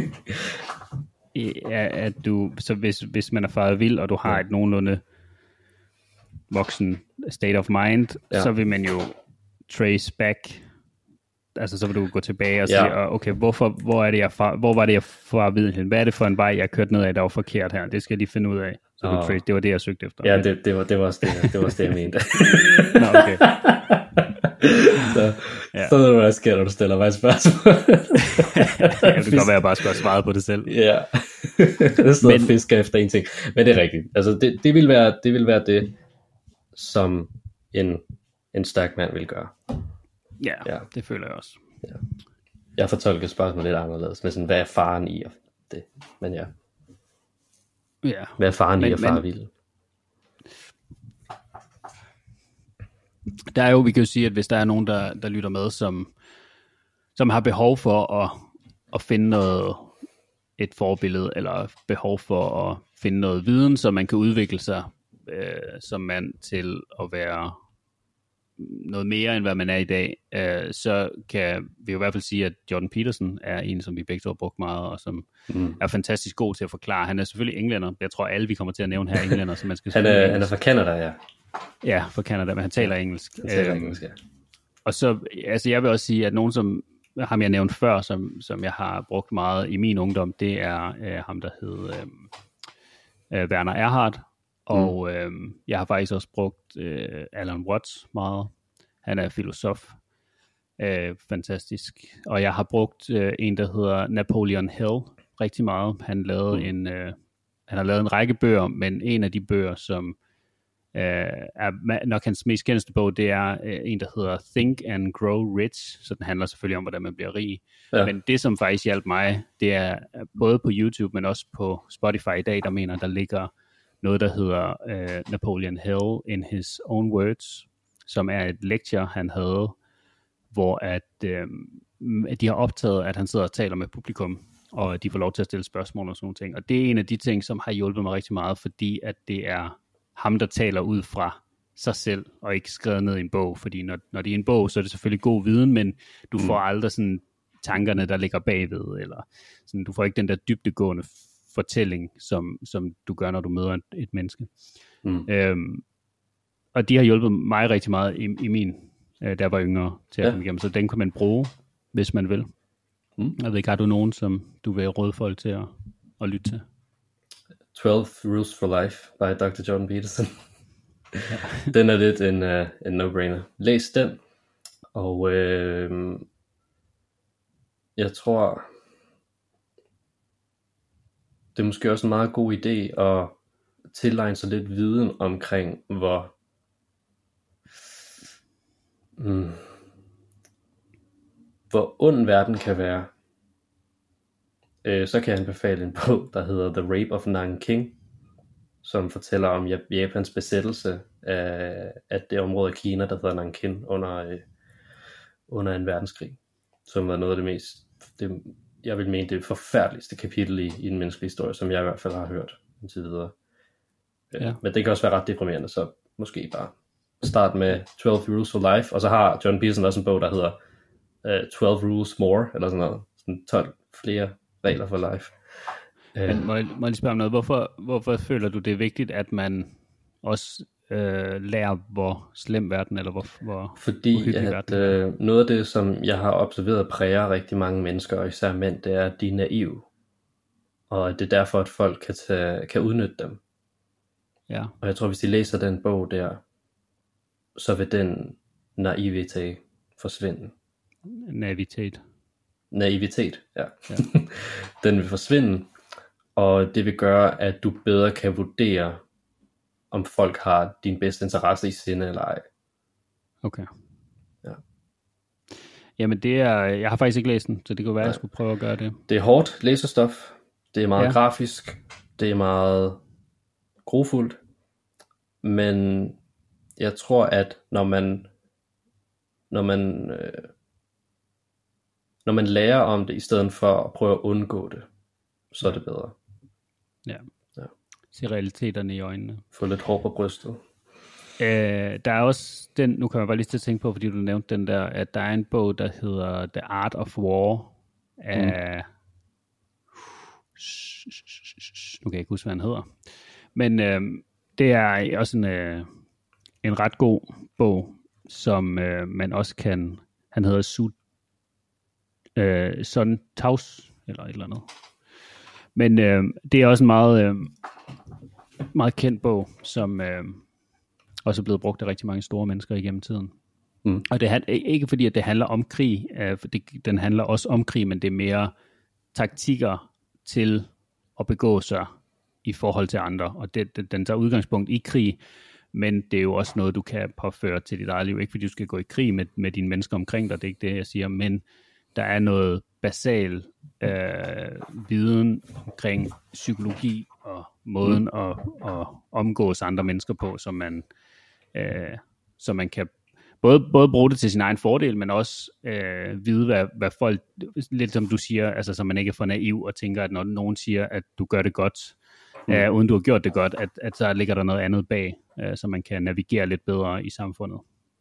Ja, at du, så hvis man er faret vild, og du har et nogenlunde voksen state of mind, så vil man jo trace back. Altså så vil du gå tilbage og sige, okay, hvor var det jeg faret vild hen? Hvad er det for en vej, jeg kørte ned af, der var forkert her? Det skal jeg lige finde ud af. Så du trace, det var det, jeg søgte efter. Ja, det var også det, jeg mente. Nå, okay. Så ved du, hvad der sker, når du stiller mig et spørgsmål. Det kan godt være, at jeg bare skulle have svaret på det selv. Ja, det er sådan noget fisker efter en ting. Men det er rigtigt. Altså, det vil være det, som en stærk mand vil gøre. Ja, det føler jeg også. Ja. Jeg fortolker spørgsmålet lidt anderledes, med sådan, hvad er faren i det? Men ja. Hvad er faren i at fare vild? Der er jo, vi kan jo sige, at hvis der er nogen, der lytter med, som har behov for at finde et forbillede, eller behov for at finde noget viden, så man kan udvikle sig som mand til at være noget mere, end hvad man er i dag, så kan vi jo i hvert fald sige, at Jordan Peterson er en, som vi begge to har brugt meget, og som er fantastisk god til at forklare. Han er selvfølgelig englænder. Jeg tror, alle vi kommer til at nævne her englænder, så man skal han er fra Canada, ja. Ja, fra Canada, men han taler engelsk. Han taler engelsk, ja. Og så, altså jeg vil også sige, at nogen, som ham jeg nævnt før, som jeg har brugt meget i min ungdom, det er ham, der hed Werner Erhard, og jeg har faktisk også brugt Alan Watts meget. Han er filosof. Fantastisk. Og jeg har brugt en, der hedder Napoleon Hill rigtig meget. Han har lavet en række bøger, men en af de bøger, som er nok hans mest kendte bog, det er en, der hedder Think and Grow Rich. Så den handler selvfølgelig om, hvordan man bliver rig. Ja. Men det, som faktisk hjalp mig, det er både på YouTube, men også på Spotify i dag, der ligger noget, der hedder Napoleon Hill in his own words, som er et lecture, han havde, hvor at de har optaget, at han sidder og taler med publikum, og de får lov til at stille spørgsmål og sådan nogle ting. Og det er en af de ting, som har hjulpet mig rigtig meget, fordi at det er ham, der taler ud fra sig selv, og ikke skrevet ned i en bog. Fordi når det er en bog, så er det selvfølgelig god viden, men du får aldrig sådan tankerne, der ligger bagved, eller sådan, du får ikke den der dybdegående fortælling, som du gør, når du møder et menneske. Og de har hjulpet mig rigtig meget i min, da jeg var yngre, til at komme igennem. Så den kan man bruge, hvis man vil. Jeg ved ikke, har du nogen, som du vil råde folk til at lytte til? 12 Rules for Life by Dr. Jordan Peterson. Den er lidt en no-brainer. Læs den, og jeg tror, det er måske også en meget god idé at tilegne sig lidt viden omkring, hvor ond verden kan være. Så kan jeg anbefale en bog, der hedder The Rape of Nanking, som fortæller om Japans besættelse af det område af Kina, der hedder Nanking under en verdenskrig, som var noget af det mest, jeg vil mene, det forfærdeligste kapitel i den menneskelige historie, som jeg i hvert fald har hørt indtil videre. Men det kan også være ret deprimerende, så måske bare start med 12 Rules for Life, og så har John Peterson også en bog, der hedder 12 Rules More, eller sådan noget, sådan 12 flere regler for life. Men må jeg lige spørge om noget, hvorfor føler du, det er vigtigt, at man også lære, hvor slem verden, eller hvor Fordi uhyggelig at verden noget af det, som jeg har observeret præger rigtig mange mennesker, og især mænd, det er, at de er naive. Og det er derfor, at folk kan udnytte dem. Ja. Og jeg tror, hvis de læser den bog der, så vil den naivitet forsvinde. Naivitet, ja. Den vil forsvinde, og det vil gøre, at du bedre kan vurdere, om folk har din bedste interesse i sinde eller ej. Okay. Ja. Jamen jeg har faktisk ikke læst den, så det kunne være, at jeg skulle prøve at gøre det. Det er hårdt læsestof, det er meget grafisk, det er meget grofuldt, men jeg tror, at når man lærer om det, i stedet for at prøve at undgå det, så er det bedre. Ja. Se realiteterne i øjnene. Få lidt hår på brystet. Der er også den, nu kan jeg bare lige til at tænke på, fordi du nævnte den der, at der er en bog, der hedder The Art of War af... Nu kan jeg ikke huske, hvad han hedder. Men det er også en ret god bog, som man også kan... Han hedder Sun Taus, eller et eller andet. Men det er også en meget kendt bog, som også er blevet brugt af rigtig mange store mennesker igennem tiden. Og det er ikke fordi, at det handler om krig, for den handler også om krig, men det er mere taktikker til at begå sig i forhold til andre. Og den tager udgangspunkt i krig, men det er jo også noget, du kan påføre til dit eget liv. Ikke fordi du skal gå i krig med dine mennesker omkring dig, det er ikke det, jeg siger, men der er noget basal viden omkring psykologi og måden at omgås andre mennesker på, så man kan både bruge det til sin egen fordel, men også vide, hvad folk, lidt som du siger, altså så man ikke er for naiv og tænker, at når nogen siger, at du gør det godt, uden du har gjort det godt, at så ligger der noget andet bag, så man kan navigere lidt bedre i samfundet.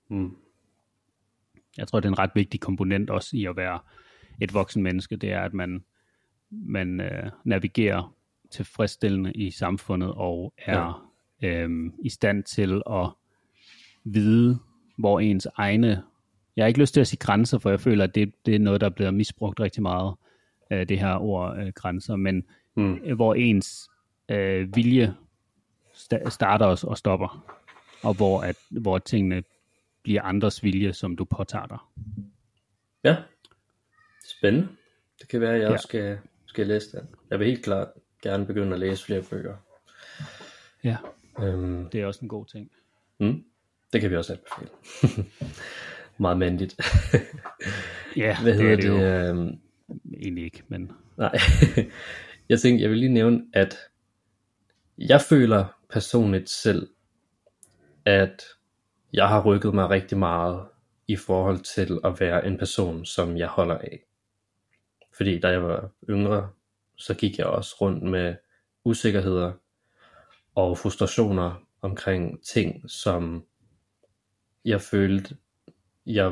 Jeg tror, det er en ret vigtig komponent også i at være et voksen menneske, det er, at man navigerer tilfredsstillende i samfundet og er i stand til at vide, hvor ens egne... Jeg har ikke lyst til at sige grænser, for jeg føler, at det er noget, der bliver misbrugt rigtig meget, det her ord grænser, men hvor ens vilje starter og stopper, og hvor tingene bliver andres vilje, som du påtager dig. Ja, spændende. Det kan være, at jeg også skal læse det. Jeg vil helt klart gerne begynde at læse flere bøger. Ja, det er også en god ting. Det kan vi også anbefale. Meget mandigt. Ja, det er det jo egentlig ikke, men... Nej, jeg tænkte, jeg vil lige nævne, at jeg føler personligt selv, at jeg har rykket mig rigtig meget i forhold til at være en person, som jeg holder af. Fordi da jeg var yngre, så gik jeg også rundt med usikkerheder og frustrationer omkring ting, som jeg følte, jeg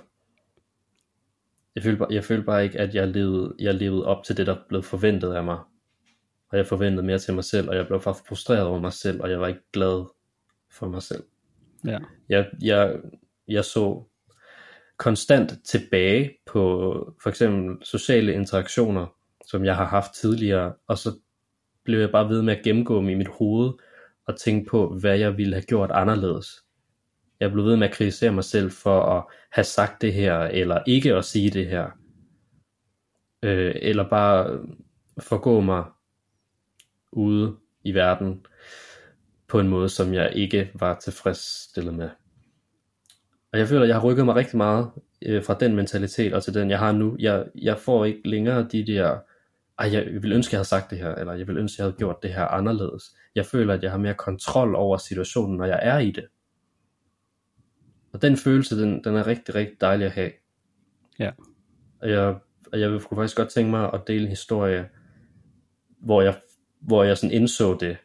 følte bare ikke, at jeg levede op til det, der blev forventet af mig. Og jeg forventede mere til mig selv, og jeg blev faktisk frustreret over mig selv, og jeg var ikke glad for mig selv. Ja. Jeg så konstant tilbage på for eksempel sociale interaktioner, som jeg har haft tidligere, og så blev jeg bare ved med at gennemgå dem i mit hoved, og tænke på, hvad jeg ville have gjort anderledes. Jeg blev ved med at kritisere mig selv for at have sagt det her, eller ikke at sige det her. Eller bare forgå mig ude i verden på en måde, som jeg ikke var tilfredsstillet med. Og jeg føler, at jeg har rykket mig rigtig meget fra den mentalitet og til den, jeg har nu. Jeg får ikke længere de der, jeg vil ønske, jeg havde sagt det her, eller jeg vil ønske, jeg havde gjort det her anderledes. Jeg føler, at jeg har mere kontrol over situationen, når jeg er i det. Og den følelse, den er rigtig, rigtig dejlig at have. Ja. Og jeg kunne faktisk godt tænke mig at dele en historie, hvor jeg sådan indså det.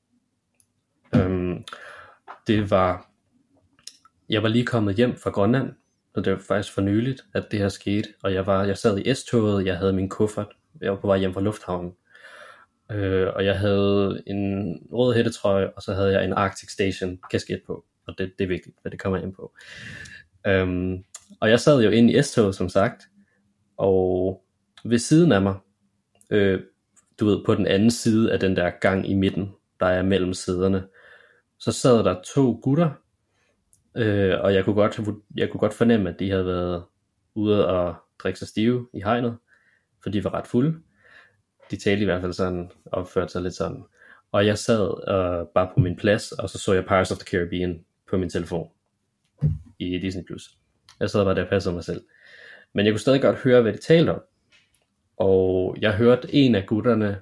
Det var, jeg var lige kommet hjem fra Grønland, og det var faktisk for nyligt, at det her skete. Og jeg sad i S-toget, jeg havde min kuffert, jeg var på vej hjem fra lufthavnen. Og jeg havde en rød hættetrøje, og så havde jeg en Arctic Station kasket på, og det er vigtigt, hvad det kommer ind på. Og jeg sad jo inde i S-toget, som sagt, og ved siden af mig, du ved, på den anden side af den der gang i midten, der er mellem sæderne, så sad der 2 gutter, og jeg kunne godt fornemme, at de havde været ude og drikke sig stive i hegnet, for de var ret fulde. De talte i hvert fald sådan, opførte sig lidt sådan. Og jeg sad bare på min plads, og så jeg Pirates of the Caribbean på min telefon i Disney+. Jeg sad bare der og passede mig selv. Men jeg kunne stadig godt høre, hvad de talte om. Og jeg hørte en af gutterne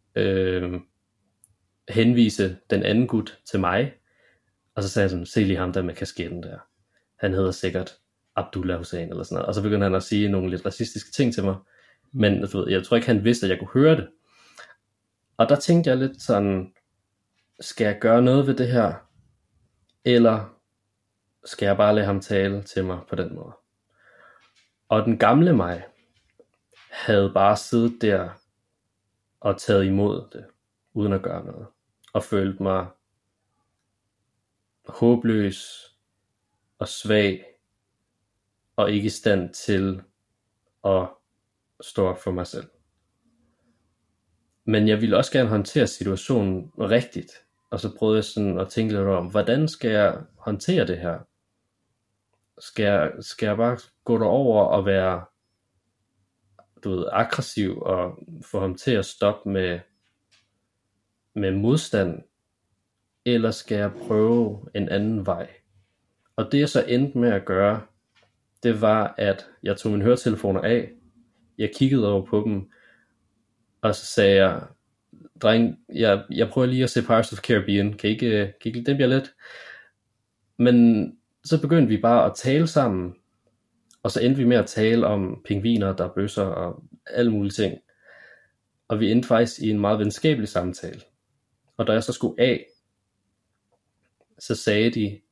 henvise den anden gut til mig. Og så sagde jeg sådan, se lige ham der med kasketten der. Han hedder sikkert Abdullah Hussein eller sådan noget. Og så begyndte han at sige nogle lidt racistiske ting til mig. Men jeg tror ikke han vidste at jeg kunne høre det. Og der tænkte jeg lidt sådan, skal jeg gøre noget ved det her? Eller skal jeg bare lade ham tale til mig på den måde? Og den gamle mig havde bare siddet der og taget imod det, uden at gøre noget. Og følte mig håbløs og svag og ikke i stand til at stå op for mig selv. Men jeg ville også gerne håndtere situationen rigtigt. Og så prøvede jeg sådan at tænke lidt om, hvordan skal jeg håndtere det her? Skal jeg bare gå derover og være, du ved, aggressiv og få ham til at stoppe med modstand? Eller skal jeg prøve en anden vej? Og det jeg så endte med at gøre, det var, at jeg tog mine høretelefoner af. Jeg kiggede over på dem, og så sagde jeg, dreng, jeg prøver lige at se Pirates of the Caribbean. Kan I ikke dæmpe jer lidt? Men så begyndte vi bare at tale sammen, og så endte vi med at tale om pingviner, der bøsser og alle mulige ting. Og vi endte faktisk i en meget venskabelig samtale. Og da jeg så skulle af, så sagde de,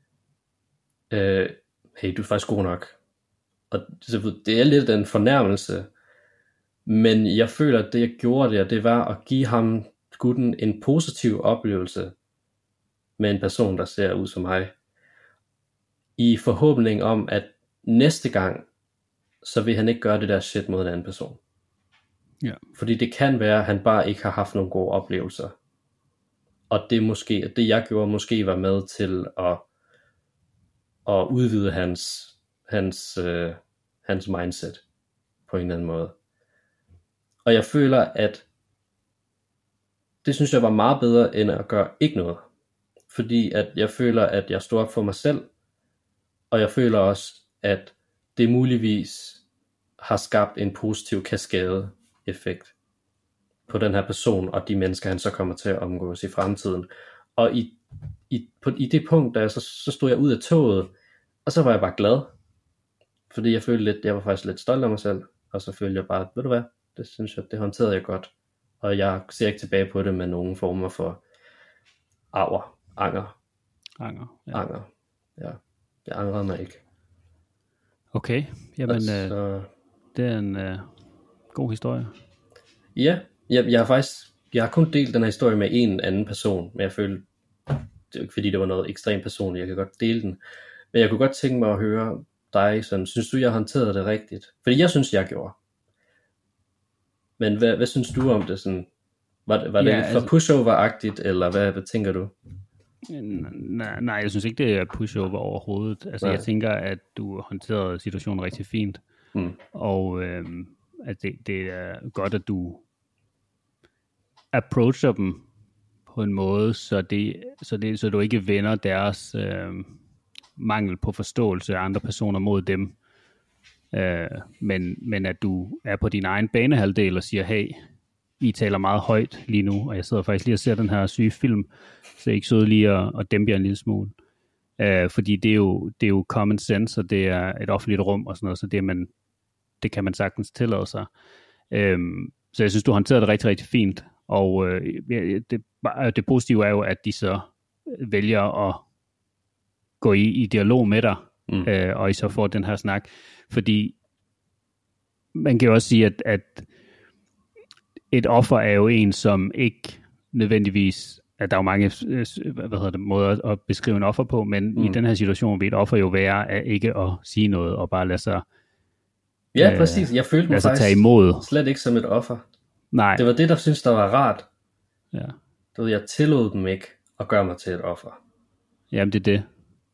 hey, du er faktisk god nok. Og det er lidt en fornærmelse, men jeg føler, at det jeg gjorde der, det var at give ham, gutten, en positiv oplevelse med en person, der ser ud som mig. I forhåbning om, at næste gang, så vil han ikke gøre det der shit mod en anden person. Ja. Fordi det kan være, at han bare ikke har haft nogle gode oplevelser. Og det jeg gjorde, måske var med til at udvide hans mindset på en eller anden måde. Og jeg føler, at det synes jeg var meget bedre, end at gøre ikke noget. Fordi at jeg føler, at jeg står op for mig selv, og jeg føler også, at det muligvis har skabt en positiv kaskade-effekt på den her person, og de mennesker, han så kommer til at omgås i fremtiden. Og i det punkt, da så stod jeg ud af toget, og så var jeg bare glad. Fordi jeg følte lidt, jeg var faktisk lidt stolt af mig selv, og så følte jeg bare, ved du hvad, det synes jeg, det håndterede jeg godt. Og jeg ser ikke tilbage på det med nogen former for anger. Ja. Jeg angrede mig ikke. Okay, jamen det er en god historie. Ja, jeg har kun delt den her historie med en anden person, men jeg følte, det er ikke fordi det var noget ekstremt personligt, jeg kan godt dele den. Men jeg kunne godt tænke mig at høre dig, sådan, synes du, jeg håndterede det rigtigt? Fordi jeg synes, jeg gjorde. Men hvad synes du om det? Sådan, var det lidt for pushover-agtigt, eller hvad tænker du? Nej, jeg synes ikke, det er pushover overhovedet. Altså, jeg tænker, at du håndterede situationen rigtig fint. Og at det er godt, at du approacher dem på en måde, så du ikke vender deres mangel på forståelse af andre personer mod dem. Men at du er på din egen banehalvdel og siger, hey, I taler meget højt lige nu, og jeg sidder faktisk lige og ser den her syge film, så jeg ikke sidder lige og dæmper en lille smule. Fordi det er jo common sense, og det er et offentligt rum og sådan noget, så det kan man sagtens tillade sig. Så jeg synes, du håndterede det rigtig, rigtig fint. Og det positive er jo, at de så vælger at gå i dialog med dig, og I så får den her snak. Fordi man kan jo også sige, at et offer er jo en, som ikke nødvendigvis, at der er jo mange måder at beskrive en offer på, men i den her situation vil et offer jo være at ikke at sige noget og bare lade sig ja, præcis. Jeg følte mig faktisk tage imod. Slet ikke som et offer. Nej. Det var det, der synes der var rart. Ja. Jeg tillod dem ikke at gøre mig til et offer. Jamen, det er det.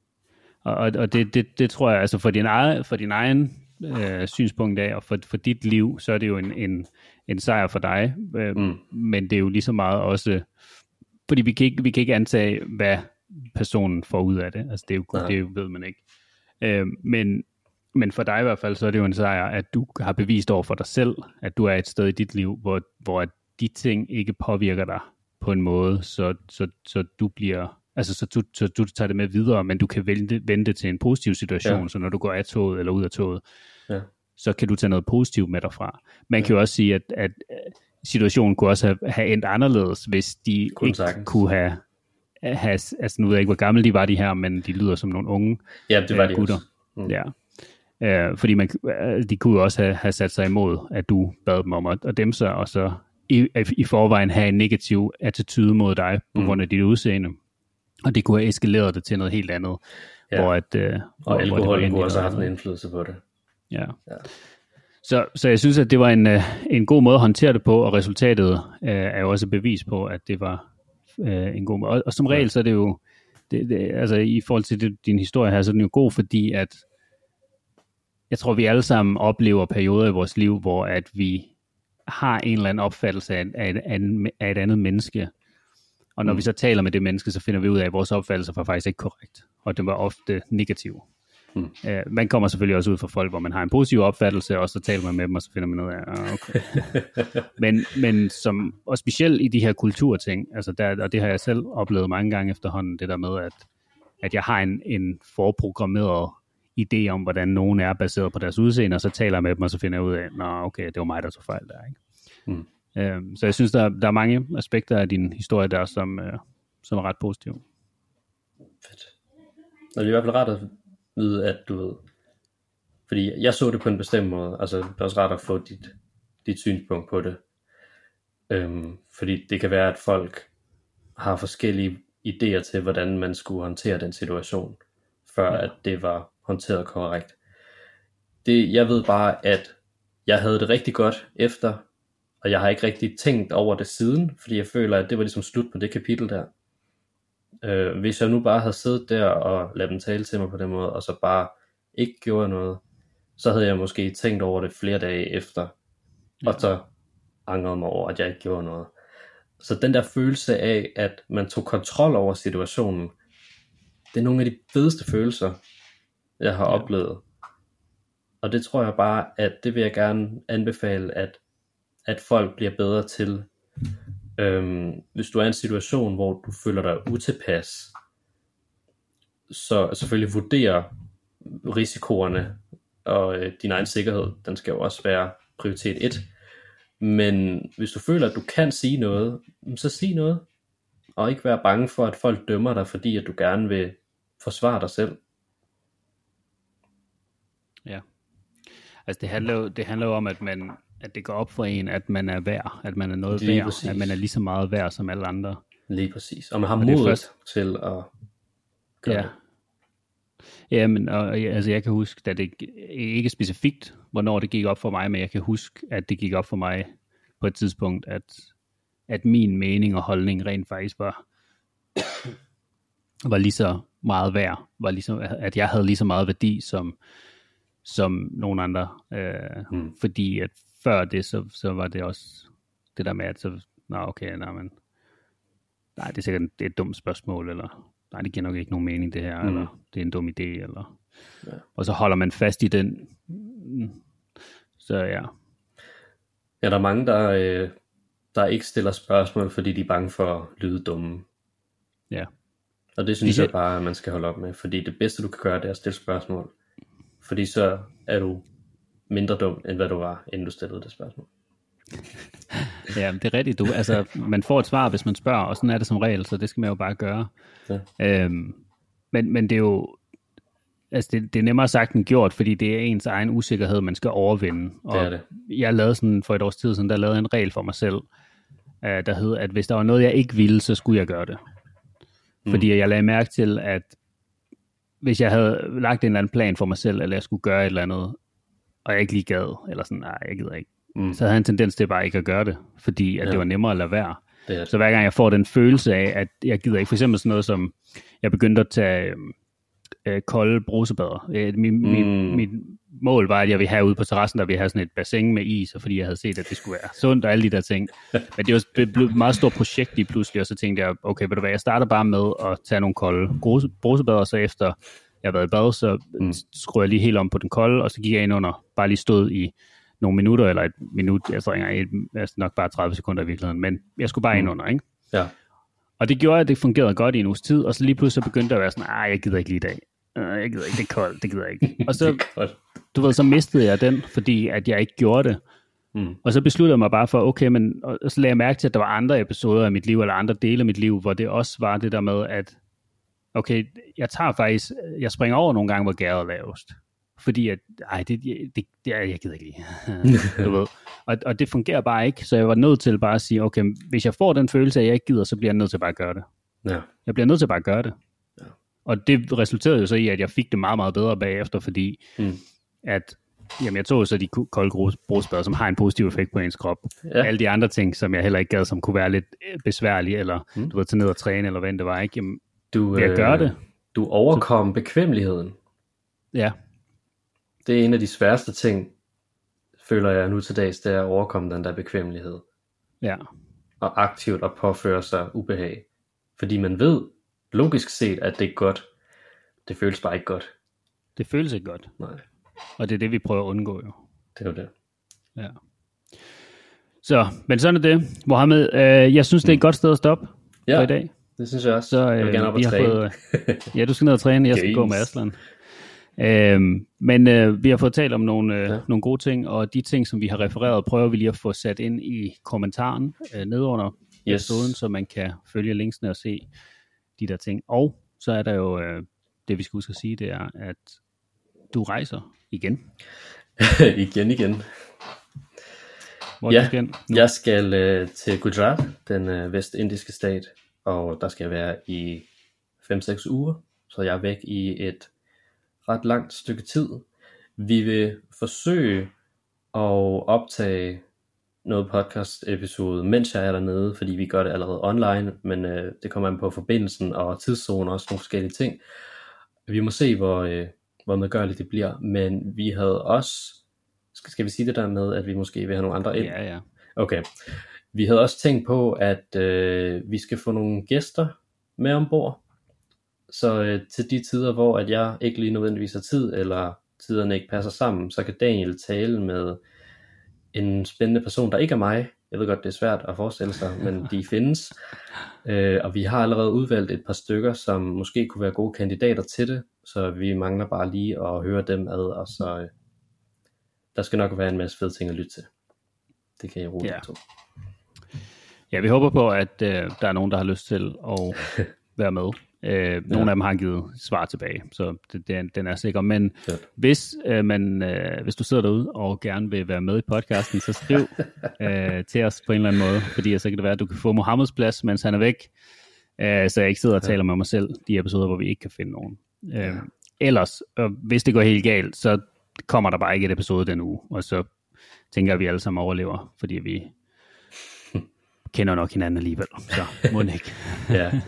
Og det tror jeg, altså for din egen synspunkt af, og for dit liv, så er det jo en sejr for dig. Men det er jo lige så meget også, fordi vi kan ikke antage, hvad personen får ud af det. Altså det ved man ikke. Men for dig i hvert fald, så er det jo en sejr, at du har bevist over for dig selv, at du er et sted i dit liv, hvor de ting ikke påvirker dig på en måde, så du bliver, altså så du tager det med videre, men du kan vente til en positiv situation, så når du går af toget eller ud af toget, så kan du tage noget positivt med derfra. Man kan jo også sige, at situationen kunne også have endt anderledes, hvis de kunne have, altså nu ved jeg ikke, hvor gamle de var de her, men de lyder som nogle unge det var de gutter. Ja. Fordi de kunne også have sat sig imod, at du bad dem om at dæmpe sig, og så i forvejen have en negativ attitude mod dig, på grund af dit udseende. Og det kunne have eskaleret det til noget helt andet. Og alkohol kunne også have haft en indflydelse på det. Ja. Så jeg synes, at det var en god måde at håndtere det på, og resultatet er jo også bevis på, at det var en god måde. Og som regel, så er det jo, altså i forhold til din historie her, så er den jo god, fordi at jeg tror, vi alle sammen oplever perioder i vores liv, hvor at vi har en eller anden opfattelse af et andet menneske. Og når vi så taler med det menneske, så finder vi ud af, at vores opfattelse var faktisk ikke korrekt. Og det var ofte negativ. Man kommer selvfølgelig også ud fra folk, hvor man har en positiv opfattelse, og så taler man med dem, og så finder man ud af, okay. men og specielt i de her kulturting, altså og det har jeg selv oplevet mange gange efterhånden, det der med, at jeg har en forprogrammeret idé om, hvordan nogen er baseret på deres udseende, og så taler jeg med dem, og så finder jeg ud af, okay, det var mig, der tog fejl der, ikke? Så jeg synes, der er mange aspekter af din historie der, som er ret positive. Fedt. Og det er i hvert fald ret at vide, at du ved, fordi jeg så det på en bestemt måde, altså det er også rart at få dit synspunkt på det, fordi det kan være, at folk har forskellige idéer til, hvordan man skulle håndtere den situation, før at det var håndteret korrekt. Jeg ved bare, at jeg havde det rigtig godt efter, og jeg har ikke rigtig tænkt over det siden, fordi jeg føler, at det var ligesom slut på det kapitel der. Hvis jeg nu bare havde siddet der og ladet dem tale til mig på den måde, og så bare ikke gjorde noget, så havde jeg måske tænkt over det flere dage efter, og så angrede mig over, at jeg ikke gjorde noget. Så den der følelse af, at man tog kontrol over situationen, det er nogle af de fedeste følelser, jeg har oplevet. Og det tror jeg bare, at det vil jeg gerne anbefale, at folk bliver bedre til. Hvis du er i en situation, hvor du føler dig utilpas, så selvfølgelig vurdere risikoerne, og din egen sikkerhed, den skal jo også være prioritet 1. Men hvis du føler, at du kan sige noget, så sig noget, og ikke være bange for, at folk dømmer dig, fordi at du gerne vil forsvare dig selv. Ja. Altså det handler jo om, at det går op for en, at man er værd, at man er noget lige værd, præcis. at man er lige så meget værd som alle andre. Lige præcis. Og man har modet til at gøre det. Ja, men altså jeg kan huske, at det ikke specifikt, hvornår det gik op for mig, men jeg kan huske, at det gik op for mig på et tidspunkt, at min mening og holdning rent faktisk var lige så meget værd, var ligesom, at jeg havde lige så meget værdi som nogen andre, fordi at før det, så var det også det der med, at så, nej, det er sikkert et dumt spørgsmål, eller nej, det giver nok ikke nogen mening det her, eller det er en dum idé, eller og så holder man fast i den. Så ja. Ja, der er mange, der ikke stiller spørgsmål, fordi de er bange for at lyde dumme. Ja. Og det synes jeg bare, at man skal holde op med, fordi det bedste, du kan gøre, det er at stille spørgsmål. Fordi så er du mindre dum, end hvad du var, inden du stillede det spørgsmål. Ja, det er rigtigt. Man får et svar, hvis man spørger, og sådan er det som regel, så det skal man jo bare gøre. Ja. Men det er jo, altså det er nemmere sagt end gjort, fordi det er ens egen usikkerhed, man skal overvinde. Og det er det. Jeg lavede sådan for et års tid siden, der lavede en regel for mig selv, der hed, at hvis der var noget, jeg ikke ville, så skulle jeg gøre det. Fordi jeg lagde mærke til, at hvis jeg havde lagt en eller anden plan for mig selv, eller jeg skulle gøre et eller andet, og jeg ikke lige gad, eller sådan, nej, jeg gider ikke, så havde jeg en tendens til bare ikke at gøre det, fordi at det var nemmere at lade være. Så hver gang jeg får den følelse af, at jeg gider ikke, for eksempel sådan noget som, jeg begyndte at tage kolde brusebader. Mit mål var, at jeg ville have ude på terrassen, der ville have sådan et bassin med is, fordi jeg havde set, at det skulle være sundt og alle de der ting. Men det blev et meget stort projekt lige pludselig, og så tænkte jeg, okay, ved du hvad, jeg starter bare med at tage nogle kolde brusebader, og så efter jeg har været i bad, så skruer jeg lige helt om på den kolde, og så gik jeg ind under, bare lige stod i nogle minutter, eller et minut, jeg tror ikke, nok bare 30 sekunder i virkeligheden, men jeg skulle bare ind under, ikke? Ja. Og det gjorde, at det fungerede godt i en uges tid, og så lige pludselig begyndte jeg at være sådan, jeg gider ikke lige i dag. Jeg gider ikke, det er koldt, det gider jeg ikke. Og så, du ved, så mistede jeg den, fordi at jeg ikke gjorde det. Og så besluttede jeg mig bare for, okay, men og så lagde jeg mærke til, at der var andre episoder af mit liv, eller andre dele af mit liv, hvor det også var det der med, at okay, jeg springer over nogle gange, hvor gæret er lavest. Fordi at, jeg gider ikke lige. Du ved. Og det fungerer bare ikke, så jeg var nødt til bare at sige, okay, hvis jeg får den følelse af, at jeg ikke gider, så bliver jeg nødt til bare at gøre det. Ja. Jeg bliver nødt til bare at gøre det. Ja. Og det resulterede jo så i, at jeg fik det meget, meget bedre bagefter, fordi at, jamen jeg tog så de kolde brugsbader, som har en positiv effekt på ens krop. Ja. Alle de andre ting, som jeg heller ikke gad, som kunne være lidt besværlige, eller du ved, tage ned og træne, eller hvad det var, ikke? Jamen, jeg gør det. Du overkom bekvemmeligheden. Ja. Det er en af de sværeste ting, føler jeg nu til dags, det er at overkomme den der bekvemmelighed. Ja. Og aktivt at påføre sig ubehag. Fordi man ved, logisk set, at det er godt. Det føles bare ikke godt. Det føles ikke godt. Nej. Og det er det, vi prøver at undgå jo. Det er jo det. Ja. Så, men sådan er det. Mohammed, jeg synes, det er et godt sted at stoppe for i dag. Det synes jeg også. Så, jeg vil gerne op og træne. Ja, du skal ned og træne, jeg skal gå med Aslan. Men vi har fået talt om nogle gode ting, og de ting, som vi har refereret, prøver vi lige at få sat ind i kommentaren nedunder episoden, så man kan følge linksene og se de der ting. Og så er der jo det, vi skal huske at sige, det er, at du rejser igen. igen. Hvor du skal nu? Jeg skal til Gujarat, den vestindiske stat, og der skal jeg være i 5-6 uger, så jeg er væk i et ret langt stykke tid. Vi vil forsøge at optage noget podcast episode, mens jeg er dernede, fordi vi gør det allerede online, men det kommer an på forbindelsen og tidszonen og også nogle forskellige ting. Vi må se, hvor medgørligt det bliver, men vi havde også, skal vi sige det der med, at vi måske vil have nogle andre ind? Ja. Okay. Vi havde også tænkt på, at vi skal få nogle gæster med ombord, så til de tider, hvor at jeg ikke lige nødvendigvis har tid, eller tiderne ikke passer sammen, så kan Daniel tale med en spændende person, der ikke er mig. Jeg ved godt, det er svært at forestille sig, men de findes. Og vi har allerede udvalgt et par stykker, som måske kunne være gode kandidater til det, så vi mangler bare lige at høre dem ad, og så der skal nok være en masse fede ting at lytte til. Det kan jeg roligt tro. Ja, vi håber på, at der er nogen, der har lyst til at være med. Nogle af dem har givet svar tilbage, så den er sikker. Men hvis du sidder derude og gerne vil være med i podcasten, så skriv til os på en eller anden måde, fordi så kan det være, at du kan få Mohammeds plads, mens han er væk, så jeg ikke sidder og taler med mig selv de episoder, hvor vi ikke kan finde nogen. Ellers, hvis det går helt galt, så kommer der bare ikke et episode den uge, og så tænker jeg, at vi alle sammen overlever, fordi vi kender nok hinanden alligevel, så må den ikke. Ja.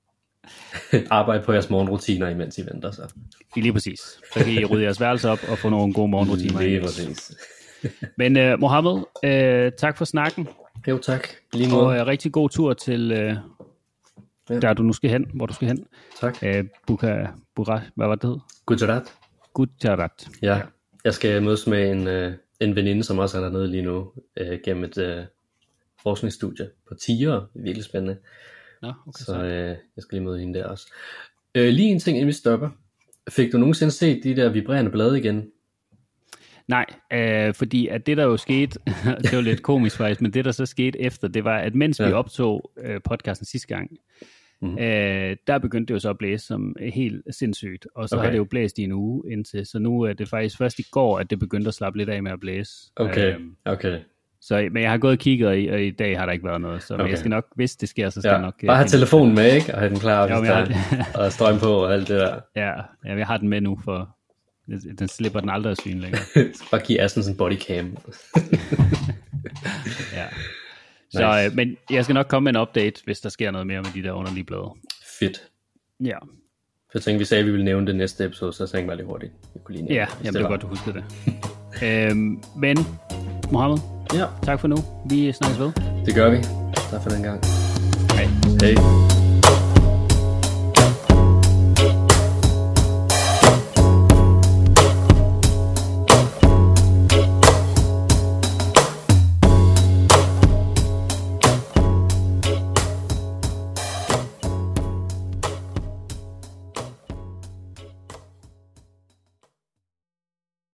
Arbejde på jeres morgenrutiner, imens I venter så. Lige præcis. Så kan I rydde jeres værelse op og få nogle gode morgenrutiner. Lige præcis. Men Mohammed, tak for snakken. Jo, tak. Lige måde. Og rigtig god tur til der du nu skal hen, hvor du skal hen. Tak. Hvad var det hed? Gujarat. Ja. Jeg skal mødes med en veninde, som også er dernede lige nu, gennem et forskningsstudie på tiger. Virkelig spændende. Okay, så jeg skal lige møde hende der også. Lige en ting, inden vi stopper. Fik du nogensinde set de der vibrerende blade igen? Nej, fordi at det der jo skete, det var lidt komisk faktisk, men det der så skete efter, det var, at mens vi optog podcasten sidste gang, der begyndte det jo så at blæse som helt sindssygt, og så har det jo blæst i en uge indtil, så nu er det faktisk først i går, at det begyndte at slappe lidt af med at blæse. Okay. Så, men jeg har gået og kigget, og i dag har der ikke været noget, så men jeg skal nok, hvis det sker, så skal jeg nok... Bare have telefonen med, ikke? Og have den klar, og strøm på og alt det der. Ja, jeg har den med nu, for den slipper den aldrig af syn længere. Bare give Assen sådan en bodycam. Ja. Så, nice. Men jeg skal nok komme med en update, hvis der sker noget mere med de der underlige blade. Fedt. Ja. For jeg tænkte, vi sagde, at vi ville nævne det næste episode, så jeg tænkte bare lidt hurtigt. Jeg kunne lige jamen, det var godt, du huskede det. Men, Mohammed, tak for nu. Vi snakkes ved. Det gør vi. Tak for den gang. Hej. Hej.